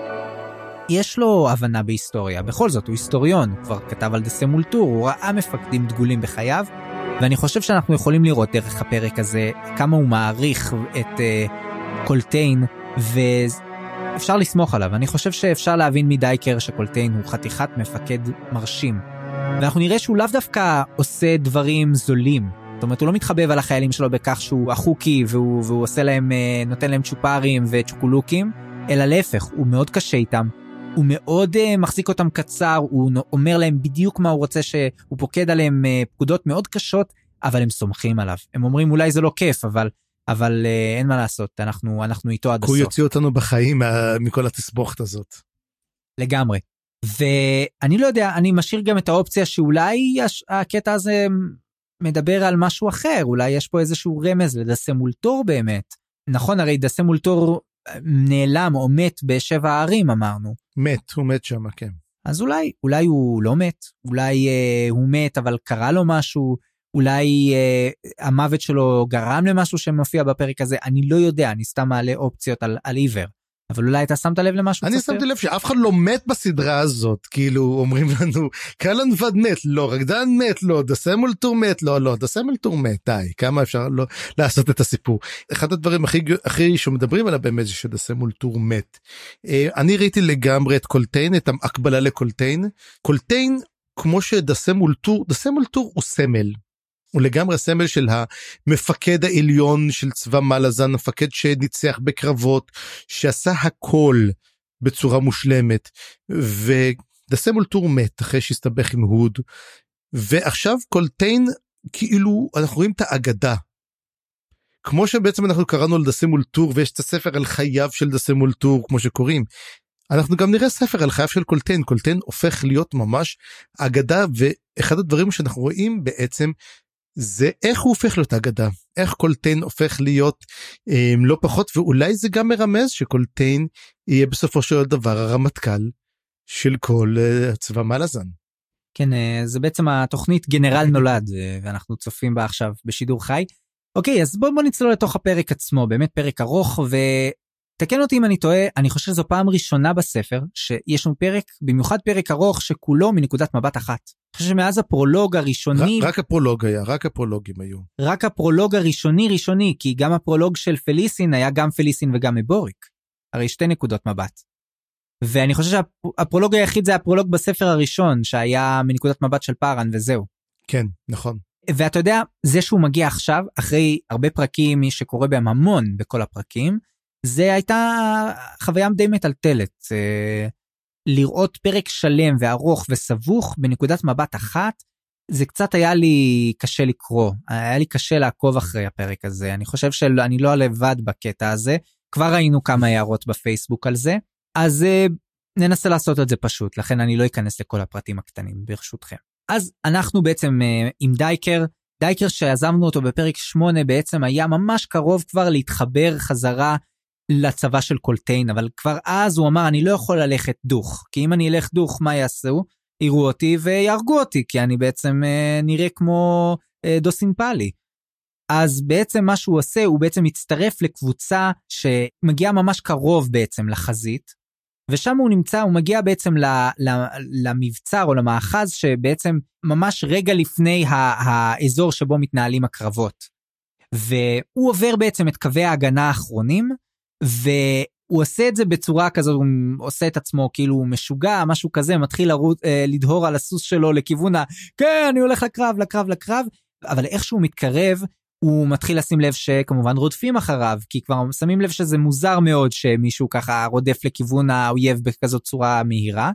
יש לו הבנה בהיסטוריה. בכל זאת, הוא היסטוריון, הוא כבר כתב על דסם אולטור, הוא ראה מפקדים דגולים בחייו, ואני חושב שאנחנו יכולים לראות דרך הפרק הזה כמה הוא מעריך את uh, קולטיין, ואפשר לסמוך עליו. אני חושב שאפשר להבין מדייקר שקולטיין הוא חתיכת מפקד מרשים, ואנחנו נראה שהוא לאו דווקא עושה דברים זולים. זאת אומרת, הוא לא מתחבב על החיילים שלו בכך שהוא החוקי והוא, והוא עושה להם, נותן להם צ'ופרים וצ'וקולוקים, אלא להפך, הוא מאוד קשה איתם, הוא מאוד uh, מחזיק אותם קצר, הוא אומר להם בדיוק מה הוא רוצה, שהוא פוקד עליהם uh, פקודות מאוד קשות, אבל הם סומכים עליו. הם אומרים אולי זה לא כיף, אבל אבל uh, אין מה לעשות, אנחנו, אנחנו איתו עד הסוף. הוא יוציא אותנו בחיים מכל התסבוכת הזאת. לגמרי. ואני לא יודע, אני משאיר גם את האופציה שאולי הקטע הזה מדבר על משהו אחר, אולי יש פה איזשהו רמז לדסם אולטור באמת. נכון, הרי דסם אולטור נעלם או מת בשבע הערים, אמרנו. מת, הוא מת שם, כן. אז אולי, אולי הוא לא מת, אולי אה, הוא מת אבל קרה לו משהו, אולי אה, המוות שלו גרם למשהו שמופיע בפרק הזה, אני לא יודע, אני סתם מעלה אופציות על, על עיוור, אבל אולי אתה שמת לב למשהו? אני שמתי לב שאף אחד לא מת בסדרה הזאת, כאילו אומרים לנו, קלן וד מת, לא, רקדן מת, לא, דסמולטור מת, לא, לא, דסמולטור מת, די, כמה אפשר לא לעשות את הסיפור. אחד הדברים הכי, הכי שמדברים עליו באמת זה שדסמולטור מת. אני ראיתי לגמרי את קולטיין, את ההקבלה לקולטיין. קולטיין, כמו שדסמולטור, דסמולטור הוא סמל. הוא לגמרי הסמל של המפקד העליון של צבא מלאזן, המפקד שניצח בקרבות, שעשה הכל בצורה מושלמת, ודסמולטור מת אחרי שהסתבך עם הוד, ועכשיו קולטיין, כאילו אנחנו רואים את האגדה, כמו שבעצם אנחנו קראנו על דסמולטור, ויש את הספר על חייו של דסמולטור, כמו שקוראים, אנחנו גם נראה ספר על חייו של קולטיין, קולטיין הופך להיות ממש אגדה, ואחד הדברים שאנחנו רואים בעצם, זה איך הוא הופך להיות אגדה, איך קולטיין הופך להיות אה, לא פחות, ואולי זה גם מרמז שקולטיין יהיה בסופו של דבר הרמטכ"ל של כל אה, צבא מלאזן. כן, אה, זה בעצם התוכנית גנרל נולד, אה, ואנחנו צופים בה עכשיו בשידור חי. אוקיי, אז בואו בוא נצלול לתוך הפרק עצמו, באמת פרק ארוך, ותקן אותי אם אני טועה, אני חושב שזו פעם ראשונה בספר, שיש לנו פרק, במיוחד פרק ארוך, שכולו מנקודת מבט אחת. אני חושב שמאז הפרולוג הראשוני... רק, רק הפרולוג היה, רק הפרולוגים היו. רק הפרולוג הראשוני ראשוני, כי גם הפרולוג של פליסין היה גם פליסין וגם מבוריק. הרי שתי נקודות מבט. ואני חושב שהפרולוג היחיד זה הפרולוג בספר הראשון, שהיה מנקודת מבט של פארן וזהו. כן, נכון. ואתה יודע, זה שהוא מגיע עכשיו, אחרי הרבה פרקים, מי שקורא בהם המון בכל הפרקים, זה הייתה חוויה די מטלטלת. לראות פרק שלם וארוך וסבוך בנקודת מבט אחת, זה קצת היה לי קשה לקרוא, היה לי קשה לעקוב אחרי הפרק הזה, אני חושב שאני לא לבד בקטע הזה, כבר ראינו כמה הערות בפייסבוק על זה, אז ננסה לעשות את זה פשוט, לכן אני לא אכנס לכל הפרטים הקטנים, ברשותכם. אז אנחנו בעצם עם דייקר, דייקר שעזבנו אותו בפרק שמונה, בעצם היה ממש קרוב כבר להתחבר חזרה לצבא של קולטיין, אבל כבר אז הוא אמר, אני לא יכול ללכת דוך, כי אם אני אלך דוך, מה יעשו? יראו אותי וירגו אותי, כי אני בעצם אה, נראה כמו אה, דוסימפלי. אז בעצם מה שהוא עושה, הוא בעצם מצטרף לקבוצה שמגיעה ממש קרוב בעצם לחזית, ושם הוא נמצא, הוא מגיע בעצם ל, ל, למבצר או למאחז, שבעצם ממש רגע לפני ה, האזור שבו מתנהלים הקרבות. והוא עובר בעצם את קווי ההגנה האחרונים, והוא עושה את זה בצורה כזאת, הוא עושה את עצמו כאילו הוא משוגע, משהו כזה, מתחיל לרוץ, אה, לדהור על הסוס שלו לכיוון ה, כן, אני הולך לקרב, לקרב, לקרב, אבל איך שהוא מתקרב, הוא מתחיל לשים לב שכמובן רודפים אחריו, כי כבר שמים לב שזה מוזר מאוד, שמישהו ככה רודף לכיוון האויב בכזאת צורה מהירה,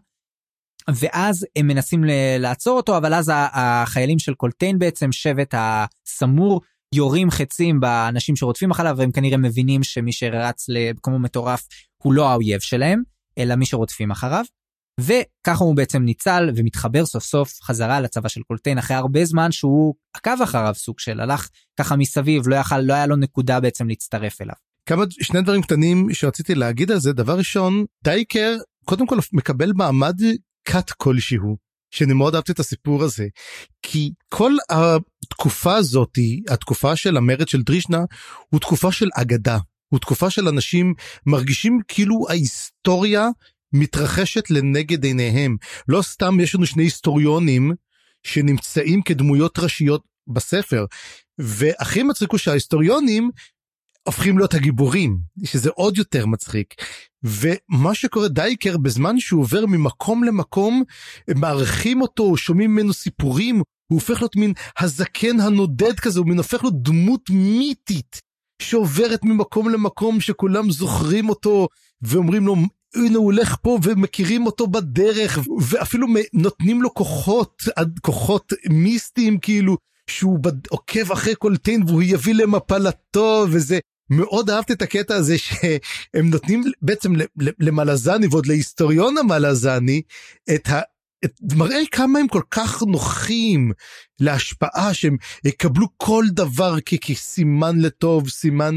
ואז הם מנסים לעצור אותו, אבל אז החיילים של קולטיין בעצם, שבט הסמור, יורים חצים באנשים שרודפים אחריו, והם כנראה מבינים שמי שרץ כמו מטורף הוא לא האויב שלהם, אלא מי שרודפים אחריו, וככה הוא בעצם ניצל ומתחבר סוף סוף חזרה לצבא של קולטיין, אחרי הרבה זמן שהוא עקב אחריו סוג של, הלך ככה מסביב, לא, יכל, לא היה לו נקודה בעצם להצטרף אליו. כמה, שני דברים קטנים שרציתי להגיד על זה, דבר ראשון, דייקר קודם כל מקבל מעמד קאט כלשהו, שאני מאוד אהבתי את הסיפור הזה, כי כל התקופה הזאת, התקופה של המרד של דרישנה, הוא תקופה של אגדה, הוא תקופה של אנשים מרגישים כאילו ההיסטוריה מתרחשת לנגד עיניהם, לא סתם יש לנו שני היסטוריונים שנמצאים כדמויות ראשיות בספר, והכי מצחיק הוא שההיסטוריונים הופכים להיות הגיבורים, שזה עוד יותר מצחיק, ומה שקורה דייקר בזמן שהוא עובר ממקום למקום, מערכים אותו, שומעים ממנו סיפורים, הוא הופך להיות מין הזקן הנודד כזה, הוא מין הופך להיות דמות מיתית, שעוברת ממקום למקום שכולם זוכרים אותו, ואומרים לו, הנה הוא הולך פה ומכירים אותו בדרך, ואפילו נותנים לו כוחות, כוחות מיסטיים כאילו, שהוא עוקב אחרי קולטיין והוא יביא למפלתו, וזה מאוד אהבתי את הקטע הזה שהם נותנים בעצם למלאזני ועוד להיסטוריון המלאזני את ה... את מראה כמה הם כל כך נוחים להשפעה, שהם יקבלו כל דבר כסימן לטוב, סימן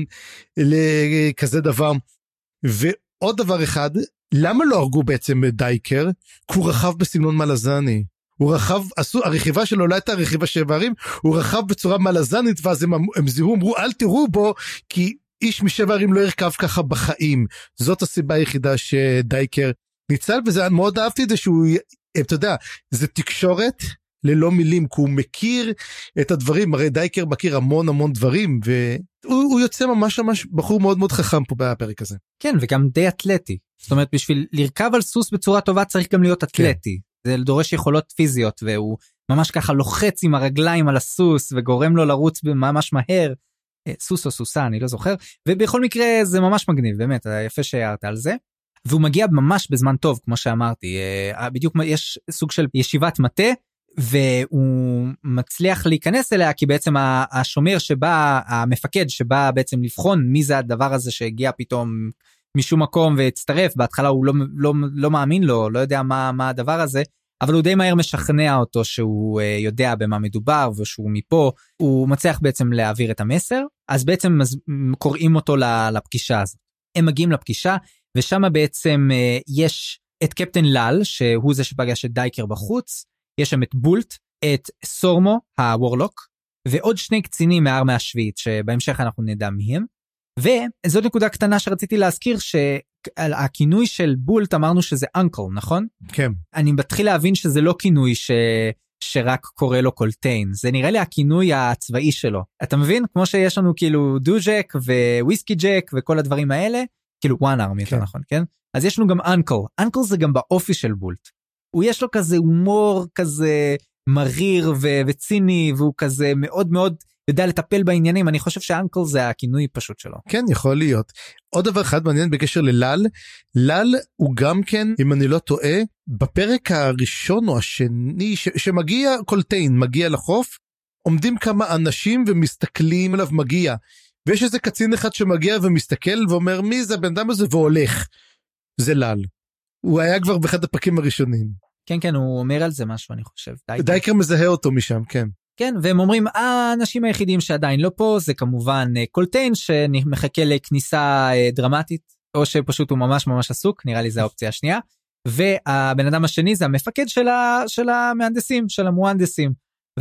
לכזה דבר. ועוד דבר אחד, למה לא הרגו בעצם דייקר? כי הוא רחב בסגנון מלאזני. הוא רחב, עשו, הרכיבה שלו לא הייתה רכיבה שבע ערים, הוא רחב בצורה מלאזנית, ואז הם, הם זיהו, אמרו, אל תראו בו, כי איש משבע ערים לא ירכב ככה בחיים. זאת הסיבה היחידה שדייקר ניצל, וזה מאוד אהבתי את זה שהוא, אתה יודע, זה תקשורת ללא מילים, כי הוא מכיר את הדברים, הרי דייקר מכיר המון המון דברים, והוא יוצא ממש ממש בחור מאוד מאוד חכם פה בפרק הזה. כן, וגם די אתלטי. זאת אומרת, בשביל לרכב על סוס בצורה טובה צריך גם להיות אתלטי. כן. זה דורש יכולות פיזיות, והוא ממש ככה לוחץ עם הרגליים על הסוס, וגורם לו לרוץ ממש מהר. סוס או סוסה, אני לא זוכר. ובכל מקרה זה ממש מגניב, באמת, יפה שהערת על זה. והוא מגיע ממש בזמן טוב, כמו שאמרתי. בדיוק יש סוג של ישיבת מטה, והוא מצליח להיכנס אליה, כי בעצם השומר שבא, המפקד שבא בעצם לבחון מי זה הדבר הזה שהגיע פתאום משום מקום והצטרף, בהתחלה הוא לא, לא, לא מאמין לו, לא יודע מה, מה הדבר הזה, אבל הוא די מהר משכנע אותו שהוא יודע במה מדובר, ושהוא מפה, הוא מצליח בעצם להעביר את המסר, אז בעצם קוראים אותו לפגישה הזאת. הם מגיעים לפגישה, ושם בעצם יש את קפטן לל, שהוא זה שפגש את דייקר בחוץ, יש שם את בולט, את סורמו, הוורלוק, ועוד שני קצינים מהארמיה השביעית, שבהמשך אנחנו נדע מי הם. וזאת נקודה קטנה שרציתי להזכיר, שהכינוי של בולט אמרנו שזה אנקל, נכון? כן. אני מתחיל להבין שזה לא כינוי ש... שרק קורא לו קולטיין, זה נראה לי הכינוי הצבאי שלו. אתה מבין? כמו שיש לנו כאילו דו-ג'ק וויסקי ג'ק וכל הדברים האלה, כאילו וואן ארמי, כן. נכון, כן? אז יש לנו גם אנקל. אנקל זה גם באופי של בולט. הוא יש לו כזה הומור כזה מריר ו- וציני, והוא כזה מאוד מאוד יודע לטפל בעניינים. אני חושב שאנקל זה הכינוי פשוט שלו. כן, יכול להיות. עוד דבר אחד מעניין בקשר ללל, לל הוא גם כן, אם אני לא טועה, בפרק הראשון או השני, ש- שמגיע קולטיין, מגיע לחוף, עומדים כמה אנשים ומסתכלים עליו מגיע, ויש איזה קצין אחד שמגיע ומסתכל ואומר, מי זה הבן אדם הזה, והולך. זה לל. הוא היה כבר באחד הפרקים הראשונים. כן, כן, הוא אומר על זה משהו, אני חושב. דייקר, דייקר מזהה אותו משם, כן. כן, והם אומרים, האנשים היחידים שעדיין לא פה, זה כמובן קולטיין, שמחכה לכניסה דרמטית, או שפשוט הוא ממש ממש עסוק, נראה לי זה האופציה השנייה, והבן אדם השני זה המפקד של, ה, של המהנדסים, של המוהנדסים,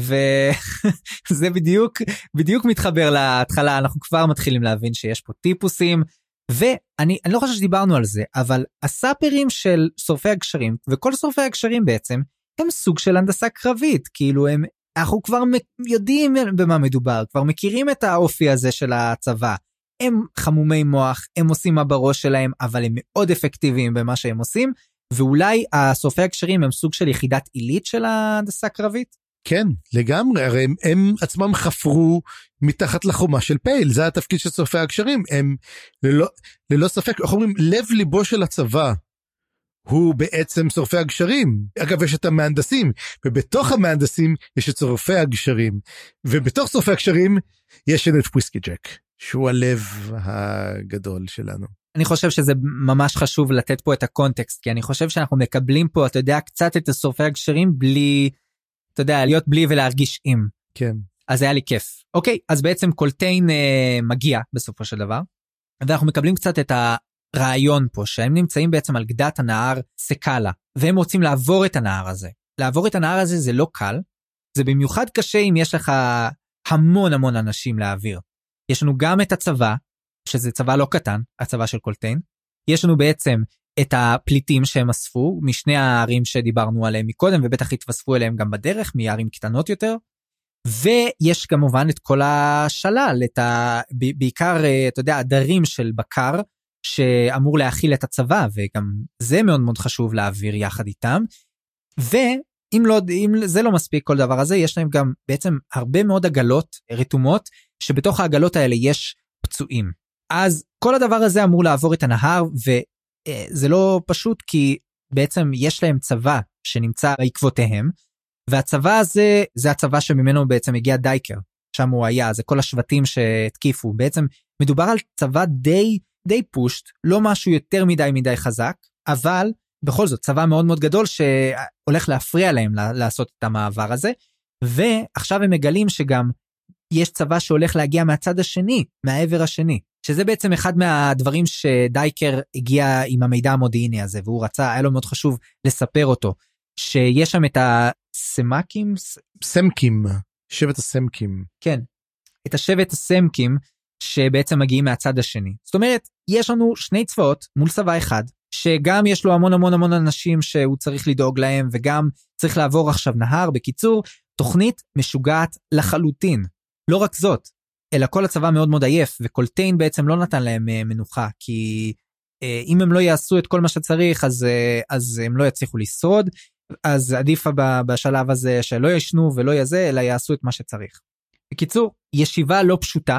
וזה בדיוק, בדיוק מתחבר להתחלה, אנחנו כבר מתחילים להבין שיש פה טיפוסים, ואני אני לא חושב שדיברנו על זה, אבל הסאפרים של שורפי הגשרים, וכל שורפי הגשרים בעצם, הם סוג של הנדסה קרבית, כאילו הם, אנחנו כבר יודעים במה מדובר, כבר מכירים את האופי הזה של הצבא, הם חמומי מוח, הם עושים מה בראש שלהם, אבל הם מאוד אפקטיביים במה שהם עושים, ואולי השורפי הגשרים הם סוג של יחידת עילית של ההנדסה קרבית? כן, לגמרי, הרי הם, הם עצמם חפרו מתחת לחומה של פייל, זה התפקיד של שורפי הגשרים, הם ללא, ללא ספק, אנחנו אומרים, לב ליבו של הצבא, הוא בעצם שורפי הגשרים, אגב יש את המהנדסים, ובתוך המהנדסים יש את שורפי הגשרים, ובתוך שורפי הגשרים יש את וויסקי ג'ק, שהוא הלב הגדול שלנו. אני חושב שזה ממש חשוב לתת פה את הקונטקסט, כי אני חושב שאנחנו מקבלים פה, אתה יודע, קצת את שורפי הגשרים בלי... אתה יודע, להיות בלי ולהרגיש עם. כן. אז זה היה לי כיף. אוקיי, אז בעצם קולטיין אה, מגיע בסופו של דבר, ואנחנו מקבלים קצת את הרעיון פה, שהם נמצאים בעצם על גדת הנהר סקאלה, והם רוצים לעבור את הנהר הזה. לעבור את הנהר הזה זה לא קל, זה במיוחד קשה אם יש לך המון המון אנשים להעביר. יש לנו גם את הצבא, שזה צבא לא קטן, הצבא של קולטיין, יש לנו בעצם את הפליטים שהם אספו, משני הערים שדיברנו עליהם מקודם, ובטח התווספו אליהם גם בדרך, מערים קטנות יותר, ויש כמובן את כל השלל, את ה... בעיקר, אתה יודע, הדרים של בקר, שאמור להכיל את הצבא, וגם זה מאוד מאוד חשוב להעביר יחד איתם, ואם לא, אם זה לא מספיק כל דבר הזה, יש להם גם בעצם הרבה מאוד עגלות רתומות, שבתוך העגלות האלה יש פצועים. אז כל הדבר הזה אמור לעבור את הנהר, ו... זה לא פשוט כי בעצם יש להם צבא שנמצא בעקבותיהם, והצבא הזה זה הצבא שממנו בעצם הגיע דייקר, שם הוא היה, זה כל השבטים שהתקיפו, בעצם מדובר על צבא די, די פושט, לא משהו יותר מדי מדי חזק, אבל בכל זאת צבא מאוד מאוד גדול שהולך להפריע להם לעשות את המעבר הזה, ועכשיו הם מגלים שגם יש צבא שהולך להגיע מהצד השני, מהעבר השני, שזה בעצם אחד מהדברים שדייקר הגיע עם המידע המודיעיני הזה, והוא רצה, היה לו מאוד חשוב לספר אותו, שיש שם את הסמקים, סמקים, שבט הסמקים. כן, את השבט הסמקים, שבעצם מגיעים מהצד השני. זאת אומרת, יש לנו שני צבאות מול צבא אחד, שגם יש לו המון המון המון אנשים שהוא צריך לדאוג להם, וגם צריך לעבור עכשיו נהר. בקיצור, תוכנית משוגעת לחלוטין. לא רק זאת, אלא כל הצבא מאוד מאוד עייף, וקולטיין בעצם לא נתן להם מנוחה, כי אם הם לא יעשו את כל מה שצריך, אז, אז הם לא יצליחו לשרוד, אז עדיף בשלב הזה שלא ישנו ולא יזה, אלא יעשו את מה שצריך. בקיצור, ישיבה לא פשוטה,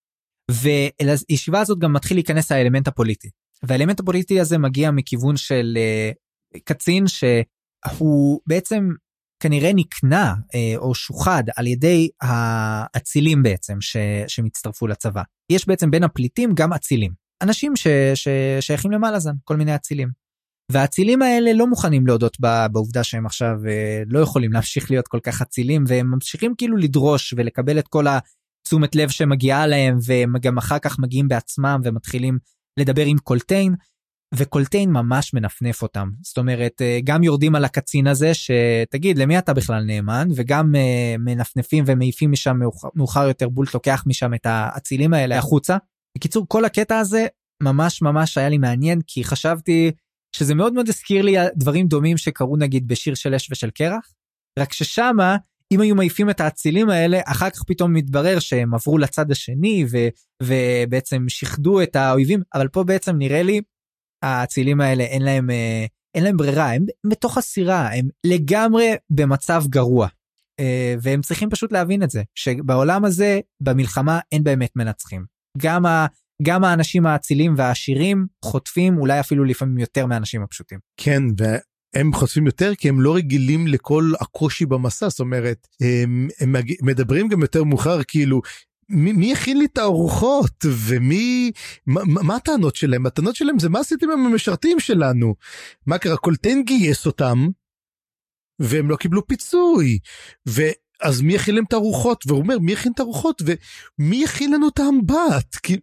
וישיבה הזאת גם מתחיל להיכנס האלמנט הפוליטי, והאלמנט הפוליטי הזה מגיע מכיוון של קצין, שהוא בעצם כנראה נקנה או שוחד על ידי האצילים בעצם ש, שמצטרפו לצבא. יש בעצם בין הפליטים גם אצילים, אנשים ש, ששייכים למלאזן, כל מיני אצילים. והאצילים האלה לא מוכנים להודות בעובדה שהם עכשיו לא יכולים להמשיך להיות כל כך אצילים, והם ממשיכים כאילו לדרוש ולקבל את כל התשומת לב שמגיעה להם, והם גם אחר כך מגיעים בעצמם ומתחילים לדבר עם קולטיין, וקולטיין ממש מנפנף אותם. זאת אומרת, גם יורדים על הקצין הזה, שתגיד, למי אתה בכלל נאמן, וגם מנפנפים ומעיפים משם מאוחר יותר, בולט לוקח משם את האצילים האלה החוצה. בקיצור, כל הקטע הזה ממש ממש היה לי מעניין, כי חשבתי שזה מאוד מאוד הזכיר לי דברים דומים שקרו נגיד בשיר של אש ושל קרח, רק ששמה, אם היו מעיפים את האצילים האלה, אחר כך פתאום מתברר שהם עברו לצד השני, ו- ובעצם שחדו את האויבים, אבל פה בעצם נראה לי, האצילים האלה אין להם, אין להם ברירה, הם בתוך הסירה, הם לגמרי במצב גרוע, והם צריכים פשוט להבין את זה, שבעולם הזה, במלחמה, אין באמת מנצחים. גם ה... גם האנשים האצילים והעשירים חוטפים, אולי אפילו לפעמים יותר מהאנשים הפשוטים. כן, והם חוטפים יותר, כי הם לא רגילים לכל הקושי במסע, זאת אומרת, הם, הם מדברים גם יותר מאוחר, כאילו, מי, מי הכין לי את הארוחות, ומי, מה, מה הטענות שלהם? הטענות שלהם זה, מה עשיתם עם המשרתים שלנו? מה קרה? קולטיין גייס אותם, והם לא קיבלו פיצוי, ו... אז מי הכין להם את הארוחות? והוא אומר, מי הכין את הארוחות? ומי הכין לנו את האמבט? כי...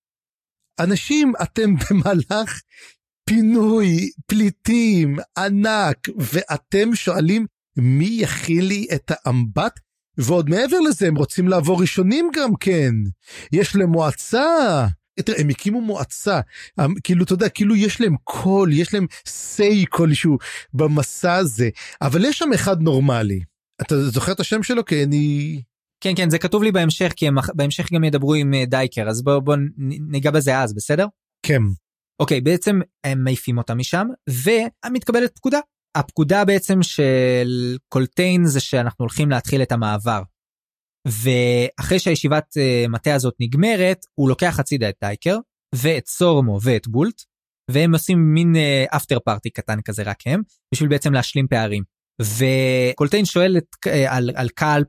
אנשים, אתם במהלך פינוי, פליטים, ענק, ואתם שואלים מי יכין לי את האמבט, ועוד מעבר לזה הם רוצים לעבור ראשונים גם כן, יש להם מועצה, הם הקימו מועצה, כאילו אתה יודע, כאילו יש להם קול, יש להם סי כלשהו במסע הזה, אבל יש שם אחד נורמלי, אתה זוכר את השם שלו? כי אני... כן, כן, זה כתוב לי בהמשך, כי הם בהמשך גם ידברו עם דייקר, אז בואו בוא ניגע בזה אז, בסדר? כן. אוקיי, בעצם הם מעיפים אותם משם, ומתקבלת פקודה. הפקודה בעצם של קולטיין זה שאנחנו הולכים להתחיל את המעבר. ואחרי שהישיבת מטה הזאת נגמרת, הוא לוקח הצידה את דייקר, ואת סורמו ואת בולט, והם עושים מין אפטר פארטי קטן כזה רק הם, בשביל בעצם להשלים פערים. וקולטיין שואל את, על, על קלפ,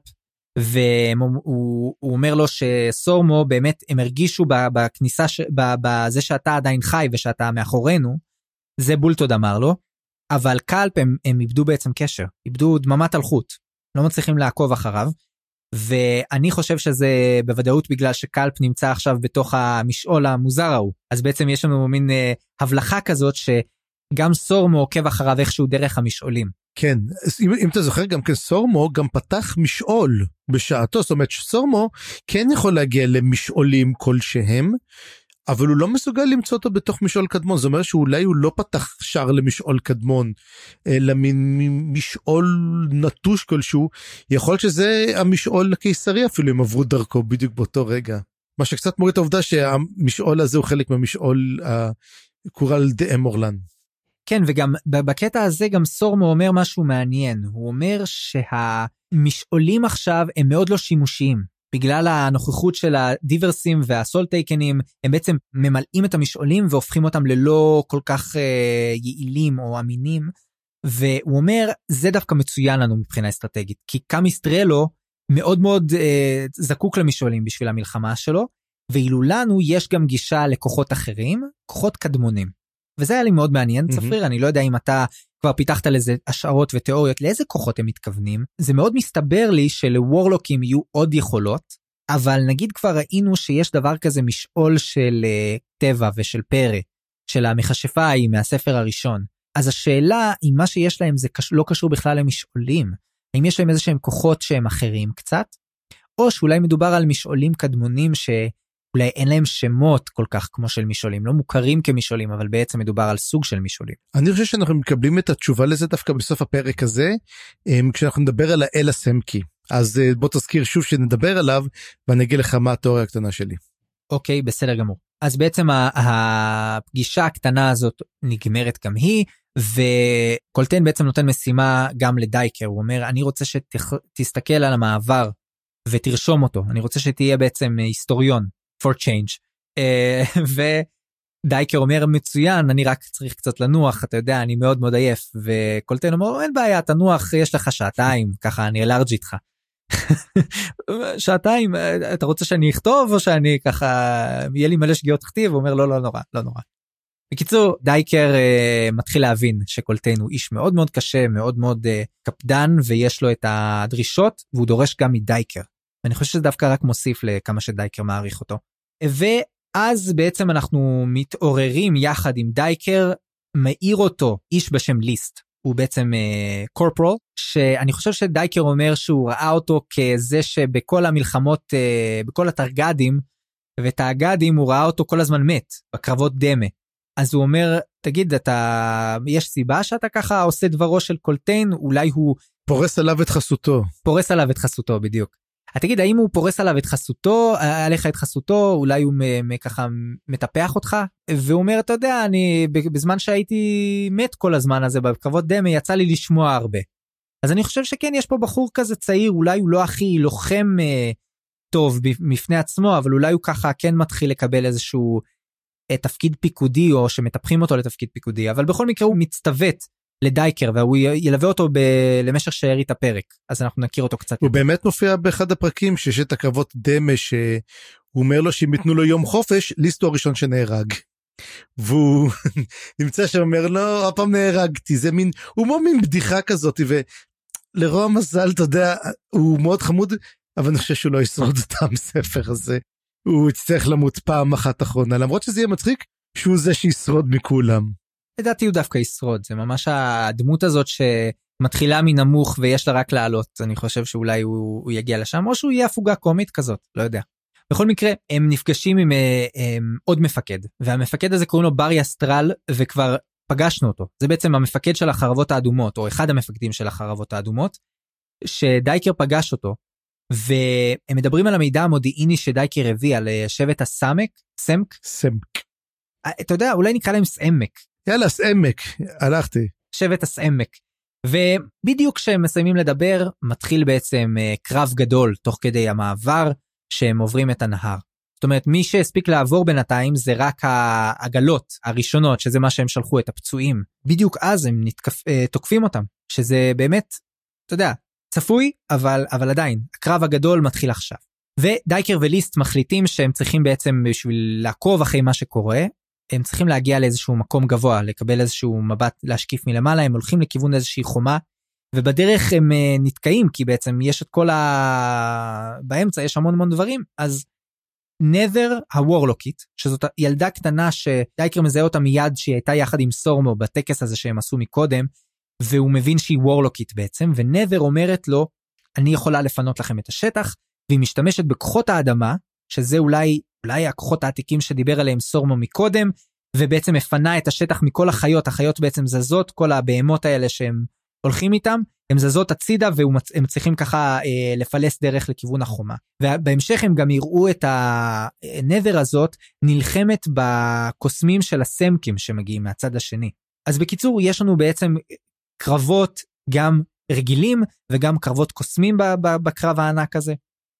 והוא אומר לו שסורמו באמת הם הרגישו בכניסה, בזה שאתה עדיין חי ושאתה מאחורינו, זה בולט עוד אמר לו, אבל קלפ הם, הם איבדו בעצם קשר, איבדו דממת הלכות, לא מצליחים לעקוב אחריו, ואני חושב שזה בוודאות בגלל שקלפ נמצא עכשיו בתוך המשעול המוזר ההוא, אז בעצם יש לנו מין אה, הבלחה כזאת שגם סורמו עוקב אחריו איכשהו דרך המשעולים. כן, אם, אם אתה זוכר גם כן סורמו גם פתח משעול בשעתו, זאת אומרת שסורמו כן יכול להגיע למשעולים כלשהם, אבל הוא לא מסוגל למצוא אותו בתוך משעול קדמון, זאת אומרת שאולי הוא לא פתח שער למשעול קדמון, אלא משעול נטוש כלשהו, יכול שזה המשעול הקיסרי אפילו, הם עברו דרכו בדיוק באותו רגע. מה שקצת מוריד את העובדה שהמשעול הזה הוא חלק מהמשעול קורל דה אמורלן. כן, וגם בקטע הזה גם סורמו אומר משהו מעניין, הוא אומר שהמשעולים עכשיו הם מאוד לא שימושיים, בגלל הנוכחות של הדיברסים והסולטייקנים, הם בעצם ממלאים את המשעולים והופכים אותם ללא כל כך אה, יעילים או אמינים, והוא אומר, זה דווקא מצוין לנו מבחינה אסטרטגית, כי קמיסטרלו מאוד מאוד אה, זקוק למשעולים בשביל המלחמה שלו, ואילו לנו יש גם גישה לכוחות אחרים, כוחות קדמונים. וזה היה לי מאוד מעניין, mm-hmm. צפריר, אני לא יודע אם אתה כבר פיתחת לזה השערות ותיאוריות, לאיזה כוחות הם מתכוונים. זה מאוד מסתבר לי שלוורלוקים יהיו עוד יכולות, אבל נגיד כבר ראינו שיש דבר כזה משעול של uh, טבע ושל פרא, של המכשפה ההיא מהספר הראשון. אז השאלה אם מה שיש להם זה קש... לא קשור בכלל למשעולים, האם יש להם איזה שהם כוחות שהם אחרים קצת, או שאולי מדובר על משעולים קדמונים ש... אולי אין להם שמות כל כך כמו של משעולים, לא מוכרים כמשעולים, אבל בעצם מדובר על סוג של משעולים. אני חושב שאנחנו מקבלים את התשובה לזה דווקא בסוף הפרק הזה, כשאנחנו נדבר על האל הסמקי. אז בוא תזכיר שוב שנדבר עליו, ואני אגיד לך מה התיאוריה הקטנה שלי. אוקיי, בסדר גמור. אז בעצם הפגישה הקטנה הזאת נגמרת גם היא, וקולטיין בעצם נותן משימה גם לדייקר, הוא אומר, אני רוצה שתסתכל על המעבר, ותרשום אותו, אני רוצה שתהיה בעצם היסטוריון, for change, ודייקר אומר, מצוין, אני רק צריך קצת לנוח, אתה יודע, אני מאוד מאוד עייף, וקולטיין אומר, אין בעיה, תנוח, יש לך שעתיים, ככה אני אלארג' איתך. שעתיים, אתה רוצה שאני אכתוב, או שאני ככה, יהיה לי מלא שגיאות כתיב, הוא אומר, לא, לא נורא, לא נורא. בקיצור, דייקר uh, מתחיל להבין שקולטיין הוא איש מאוד מאוד קשה, מאוד מאוד uh, קפדן, ויש לו את הדרישות, והוא דורש גם מדייקר. ואני חושב שזה דווקא רק מוסיף לכמה שדייקר מעריך אותו. ואז בעצם אנחנו מתעוררים יחד עם דייקר, מאיר אותו איש בשם ליסט. הוא בעצם קורפרול, uh, שאני חושב שדייקר אומר שהוא ראה אותו כזה שבכל המלחמות, uh, בכל התרגדים, ואת האגדים הוא ראה אותו כל הזמן מת, בקרבות דמה. אז הוא אומר, תגיד, אתה, יש סיבה שאתה ככה עושה דברו של קולטיין, אולי הוא... פורס עליו את חסותו. פורס עליו את חסותו, בדיוק. תגיד, האם הוא פורס עליו את חסותו, עליך את חסותו, אולי הוא ככה מטפח אותך? והוא אומר, אתה יודע, אני, בזמן שהייתי מת כל הזמן הזה, בקרבות דמה, יצא לי לשמוע הרבה. אז אני חושב שכן, יש פה בחור כזה צעיר, אולי הוא לא הכי לוחם אה, טוב מפני עצמו, אבל אולי הוא ככה כן מתחיל לקבל איזשהו... תפקיד פיקודי, או שמטפחים אותו לתפקיד פיקודי, אבל בכל מקרה הוא מצטוות לדייקר, והוא ילווה אותו ב- למשך שארית הפרק, אז אנחנו נכיר אותו קצת. הוא באמת מופיע באחד הפרקים, שיש את הקרבות דמה, שהוא אומר לו שאם יתנו לו יום חופש, ליסט הוא הראשון שנהרג. והוא נמצא שאומר לו, הפעם נהרגתי, זה מין, הוא כמו מין בדיחה כזאת, ולרוע מזל, אתה יודע, הוא מאוד חמוד, אבל אני חושב שהוא לא ישרוד אותם ספר הזה. הוא יצטרך למות פעם אחת אחרונה, למרות שזה יהיה מצחיק שהוא זה שישרוד מכולם. לדעתי הוא דווקא ישרוד, זה ממש הדמות הזאת שמתחילה מנמוך ויש לה רק לעלות, אני חושב שאולי הוא, הוא יגיע לשם, או שהוא יהיה הפוגה קומית כזאת, לא יודע. בכל מקרה, הם נפגשים עם הם, עוד מפקד, והמפקד הזה קוראים לו ברי אסטרל, וכבר פגשנו אותו. זה בעצם המפקד של החרבות האדומות, או אחד המפקדים של החרבות האדומות, שדייקר פגש אותו, והם מדברים על המידע המודיעיני שדייקר הביא על שבט הסמק, סמק? סמק. אתה יודע, אולי נקרא להם סמק. יאללה, סמק, הלכתי. שבט הסמק. ובדיוק כשהם מסיימים לדבר, מתחיל בעצם קרב גדול תוך כדי המעבר שהם עוברים את הנהר. זאת אומרת, מי שהספיק לעבור בינתיים זה רק העגלות הראשונות, שזה מה שהם שלחו את הפצועים. בדיוק אז הם נתקפ... תוקפים אותם, שזה באמת, אתה יודע, צפוי, אבל, אבל עדיין, הקרב הגדול מתחיל עכשיו. ודייקר וליסט מחליטים שהם צריכים בעצם בשביל לעקוב אחרי מה שקורה, הם צריכים להגיע לאיזשהו מקום גבוה, לקבל איזשהו מבט להשקיף מלמעלה, הם הולכים לכיוון איזושהי חומה, ובדרך הם נתקעים, כי בעצם יש את כל ה... באמצע יש המון המון דברים, אז נת'ר הוורלוקית, שזאת ילדה קטנה שדייקר מזהה אותה מיד שהיא הייתה יחד עם סורמו בטקס הזה שהם עשו מקודם, והוא מבין שהיא וורלוקית בעצם, ונת'ר אומרת לו, אני יכולה לפנות לכם את השטח, והיא משתמשת בכוחות האדמה, שזה אולי, אולי הכוחות העתיקים שדיבר עליהם סורמו מקודם, ובעצם מפנה את השטח מכל החיות, החיות בעצם זזות, כל הבהמות האלה שהם הולכים איתם, הם זזות הצידה, והם צריכים ככה אה, לפלס דרך לכיוון החומה. ובהמשך הם גם יראו את הנת'ר הזאת, נלחמת בקוסמים של הסמקים שמגיעים מהצד השני. אז בקיצור, יש לנו בעצם קרבות גם רגילים, וגם קרבות קוסמים בקרב הענק הזה.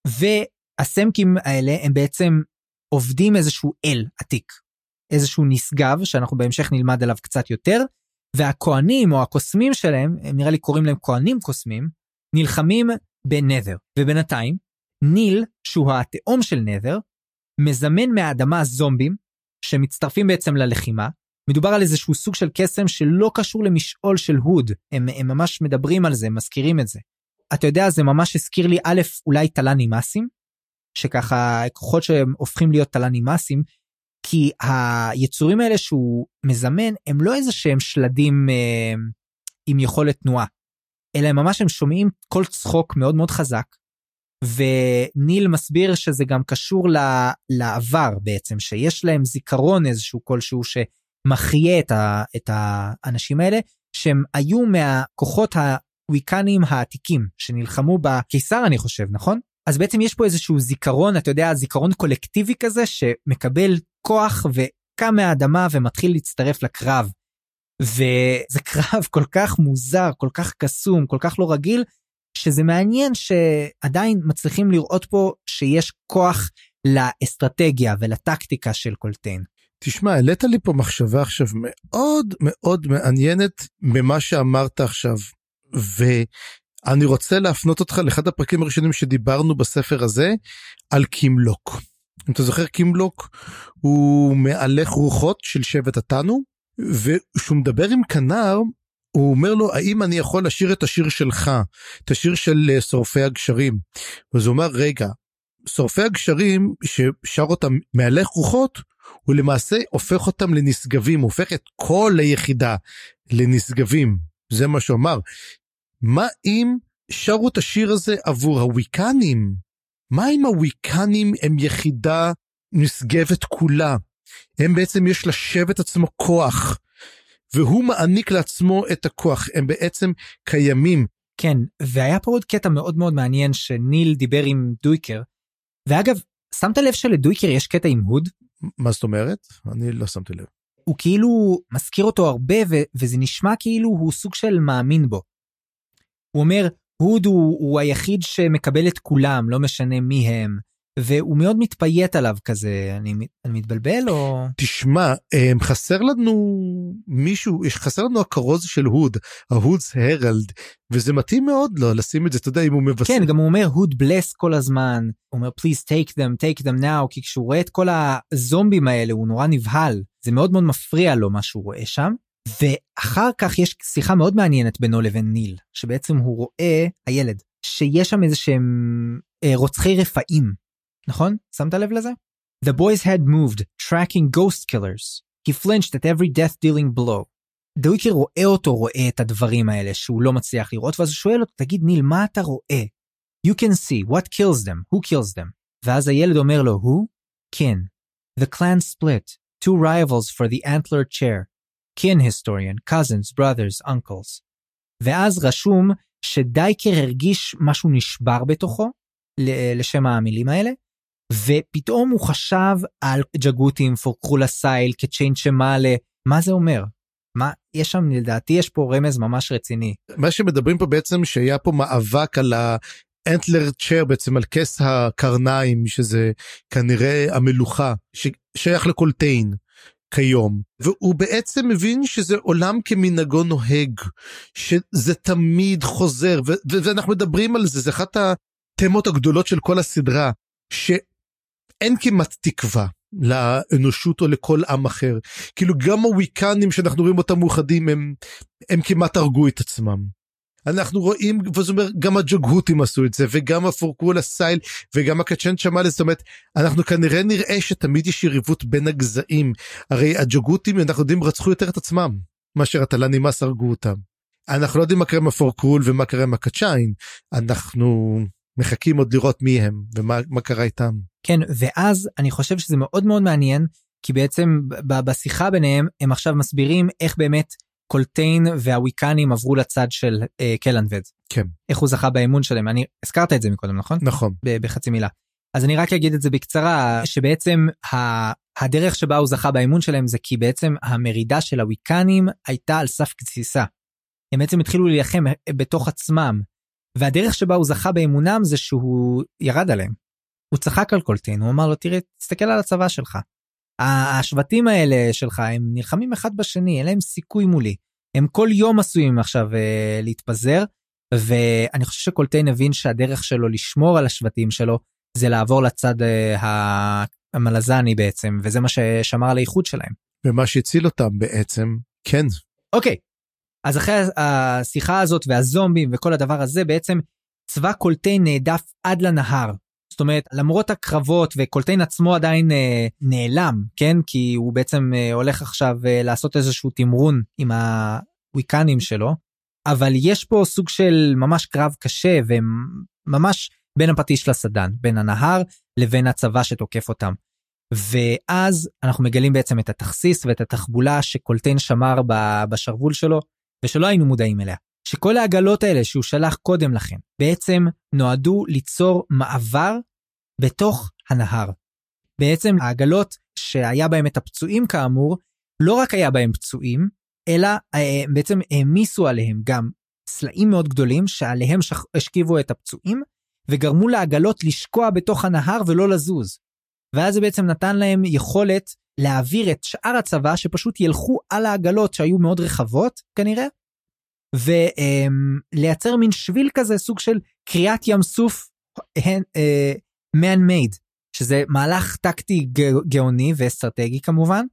והסמקים האלה הם בעצם עובדים איזשהו אל עתיק, איזשהו נשגב, שאנחנו בהמשך נלמד עליו קצת יותר, והכהנים או הקוסמים שלהם, הם נראה לי קוראים להם כהנים קוסמים, נלחמים בנת'ר. ובינתיים, ניל, שהוא התאום של נת'ר, מזמן מהאדמה זומבים, שמצטרפים בעצם ללחימה, מדובר על איזשהו סוג של קסם שלא קשור למשעול של הוד, הם, הם ממש מדברים על זה, הם מזכירים את זה. אתה יודע, זה ממש הזכיר לי א', אולי תלנימסים, שככה כוחות שהם הופכים להיות תלנימסים, כי היצורים האלה שהוא מזמן, הם לא איזה שהם שלדים אה, עם יכולת תנועה, אלא הם ממש הם שומעים כל צחוק מאוד מאוד חזק, וניל מסביר שזה גם קשור לעבר בעצם, שיש להם זיכרון איזשהו כלשהו שמחיה את, ה, את האנשים האלה, שהם היו מהכוחות הוויקנים העתיקים, שנלחמו בקיסר אני חושב, נכון? אז בעצם יש פה איזשהו זיכרון, אתה יודע, זיכרון קולקטיבי כזה, שמקבל כוח וקם מהאדמה ומתחיל להצטרף לקרב. וזה קרב כל כך מוזר, כל כך קסום, כל כך לא רגיל, שזה מעניין שעדיין מצליחים לראות פה שיש כוח לאסטרטגיה ולטקטיקה של קולטיין. תשמע, העלית לי פה מחשבה עכשיו מאוד מאוד מעניינת במה שאמרת עכשיו, ואני רוצה להפנות אותך לאחד הפרקים הראשונים שדיברנו בספר הזה, על קימלוק. אם אתה זוכר, קימלוק הוא מהלך רוחות של שבט התנו, וכשהוא מדבר עם כנר, הוא אומר לו, האם אני יכול לשיר את השיר שלך, את השיר של שורפי הגשרים? אז הוא אומר, רגע, שורפי הגשרים ששר אותם מהלך רוחות, הוא למעשה הופך אותם לנשגבים, הוא הופך את כל היחידה לנשגבים, זה מה שהוא אמר. מה אם שרו את השיר הזה עבור הוויקנים? מה אם הוויקנים הם יחידה נשגבת כולה? הם בעצם יש לשבט עצמו כוח, והוא מעניק לעצמו את הכוח, הם בעצם קיימים. כן, והיה פה עוד קטע מאוד מאוד מעניין, שניל דיבר עם דויקר, ואגב, שמת לב שלדויקר יש קטע עם הוד? מה זאת אומרת? אני לא שמתי לב. הוא כאילו מזכיר אותו הרבה, ו- וזה נשמע כאילו הוא סוג של מאמין בו. הוא אומר, הוד הוא, הוא היחיד שמקבל את כולם, לא משנה מי הם, והוא מאוד מתפייט עליו כזה, אני, אני מתבלבל או... תשמע, חסר לנו מישהו, יש חסר לנו הכרוז של הוד, ההוד's הרלד, וזה מתאים מאוד לו לשים את זה, אתה יודע, אם הוא מבשר. כן, גם הוא אומר, הוד בלס כל הזמן, הוא אומר, please take them, take them now, כי כשהוא רואה את כל הזומבים האלה, הוא נורא נבהל, זה מאוד מאוד מפריע לו מה שהוא רואה שם, ואחר כך יש שיחה מאוד מעניינת בינו לבין ניל, שבעצם הוא רואה, הילד, שיש שם איזה שהם רוצחי רפאים, נכון? שמת לב לזה? The boy's head moved, tracking ghost killers. He flinched at every death-dealing blow. דויקר רואה אותו, רואה את הדברים האלה שהוא לא מצליח לראות, ואז הוא שואל אותו, תגיד ניל, מה אתה רואה? You can see, what kills them? Who kills them? ואז הילד אומר לו, who? Kin. The clan split. Two rivals for the antler chair. Kin historian, cousins, brothers, uncles. ואז רשום שדייקר הרגיש משהו נשבר בתוכו, לשם המילים האלה, ופתאום הוא חשב על ג'גותים, פורקרו לסייל, כצ'יין שמאלה, מה זה אומר? מה, יש שם, לדעתי יש פה רמז ממש רציני. מה שמדברים פה בעצם שהיה פה מאבק על האנטלר צ'ר, בעצם על כס הקרניים, שזה כנראה המלוכה, ששייך לקולטיין כיום, והוא בעצם מבין שזה עולם כמנהגו נוהג, שזה תמיד חוזר, ו- ואנחנו מדברים על זה, זה אחת התמות הגדולות של כל הסדרה, שאין כמעט תקווה לאנושות או לכל עם אחר, כאילו גם הוויקנים שאנחנו רואים אותם מאוחדים, הם, הם כמעט הרגו את עצמם. אנחנו רואים, וזה אומר, גם הג'וגהותים עשו את זה, וגם הפורקול הסייל, וגם הקצ'ן שמאלה, זאת אומרת, אנחנו כנראה נראה שתמיד יש יריבות בין הגזעים, הרי הג'וגהותים, אנחנו יודעים, רצחו יותר את עצמם, מאשר התלנימאס הרגו אותם. אנחנו לא יודעים מה קרה עם הפורקול, ומה קרה עם הקצ'יין, אנחנו מחכים עוד לראות מי הם, ומה מה קרה איתם. כן, ואז אני חושב שזה מאוד מאוד מעניין, כי בעצם בשיחה ביניהם, הם עכשיו מסבירים איך באמת, קולטיין והוויקנים עברו לצד של אה, קלנבד. כן. איך הוא זכה באמון שלהם. אני הזכרת את זה מקודם, נכון? נכון. ב- בחצי מילה. אז אני רק אגיד את זה בקצרה, שבעצם ה- הדרך שבה הוא זכה באמון שלהם, זה כי בעצם המרידה של הוויקנים הייתה על סף גסיסה. הם בעצם התחילו להילחם בתוך עצמם, והדרך שבה הוא זכה באמונם זה שהוא ירד עליהם. הוא צחק על קולטיין, הוא אמר לו, תראה, תסתכל על הצבא שלך. השבטים האלה שלך, הם נלחמים אחד בשני, אין להם סיכוי מולי. הם כל יום עשויים עכשיו uh, להתפזר, ואני חושב שקולטיין הבין שהדרך שלו לשמור על השבטים שלו, זה לעבור לצד uh, המלזני בעצם, וזה מה ששמר על האיחוד שלהם. ומה שהציל אותם בעצם, כן. אוקיי, אז אחרי השיחה הזאת והזומבים וכל הדבר הזה, בעצם צבא קולטיין נעדף עד לנהר. זאת אומרת, למרות הקרבות וקולטיין עצמו עדיין אה, נעלם, כן? כי הוא בעצם אה, הולך עכשיו אה, לעשות איזשהו תמרון עם הוויקנים שלו, אבל יש פה סוג של ממש קרב קשה, וממש בין הפטיש לסדן, בין הנהר לבין הצבא שתוקף אותם. ואז אנחנו מגלים בעצם את התכסיס ואת התחבולה שקולטיין שמר בשרוול שלו, ושלא היינו מודעים אליה. שכל העגלות האלה שהוא שלח קודם לכן, בעצם נועדו ליצור מעבר בתוך הנהר. בעצם העגלות שהיה בהם את הפצועים כאמור, לא רק היה בהם פצועים, אלא בעצם העמיסו עליהם גם סלעים מאוד גדולים, שעליהם השכיבו את הפצועים, וגרמו לעגלות לשקוע בתוך הנהר ולא לזוז. ואז זה בעצם נתן להם יכולת להעביר את שאר הצבא, שפשוט ילכו על העגלות שהיו מאוד רחבות כנראה, ולייצר מין שביל כזה, סוג של קריאת ים סוף man-made, שזה מהלך טקטי גאוני ואסטרטגי כמובן,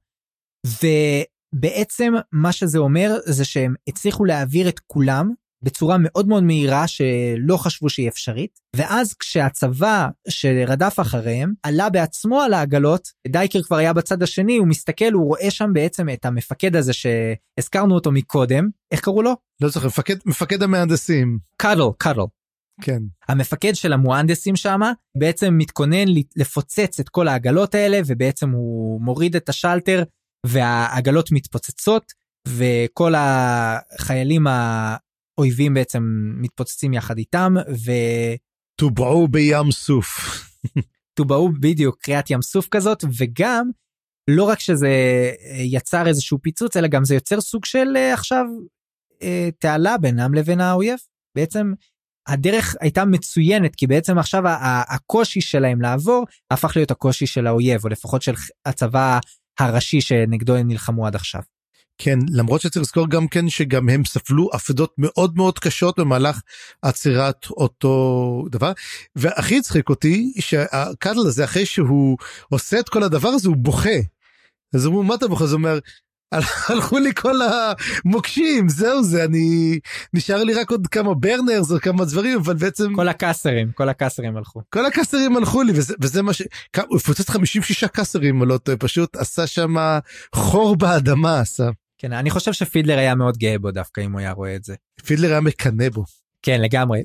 ובעצם מה שזה אומר, זה שהם הצליחו להעביר את כולם, בצורה מאוד מאוד מהירה שלא חשבו שהיא אפשרית, ואז כשהצבא שרדף אחריהם עלה בעצמו על העגלות, דייקר כבר היה בצד השני, הוא מסתכל, הוא רואה שם בעצם את המפקד הזה שהזכרנו אותו מקודם, איך קראו לו? לא זוכר, מפקד, מפקד המהנדסים. קאדל, קאדל. כן. המפקד של המהנדסים שם בעצם מתכונן לפוצץ את כל העגלות האלה, ובעצם הוא מוריד את השלטר, והעגלות מתפוצצות, וכל החיילים ה... אויבים בעצם מתפוצצים יחד איתם, ו... טובעו בים סוף. טובעו בדיוק, קריאת ים סוף כזאת, וגם, לא רק שזה יצר איזשהו פיצוץ, אלא גם זה יוצר סוג של עכשיו תעלה בינם לבין האויב. בעצם הדרך הייתה מצוינת, כי בעצם עכשיו הקושי שלהם לעבור, הפך להיות הקושי של האויב, או לפחות של הצבא הראשי שנגדו הם נלחמו עד עכשיו. כן, למרות שצריך לזכור גם כן שגם הם ספלו אפדות מאוד מאוד קשות במהלך עצירת אותו דבר, והכי הצחיק אותי שהקאדל הזה אחרי שהוא עושה את כל הדבר הזה הוא בוכה, אז הוא אומר מה אתה בוכה? אז הוא אומר הלכו לי כל המוקשים, זהו זה, אני נשאר לי רק עוד כמה ברנרס או כמה דברים, אבל בעצם כל הקסרים, כל הקסרים הלכו. כל הקסרים הלכו לי, וזה, וזה מה ש... הוא פוצץ חמישים ושישה קסרים, לא, פשוט עשה שם חור באדמה, עשה. כן, אני חושב שפידלר היה מאוד גאה בו דווקא, אם הוא היה רואה את זה. פידלר היה מקנה בו. כן, לגמרי.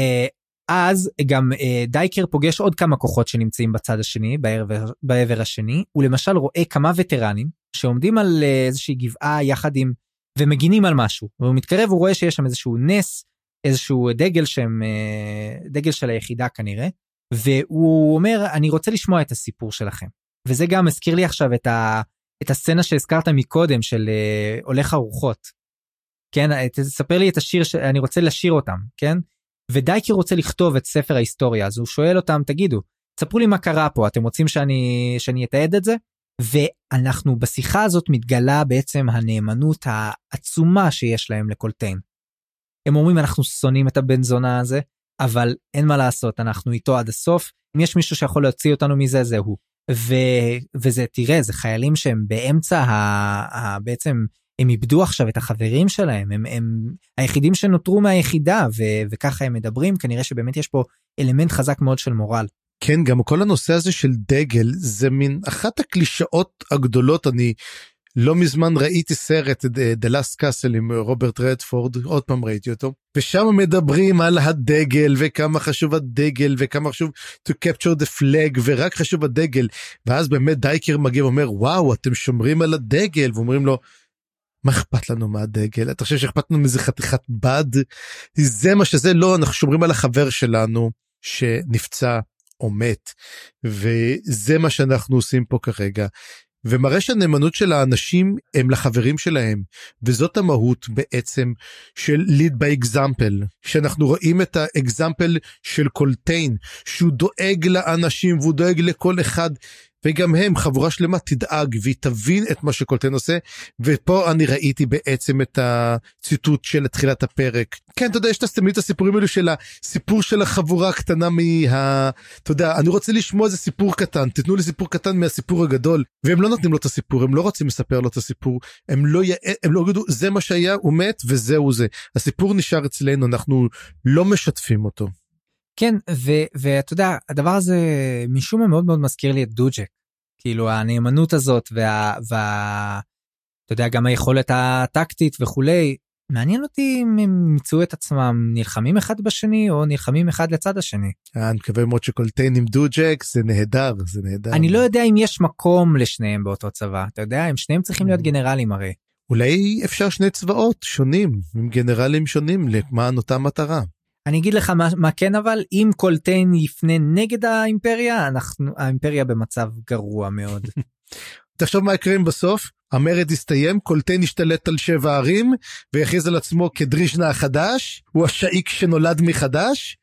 ואז גם דייקר פוגש עוד כמה כוחות שנמצאים בצד השני, בעבר השני, הוא למשל רואה כמה וטרנים, שעומדים על איזושהי גבעה יחד עם, ומגינים על משהו. והוא מתקרב, הוא רואה שיש שם איזשהו נס, איזשהו דגל שהם, דגל של היחידה כנראה, והוא אומר, אני רוצה לשמוע את הסיפור שלכם. וזה גם הזכיר לי עכשיו את ה... את הסצנה שהזכרת מקודם של uh, הולך הרוחות, כן, תספר לי את השיר שאני רוצה לשיר אותם, כן, ודייקר רוצה לכתוב את ספר ההיסטוריה, אז הוא שואל אותם, תגידו, תספרו לי מה קרה פה, אתם רוצים שאני, שאני אתעד את זה? ואנחנו בשיחה הזאת מתגלה בעצם הנאמנות העצומה שיש להם לקולטיין. הם אומרים, אנחנו שונאים את הבן זונה הזה, אבל אין מה לעשות, אנחנו איתו עד הסוף, אם יש מישהו שיכול להוציא אותנו מזה, זה הוא. ו... וזה, תראה, זה חיילים שהם באמצע, ה... ה... בעצם הם איבדו עכשיו את החברים שלהם, הם, הם היחידים שנותרו מהיחידה, ו... וככה הם מדברים, כנראה שבאמת יש פה אלמנט חזק מאוד של מורל. כן, גם כל הנושא הזה של דגל, זה מין אחת הקלישאות הגדולות, אני לא מזמן ראיתי סרט, The Last Castle עם רוברט רדפורד, עוד פעם ראיתי אותו, ושם מדברים על הדגל, וכמה חשוב הדגל, וכמה חשוב to capture the flag, ורק חשוב הדגל, ואז באמת דייקר מגיע ואומר, וואו, אתם שומרים על הדגל, ואומרים לו, מה אכפת לנו מהדגל? אתה חושב שאכפת לנו מזה חתיכת בד? זה מה שזה, לא, אנחנו שומרים על החבר שלנו, שנפצע או מת, וזה מה שאנחנו עושים פה כרגע, ומראה שהנאמנות של האנשים הם לחברים שלהם, וזאת המהות בעצם של lead by example, שאנחנו רואים את האקזמפל של קולטיין, שהוא דואג לאנשים, והוא דואג לכל אחד, וגם הם, חבורה שלמה, תדאג, והיא תבין את מה שקולטיין עושה, ופה אני ראיתי בעצם את הציטוט של תחילת הפרק. כן, אתה יודע, יש תמיד את הסיפורים האלו של הסיפור של החבורה הקטנה מה... אתה יודע, אני רוצה לשמוע איזה סיפור קטן, תתנו לי סיפור קטן מהסיפור הגדול, והם לא נותנים לו את הסיפור, הם לא רוצים לספר לו את הסיפור, הם לא, י... הם לא יגידו, זה מה שהיה, הוא מת, וזהו זה. הסיפור נשאר אצלנו, אנחנו לא משתפים אותו. כן, ואתה יודע, הדבר הזה משום מה מאוד מאוד מזכיר לי את דוג'ק, כאילו הנאמנות הזאת, וה, וה, אתה יודע, גם היכולת הטקטית וכולי, מעניין אותי אם הם מצאו את עצמם נלחמים אחד בשני, או נלחמים אחד לצד השני. אני מקווה מאוד שקולטיין עם דוג'ק, זה נהדר, זה נהדר. אני לא יודע אם יש מקום לשניהם באותו צבא, אתה יודע, הם שניהם צריכים להיות גנרלים הרי. אולי אפשר שני צבאות שונים, עם גנרלים שונים, למען אותה מטרה. אני אגיד לך מה, מה כן, אבל אם קולטיין יפנה נגד האימפריה, אנחנו, האימפריה במצב גרוע מאוד. תחשוב מה יקרים בסוף, המרד יסתיים, קולטיין ישתלט על שבע ערים, ויכריז על עצמו כדריז'נה החדש, הוא השאיק שנולד מחדש,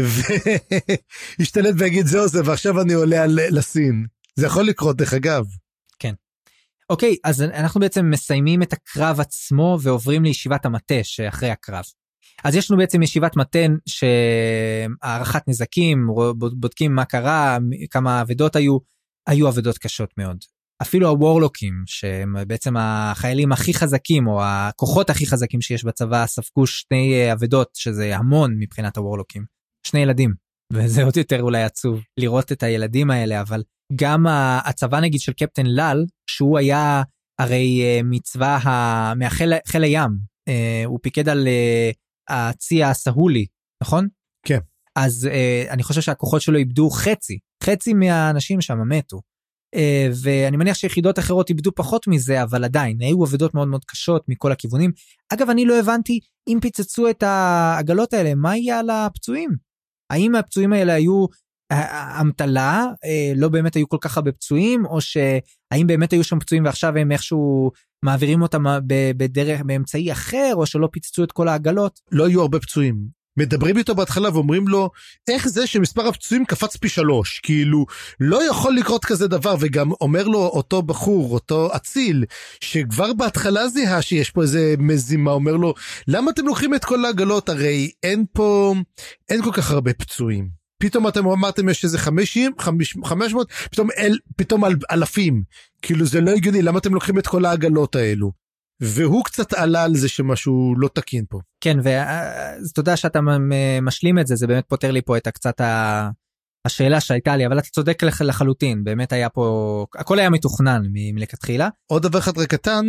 וישתלט ויגיד זהו זה, ועכשיו אני עולה על, לסין. זה יכול לקרות דרך אגב. כן. אוקיי, אז אנחנו בעצם מסיימים את הקרב עצמו, ועוברים לישיבת המטה שאחרי הקרב. אז יש לנו בעצם ישיבת מטה שהערכת נזקים, בודקים מה קרה, כמה עבדות היו, היו עבדות קשות מאוד. אפילו הוורלוקים, שהם בעצם החיילים הכי חזקים, או הכוחות הכי חזקים שיש בצבא, ספגו שני עבדות, שזה המון מבחינת הוורלוקים. שני ילדים, וזה עוד יותר אולי עצוב, לראות את הילדים האלה, אבל גם הצבא נגיד של קפטן לל, שהוא היה הרי מצבא מהחיל הים, הוא פיקד על הצי הסהולי, נכון? כן. אז אני חושב שהכוחות שלו איבדו חצי, חצי מהאנשים שם מתו. ואני מניח שיחידות אחרות איבדו פחות מזה, אבל עדיין, היו עבודות מאוד מאוד קשות מכל הכיוונים. אגב, אני לא הבנתי, אם פיצצו את העגלות האלה, מה יהיה על הפצועים? האם הפצועים האלה היו המטלה, לא באמת היו כל כך הרבה פצועים, או שהאם באמת היו שם פצועים, ועכשיו הם איכשהו מעבירים אותם בדרך, באמצעי אחר, או שלא פיצצו את כל העגלות? לא היו הרבה פצועים. מדברים איתו בהתחלה ואומרים לו, איך זה שמספר הפצועים קפץ פי שלוש? כאילו, לא יכול לקרות כזה דבר, וגם אומר לו אותו בחור, אותו אציל, שכבר בהתחלה זיהה שיש פה איזה מזימה, אומר לו, למה אתם לוקחים את כל העגלות? הרי אין פה, אין כל כך הרבה פצועים. פתאום אתם אמרתם יש איזה חמישים, חמש מאות, פתאום, אל, פתאום אל, אלפים. כאילו זה לא הגיוני, למה אתם לוקחים את כל העגלות האלו? והוא קצת עלה על זה שמשהו לא תקין פה. כן, ותודה שאתה משלים את זה, זה באמת פותר לי פה את קצת השאלה שהייתה לי, אבל אתה צודק לחלוטין, באמת היה פה, הכל היה מתוכנן מלכתחילה. עוד דבר אחד קטן,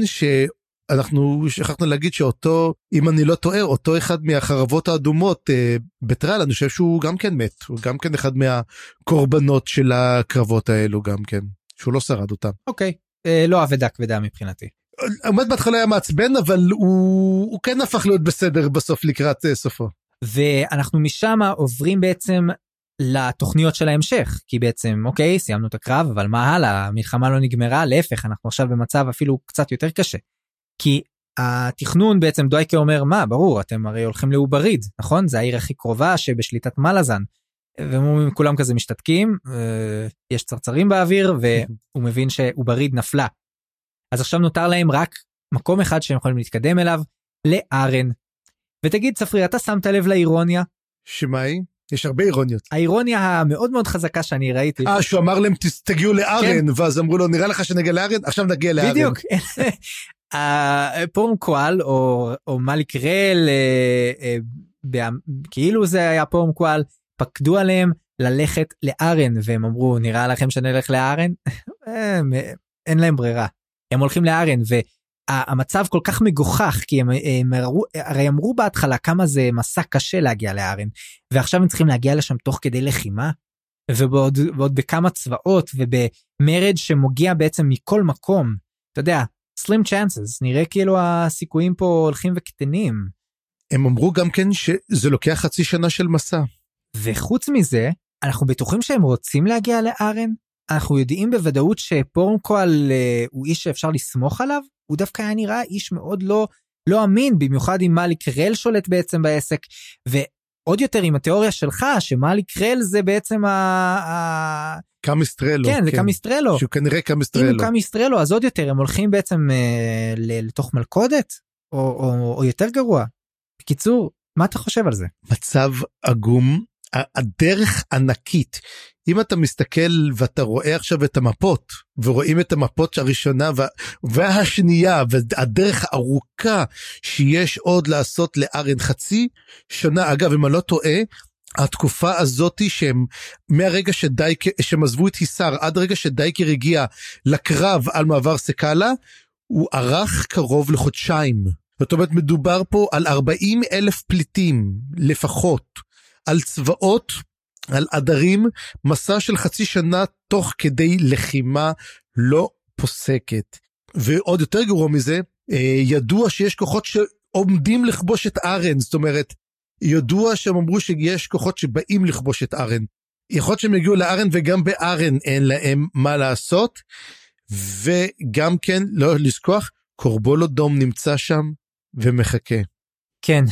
שאנחנו שכחנו להגיד שאותו, אם אני לא טועה, אותו אחד מהחרבות האדומות בטרל, אני חושב שהוא גם כן מת, הוא גם כן אחד מהקורבנות של הקרבות האלו גם כן, שהוא לא שרד אותם. אוקיי, לא אבדה כבדה מבחינתי. עומד בהתחלה היה מעצבן, אבל הוא, הוא כן הפך להיות בסדר בסוף לקראת סופו. ואנחנו משם עוברים בעצם לתוכניות של ההמשך, כי בעצם, אוקיי, סיימנו את הקרב, אבל מה הלאה? המלחמה לא נגמרה, להפך, אנחנו עכשיו במצב אפילו קצת יותר קשה. כי התכנון בעצם, דוייקה אומר, מה, ברור, אתם הרי הולכים לאובריד, נכון? זה העיר הכי קרובה שבשליטת מלאזן. וכולם כזה משתתקים, יש צרצרים באוויר, והוא מבין שאובריד נפלה. אז עכשיו נותר להם רק מקום אחד שהם יכולים להתקדם אליו, לארן. ותגיד, צפרי, אתה שמת לב לאירוניה? שמה היא? יש הרבה אירוניות. האירוניה המאוד מאוד חזקה שאני ראיתי. אה, שהוא אמר להם, תגיעו לארן, כן. ואז אמרו לו, נראה לך שנגיע לארן? עכשיו נגיע לארן. בדיוק. פורמקואל, או, או מליק רל, כאילו זה היה פורמקואל, פקדו עליהם ללכת לארן, והם אמרו, נראה לכם שנלך לארן? אין להם ברירה. הם הולכים לארן, והמצב כל כך מגוחך, כי הם, הם הראו, הרי אמרו בהתחלה כמה זה מסע קשה להגיע לארן, ועכשיו הם צריכים להגיע לשם תוך כדי לחימה, ובעוד, ועוד בכמה צבאות, ובמרד שמוגיע בעצם מכל מקום, אתה יודע, slim chances, נראה כאילו הסיכויים פה הולכים וקטנים. הם אמרו גם כן שזה לוקח חצי שנה של מסע. וחוץ מזה, אנחנו בטוחים שהם רוצים להגיע לארן, אנחנו יודעים בוודאות שפורמקואל הוא איש שאפשר לסמוך עליו, הוא דווקא היה נראה איש מאוד לא, לא אמין, במיוחד אם מליק רל שולט בעצם בעסק, ועוד יותר עם התיאוריה שלך, שמליק רל זה בעצם ה... קמיסטרלו. כן, זה כן. קמיסטרלו. שהוא כנראה קמיסטרלו. אם הוא קמיסטרלו, אז עוד יותר, הם הולכים בעצם אה, לתוך מלכודת, או, או, או יותר גרוע. בקיצור, מה אתה חושב על זה? מצב עגום, הדרך ענקית. אם אתה מסתכל ואתה רואה עכשיו את המפות, ורואים את המפות הראשונה והשנייה, והדרך הארוכה שיש עוד לעשות לארן חצי שנה, אגב, אם אני לא טועה, התקופה הזאת שהם, מהרגע שדייקר, שהם עזבו את היסר, עד רגע שדייקר הגיע לקרב על מעבר סקאלה, הוא ערך קרוב לחודשיים. זאת זאת אומרת, מדובר פה על ארבעים אלף פליטים לפחות, על צבאות, על עדרים, מסע של חצי שנה תוך כדי לחימה לא פוסקת. ועוד יותר גרוע מזה, ידוע שיש כוחות שעומדים לכבוש את ארן, זאת אומרת, ידוע שהם אמרו שיש כוחות שבאים לכבוש את ארן. יכול להיות שהם יגיעו לארן וגם בארן אין להם מה לעשות, וגם כן, לא לשכוח, קורבולודום נמצא שם ומחכה. כן,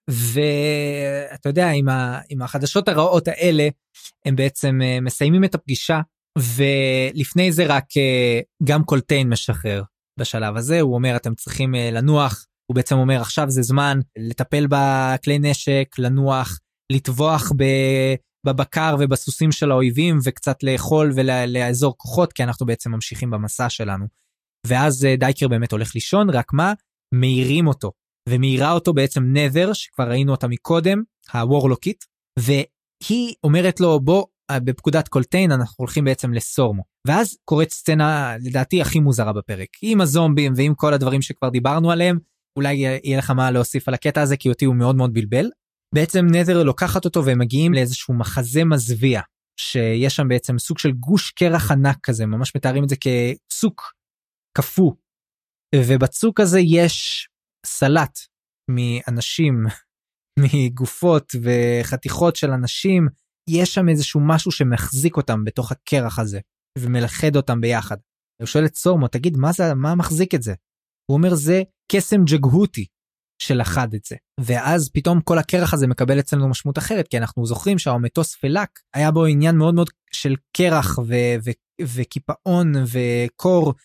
ואתה יודע, עם, ה... עם החדשות הרעות האלה, הם בעצם מסיימים את הפגישה, ולפני זה רק גם קולטיין משחרר בשלב הזה, הוא אומר אתם צריכים לנוח, הוא בעצם אומר עכשיו זה זמן לטפל בכלי נשק, לנוח, לטבוח בבקר ובסוסים של האויבים, וקצת לאכול ולאזור כוחות, כי אנחנו בעצם ממשיכים במסע שלנו. ואז דייקר באמת הולך לישון, רק מה? מהירים אותו, ומהירה אותו בעצם נת'ר, שכבר ראינו אותה מקודם, הוורלוקית, והיא אומרת לו בוא, בפקודת קולטיין אנחנו הולכים בעצם לסורמו, ואז קורית סצנה לדעתי הכי מוזרה בפרק, עם הזומבים ועם כל הדברים שכבר דיברנו עליהם, אולי יהיה לך מה להוסיף על הקטע הזה, כי אותי הוא מאוד מאוד בלבל. בעצם נת'ר לוקחת אותו והם מגיעים לאיזשהו מחזה מזוויע, שיש שם בעצם סוג של גוש קרח ענק כזה, ממש מתארים את זה כצוק קפוא, ובצוק הזה יש סלט מאנשים, מגופות וחתיכות של אנשים, יש שם איזשהו משהו שמחזיק אותם בתוך הקרח הזה, ומלכד אותם ביחד. הוא שואל את סורמו, תגיד, מה זה, מה מחזיק את זה? הוא אומר, זה קסם ג'גהותי שלחד את זה. ואז פתאום כל הקרח הזה מקבל אצלנו משמעות אחרת, כי אנחנו זוכרים שהמטוס פלק, היה בו עניין מאוד מאוד של קרח ו- ו- וקיפאון וקור,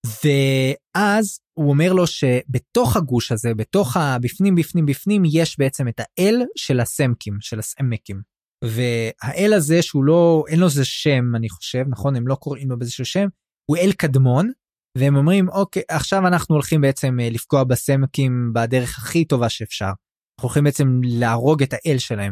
ואז הוא אומר לו שבתוך הגוש הזה, בתוך הבפנים בפנים בפנים, יש בעצם את האל של הסמקים, של הסמקים. והאל הזה שהוא לא, אין לו זה שם אני חושב, נכון, הם לא קוראים לו באיזשהו שם, הוא אל קדמון, והם אומרים אוקיי, עכשיו אנחנו הולכים בעצם לפגוע בסמקים בדרך הכי טובה שאפשר, אנחנו הולכים בעצם להרוג את האל שלהם,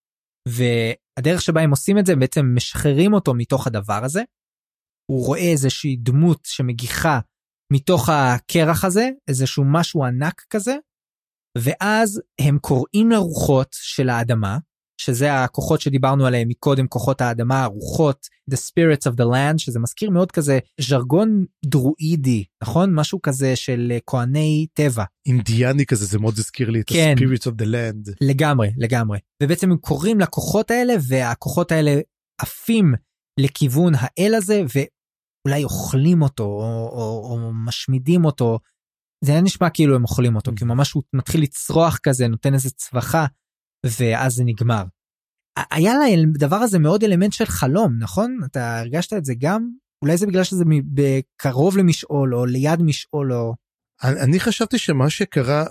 והדרך שבה הם עושים את זה, בעצם משחררים אותו מתוך הדבר הזה, הוא רואה איזושהי דמות שמגיחה מתוך הקרח הזה, איזשהו משהו ענק כזה, ואז הם קוראים לרוחות של האדמה, שזה הכוחות שדיברנו עליהם מקודם, כוחות האדמה, הרוחות, the spirits of the land, שזה מזכיר מאוד כזה ז'רגון דרואידי, נכון? משהו כזה של כהני טבע. אינדיאני כזה, זה מאוד הזכיר לי את כן, ה-spirits of the land. לגמרי, לגמרי. ובעצם הם קוראים לכוחות האלה, והכוחות האלה עפים לכיוון האל הזה, ואולי אוכלים אותו, או, או, או משמידים אותו. זה היה נשמע כאילו הם אוכלים אותו, כי ממש הוא מתחיל לצרוח כזה, נותן איזה צווחה, ואז זה נגמר. היה לדבר הזה מאוד אלמנט של חלום, נכון? אתה הרגשת את זה גם? אולי זה בגלל שזה בקרוב למשעול, או ליד משעול, או... אני חשבתי שמה שקרה,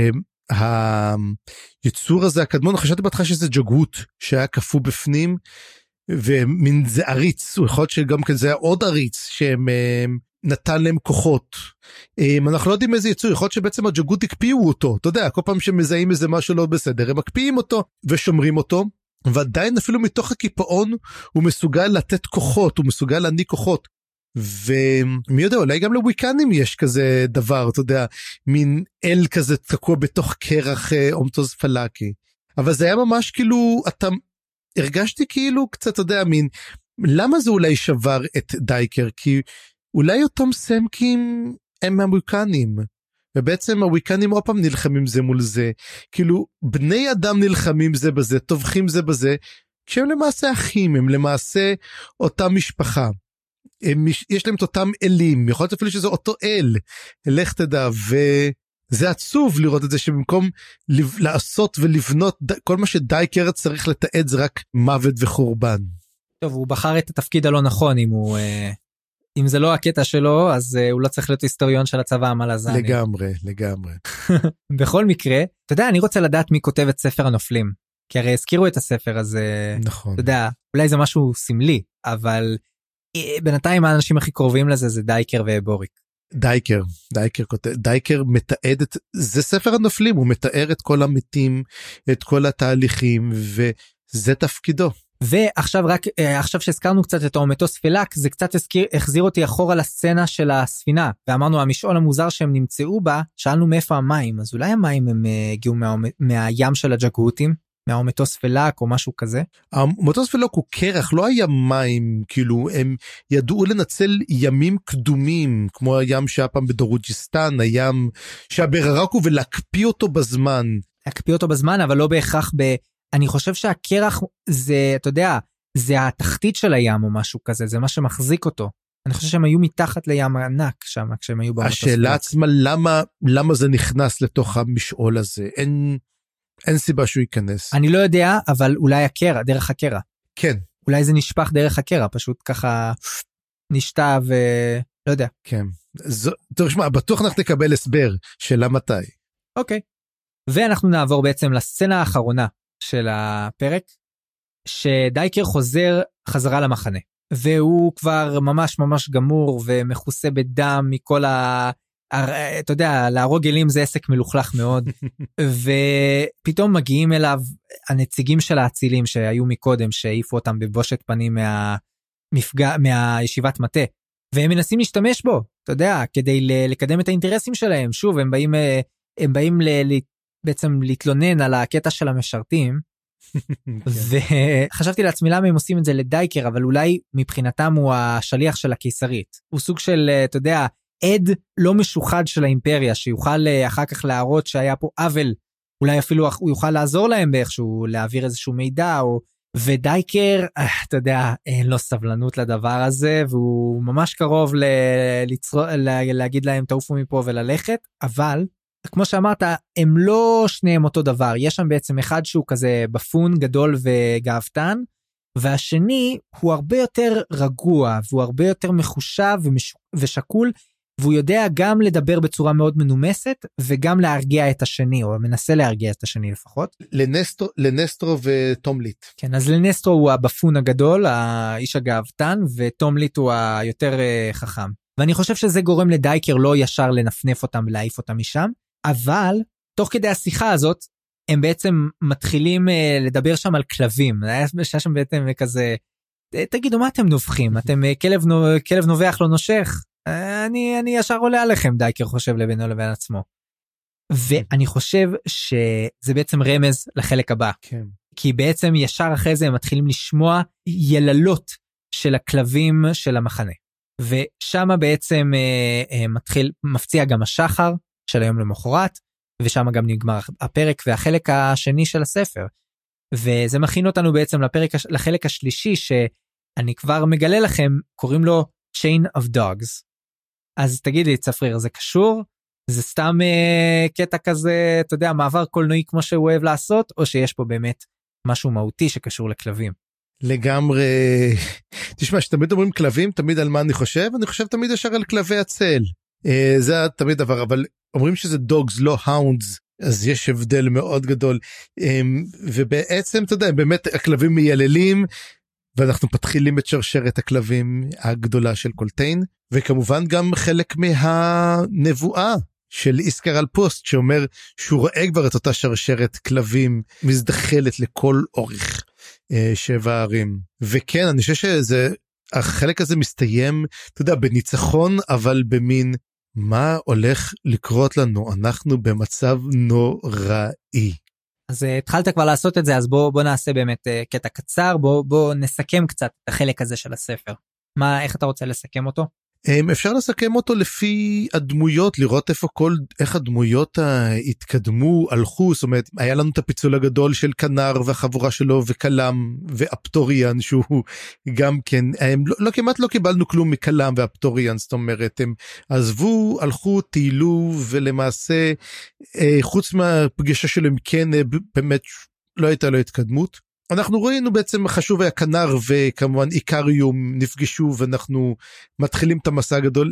שהיצור הזה הקדמון, חשבתי בהתחלה שזה ג'גהות, שהיה קפוא בפנים, ומין זה עריץ, יכול להיות שגם כן זה היה עוד עריץ, שהם... נתן להם כוחות. אנחנו לא יודעים איזה יצור, יכול להיות שבעצם הג'גהות הקפיאו אותו, אתה יודע, כל פעם שמזהים איזה משהו לא בסדר, הם מקפיאים אותו ושומרים אותו, ועדיין אפילו מתוך הקיפאון הוא מסוגל לתת כוחות, הוא מסוגל להעניק כוחות, ומי יודע, אולי גם לוויקנים יש כזה דבר, אתה יודע, מין אל כזה תקוע בתוך קרח אומטוז פלקי, אבל זה היה ממש כאילו, אתה הרגשתי כאילו קצת, אתה יודע, מין, למה זה אולי שבר את דייקר? כי אולי אותם סמקים הם הוויקנים, ובעצם הוויקנים עוד פעם נלחמים זה מול זה, כאילו בני אדם נלחמים זה בזה, טובחים זה בזה, כשהם למעשה אחים, הם למעשה אותה משפחה, הם, יש להם את אותם אלים, יכול להיות אפילו שזה אותו אל, לך תדע, וזה עצוב לראות את זה, שבמקום לעשות ולבנות, כל מה שדייקר צריך לתעד זה רק מוות וחורבן. טוב, הוא בחר את התפקיד הלא נכון, אם הוא... אם זה לא הקטע שלו, אז uh, הוא לא צריך להיות היסטוריון של הצבא המלזני. לגמרי, לגמרי. בכל מקרה, אתה יודע, אני רוצה לדעת מי כותב את ספר הנופלים, כי הרי הזכירו את הספר הזה, נכון. אתה יודע, אולי זה משהו סמלי, אבל בינתיים האנשים הכי קרובים לזה זה דייקר ובוריק. דייקר, דייקר כותב, דייקר מתעד את, זה ספר הנופלים, הוא מתאר את כל המתים, את כל התהליכים, וזה תפקידו. ועכשיו רק, עכשיו שהזכרנו קצת את המטוס פלאק, זה קצת הזכיר, החזיר אותי אחורה לסצנה של הספינה, ואמרנו המשעול המוזר שהם נמצאו בה, שאלנו מאיפה המים, אז אולי המים הם הגיעו מה, מהים של הג'גהותים, מהמטוס פלאק או משהו כזה. המטוס פלאק הוא קרח, לא היה מים, כאילו הם ידעו לנצל ימים קדומים, כמו הים שהיה פעם בדרוג'יסטן, הים שהבררק הוא ולהקפיא אותו בזמן. להקפיא אותו בזמן, אבל לא בהכרח ב... אני חושב שהקרח זה, אתה יודע, זה התחתית של הים או משהו כזה, זה מה שמחזיק אותו. אני חושב שהם היו מתחת לים ענק שם, כשהם היו במטוס פלאק. השאלה עצמה, למה, למה זה נכנס לתוך המשעול הזה? אין... אין סיבה שהוא ייכנס. אני לא יודע, אבל אולי הקרע, דרך הקרע. כן. אולי זה נשפך דרך הקרע, פשוט ככה נשתה ו... לא יודע. כן. זו, תשמע, בטוח אנחנו נקבל הסבר של מתי. אוקיי. ואנחנו נעבור בעצם לסצנה האחרונה של הפרק, שדייקר חוזר חזרה למחנה. והוא כבר ממש ממש גמור ומכוסה בדם מכל ה... אתה יודע, להרוג אלים זה עסק מלוכלך מאוד, ופתאום מגיעים אליו הנציגים של האצילים שהיו מקודם, שהעיפו אותם בבושת פנים מהמפגע, מהישיבת מטה, והם מנסים להשתמש בו, אתה יודע, כדי לקדם את האינטרסים שלהם. שוב, הם באים, הם באים ל, בעצם להתלונן על הקטע של המשרתים, וחשבתי לעצמי למה הם עושים את זה לדייקר, אבל אולי מבחינתם הוא השליח של הקיסרית, הוא סוג של, אתה יודע, עד לא משוחד של האימפריה, שיוכל אחר כך להראות שהיה פה עוול, אולי אפילו הוא יוכל לעזור להם באיכשהו, להעביר איזשהו מידע, או... ודייקר, אתה יודע, אין לו סבלנות לדבר הזה, והוא ממש קרוב ל... לצר... להגיד להם תעופו מפה וללכת, אבל, כמו שאמרת, הם לא שניהם אותו דבר, יש שם בעצם אחד שהוא כזה בפון, גדול וגאוותן, והשני הוא הרבה יותר רגוע, והוא הרבה יותר מחושב ומש... ושקול, והוא יודע גם לדבר בצורה מאוד מנומסת, וגם להרגיע את השני, או מנסה להרגיע את השני לפחות. לנסטרו, לנסטרו וטומליט. כן, אז לנסטרו הוא הבפון הגדול, האיש הגאוותן, וטומליט הוא היותר uh, חכם. ואני חושב שזה גורם לדייקר לא ישר לנפנף אותם ולהעיף אותם משם, אבל תוך כדי השיחה הזאת, הם בעצם מתחילים uh, לדבר שם על כלבים. היה שם בעצם כזה, תגידו מה אתם נובחים? אתם uh, כלב, כלב נובח לא נושך? אני, אני ישר עולה עליכם, דייקר חושב לבינו לבין עצמו. ואני חושב שזה בעצם רמז לחלק הבא. כן. כי בעצם ישר אחרי זה הם מתחילים לשמוע יללות של הכלבים של המחנה. ושם בעצם אה, מתחיל, מפציע גם השחר של היום למחרת, ושם גם נגמר הפרק והחלק השני של הספר. וזה מכין אותנו בעצם לפרק, לחלק השלישי, שאני כבר מגלה לכם, קוראים לו Chain of Dogs. אז תגיד לי, צפריר, זה קשור? זה סתם אה, קטע כזה, אתה יודע, מעבר קולנועי כמו שהוא אוהב לעשות, או שיש פה באמת משהו מהותי שקשור לכלבים? לגמרי, תשמע, שתמיד אומרים כלבים, תמיד על מה אני חושב? אני חושב תמיד ישר על כלבי הצל. אה, זה תמיד דבר, אבל אומרים שזה דוגס, לא האונדס, אז יש הבדל מאוד גדול. אה, ובעצם, אתה יודע, באמת הכלבים מייללים, ואנחנו פתחילים את שרשרת הכלבים הגדולה של קולטיין, וכמובן גם חלק מהנבואה של איסקר אלפוסט, שאומר שהוא רואה כבר את אותה שרשרת כלבים מזדחלת לכל אורך אה, שבע הערים. וכן, אני חושב שזה, החלק הזה מסתיים, אתה יודע, בניצחון, אבל במין, מה הולך לקרות לנו? אנחנו במצב נוראי. אז uh, התחלת כבר לעשות את זה, אז בוא, בוא נעשה באמת uh, קטע קצר, בוא, בוא נסכם קצת את החלק הזה של הספר. מה, איך אתה רוצה לסכם אותו? אפשר לסכם אותו לפי הדמויות, לראות איפה כל, איך הדמויות התקדמו, הלכו, זאת אומרת, היה לנו את הפיצול הגדול של קנר והחבורה שלו וקלם ואפטוריאן, שהוא גם כן, הם לא, לא כמעט לא קיבלנו כלום מקלם ואפטוריאן, זאת אומרת, הם עזבו, הלכו, טיילו, ולמעשה, חוץ מהפגישה שלהם, כן, באמת לא הייתה לו התקדמות. אנחנו ראינו בעצם חשוב היה קנר וכמובן איקריום נפגשו ואנחנו מתחילים את המסע הגדול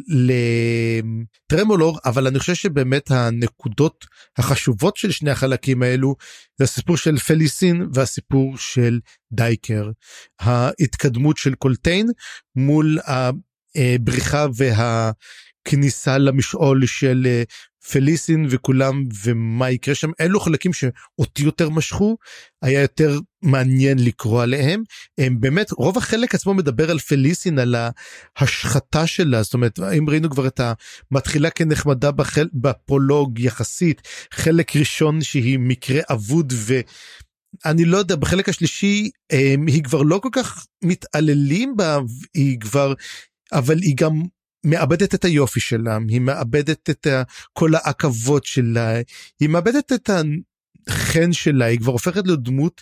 לטרמולור, אבל אני חושב שבאמת הנקודות החשובות של שני החלקים האלו זה הסיפור של פליסין והסיפור של דייקר, ההתקדמות של קולטיין מול הבריחה והכניסה למשעול של פליסין וכולם ומה יקרה שם, אלו חלקים שאותי יותר משכו, היה יותר מעניין לקרוא עליהם, הם באמת, רוב החלק עצמו מדבר על פליסין, על ההשחתה שלה, זאת אומרת, אם ראינו כבר את המתחילה כנחמדה בחל, בפרולוג יחסית, חלק ראשון שהיא מקרה אבוד ו... אני לא יודע, בחלק השלישי היא כבר לא כל כך מתעללים בה, היא כבר, אבל היא גם מאבדת את היופי שלה, היא מאבדת את כל העכבות שלה, היא מאבדת את החן שלה, היא כבר הופכת לדמות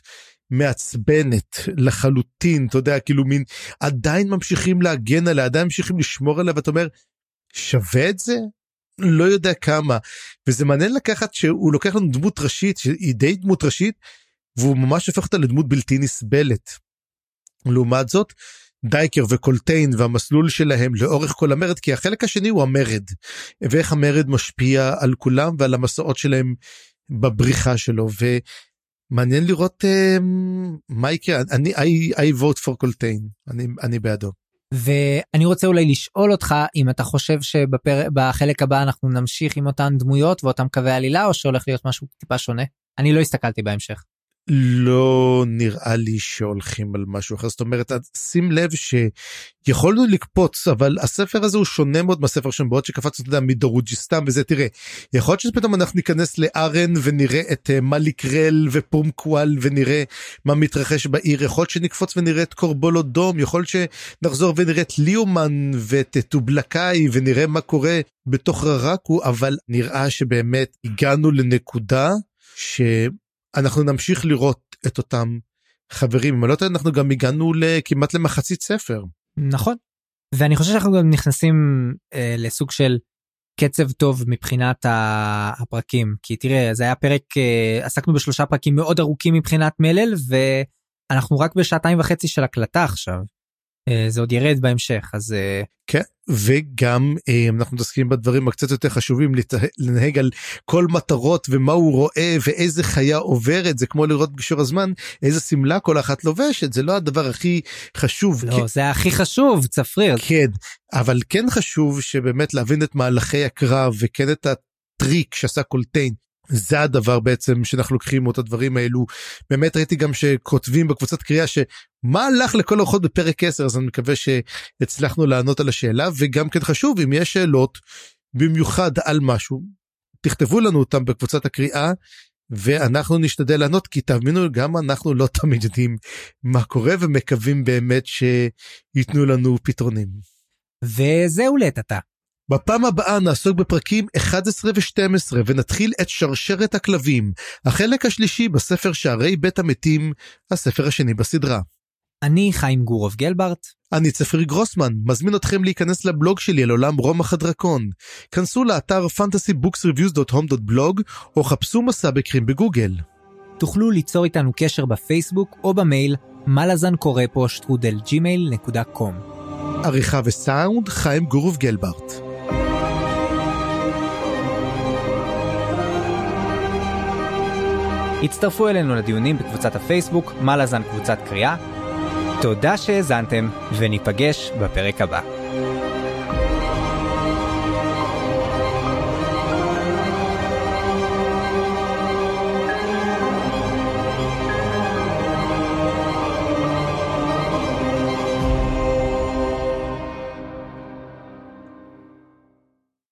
מעצבנת לחלוטין, אתה יודע, כאילו מין, עדיין ממשיכים להגן עליה, עדיין ממשיכים לשמור עליה, ואתה אומר, שווה את זה? לא יודע כמה, וזה מעניין לקחת שהוא לוקח לנו דמות ראשית, שהיא די דמות ראשית, והוא ממש הופך אותה לדמות בלתי נסבלת. לעומת זאת, דייקר וקולטיין והמסלול שלהם לאורך כל המרד, כי החלק השני הוא המרד, ואיך המרד משפיע על כולם ועל המסעות שלהם בבריחה שלו, ומעניין לראות uh, מה יקרה. אני, I, I vote for קולטיין, אני, אני בעדו. ואני רוצה אולי לשאול אותך, אם אתה חושב שבחלק הבא אנחנו נמשיך עם אותן דמויות ואותם קווי עלילה, או שהולך להיות משהו טיפה שונה? אני לא הסתכלתי בהמשך. לא נראה לי שהולכים על משהו אחר, זאת אומרת, שים לב שיכולנו לקפוץ, אבל הספר הזה הוא שונה מאוד מהספר שם, בעוד שקפצנו, אתה יודע, מדורוג'יסטן וזה, תראה, יכול להיות שפתאום אנחנו ניכנס לארן ונראה את מליקרל ופורמקואל ונראה מה מתרחש בעיר, יכול להיות שנקפוץ ונראה את קורבולודום, יכול להיות שנחזור ונראה את ליאומן ואת טובלקאי ונראה מה קורה בתוך ררקו, אבל נראה שבאמת הגענו לנקודה ש... אנחנו נמשיך לראות את אותם חברים, אבל לא יודע, אנחנו גם הגענו כמעט למחצית ספר. נכון, ואני חושב שאנחנו גם נכנסים אה, לסוג של קצב טוב מבחינת הפרקים, כי תראה, זה היה פרק, אה, עסקנו בשלושה פרקים מאוד ארוכים מבחינת מלל, ואנחנו רק בשעתיים וחצי של הקלטה עכשיו, אה, זה עוד ירד בהמשך, אז... אה... כן, וגם אה, אנחנו מתעסקים בדברים הקצת יותר חשובים, לנהג על כל מטרות ומה הוא רואה ואיזה חיה עוברת, זה כמו לראות בגישור הזמן, איזה סמלה כל אחת לובשת, זה לא הדבר הכי חשוב. לא, כי... זה הכי חשוב, צפריר. כן, אבל כן חשוב שבאמת להבין את מהלכי הקרב, וכן את הטריק שעשה קולטיין, זה הדבר בעצם שאנחנו לוקחים את הדברים האלו. באמת ראיתי גם שכותבים בקבוצת קריאה שמה הלך לכל אורחות בפרק עשר, אז אני מקווה שהצלחנו לענות על השאלה, וגם כן חשוב, אם יש שאלות במיוחד על משהו, תכתבו לנו אותם בקבוצת הקריאה, ואנחנו נשתדל לענות, כי תאמינו, גם אנחנו לא תמיד יודעים מה קורה, ומקווים באמת שיתנו לנו פתרונים. וזהו לטאטה. בפעם הבאה נעסוק בפרקים אחת עשרה ו-שתים עשרה ונתחיל את שרשרת הכלבים, החלק השלישי בספר שערי בית המתים, הספר השני בסדרה. אני חיים גורוב גלברט. אני צפריר גרוסמן, מזמין אתכם להיכנס לבלוג שלי על עולם רומח הדרקון. כנסו לאתר פנטסי בוקס ריוויוז דוט הום דוט בלוג או חפשו מסע בקרים בגוגל. תוכלו ליצור איתנו קשר בפייסבוק או במייל מלאזן קורא פה שטרודל ג'ימייל נקודה קום. עריכה וסאונד חיים גורוב גלברט. הצטרפו אלינו לדיונים בקבוצת הפייסבוק, מלאזן קבוצת קריאה. תודה שהאזנתם, וניפגש בפרק הבא.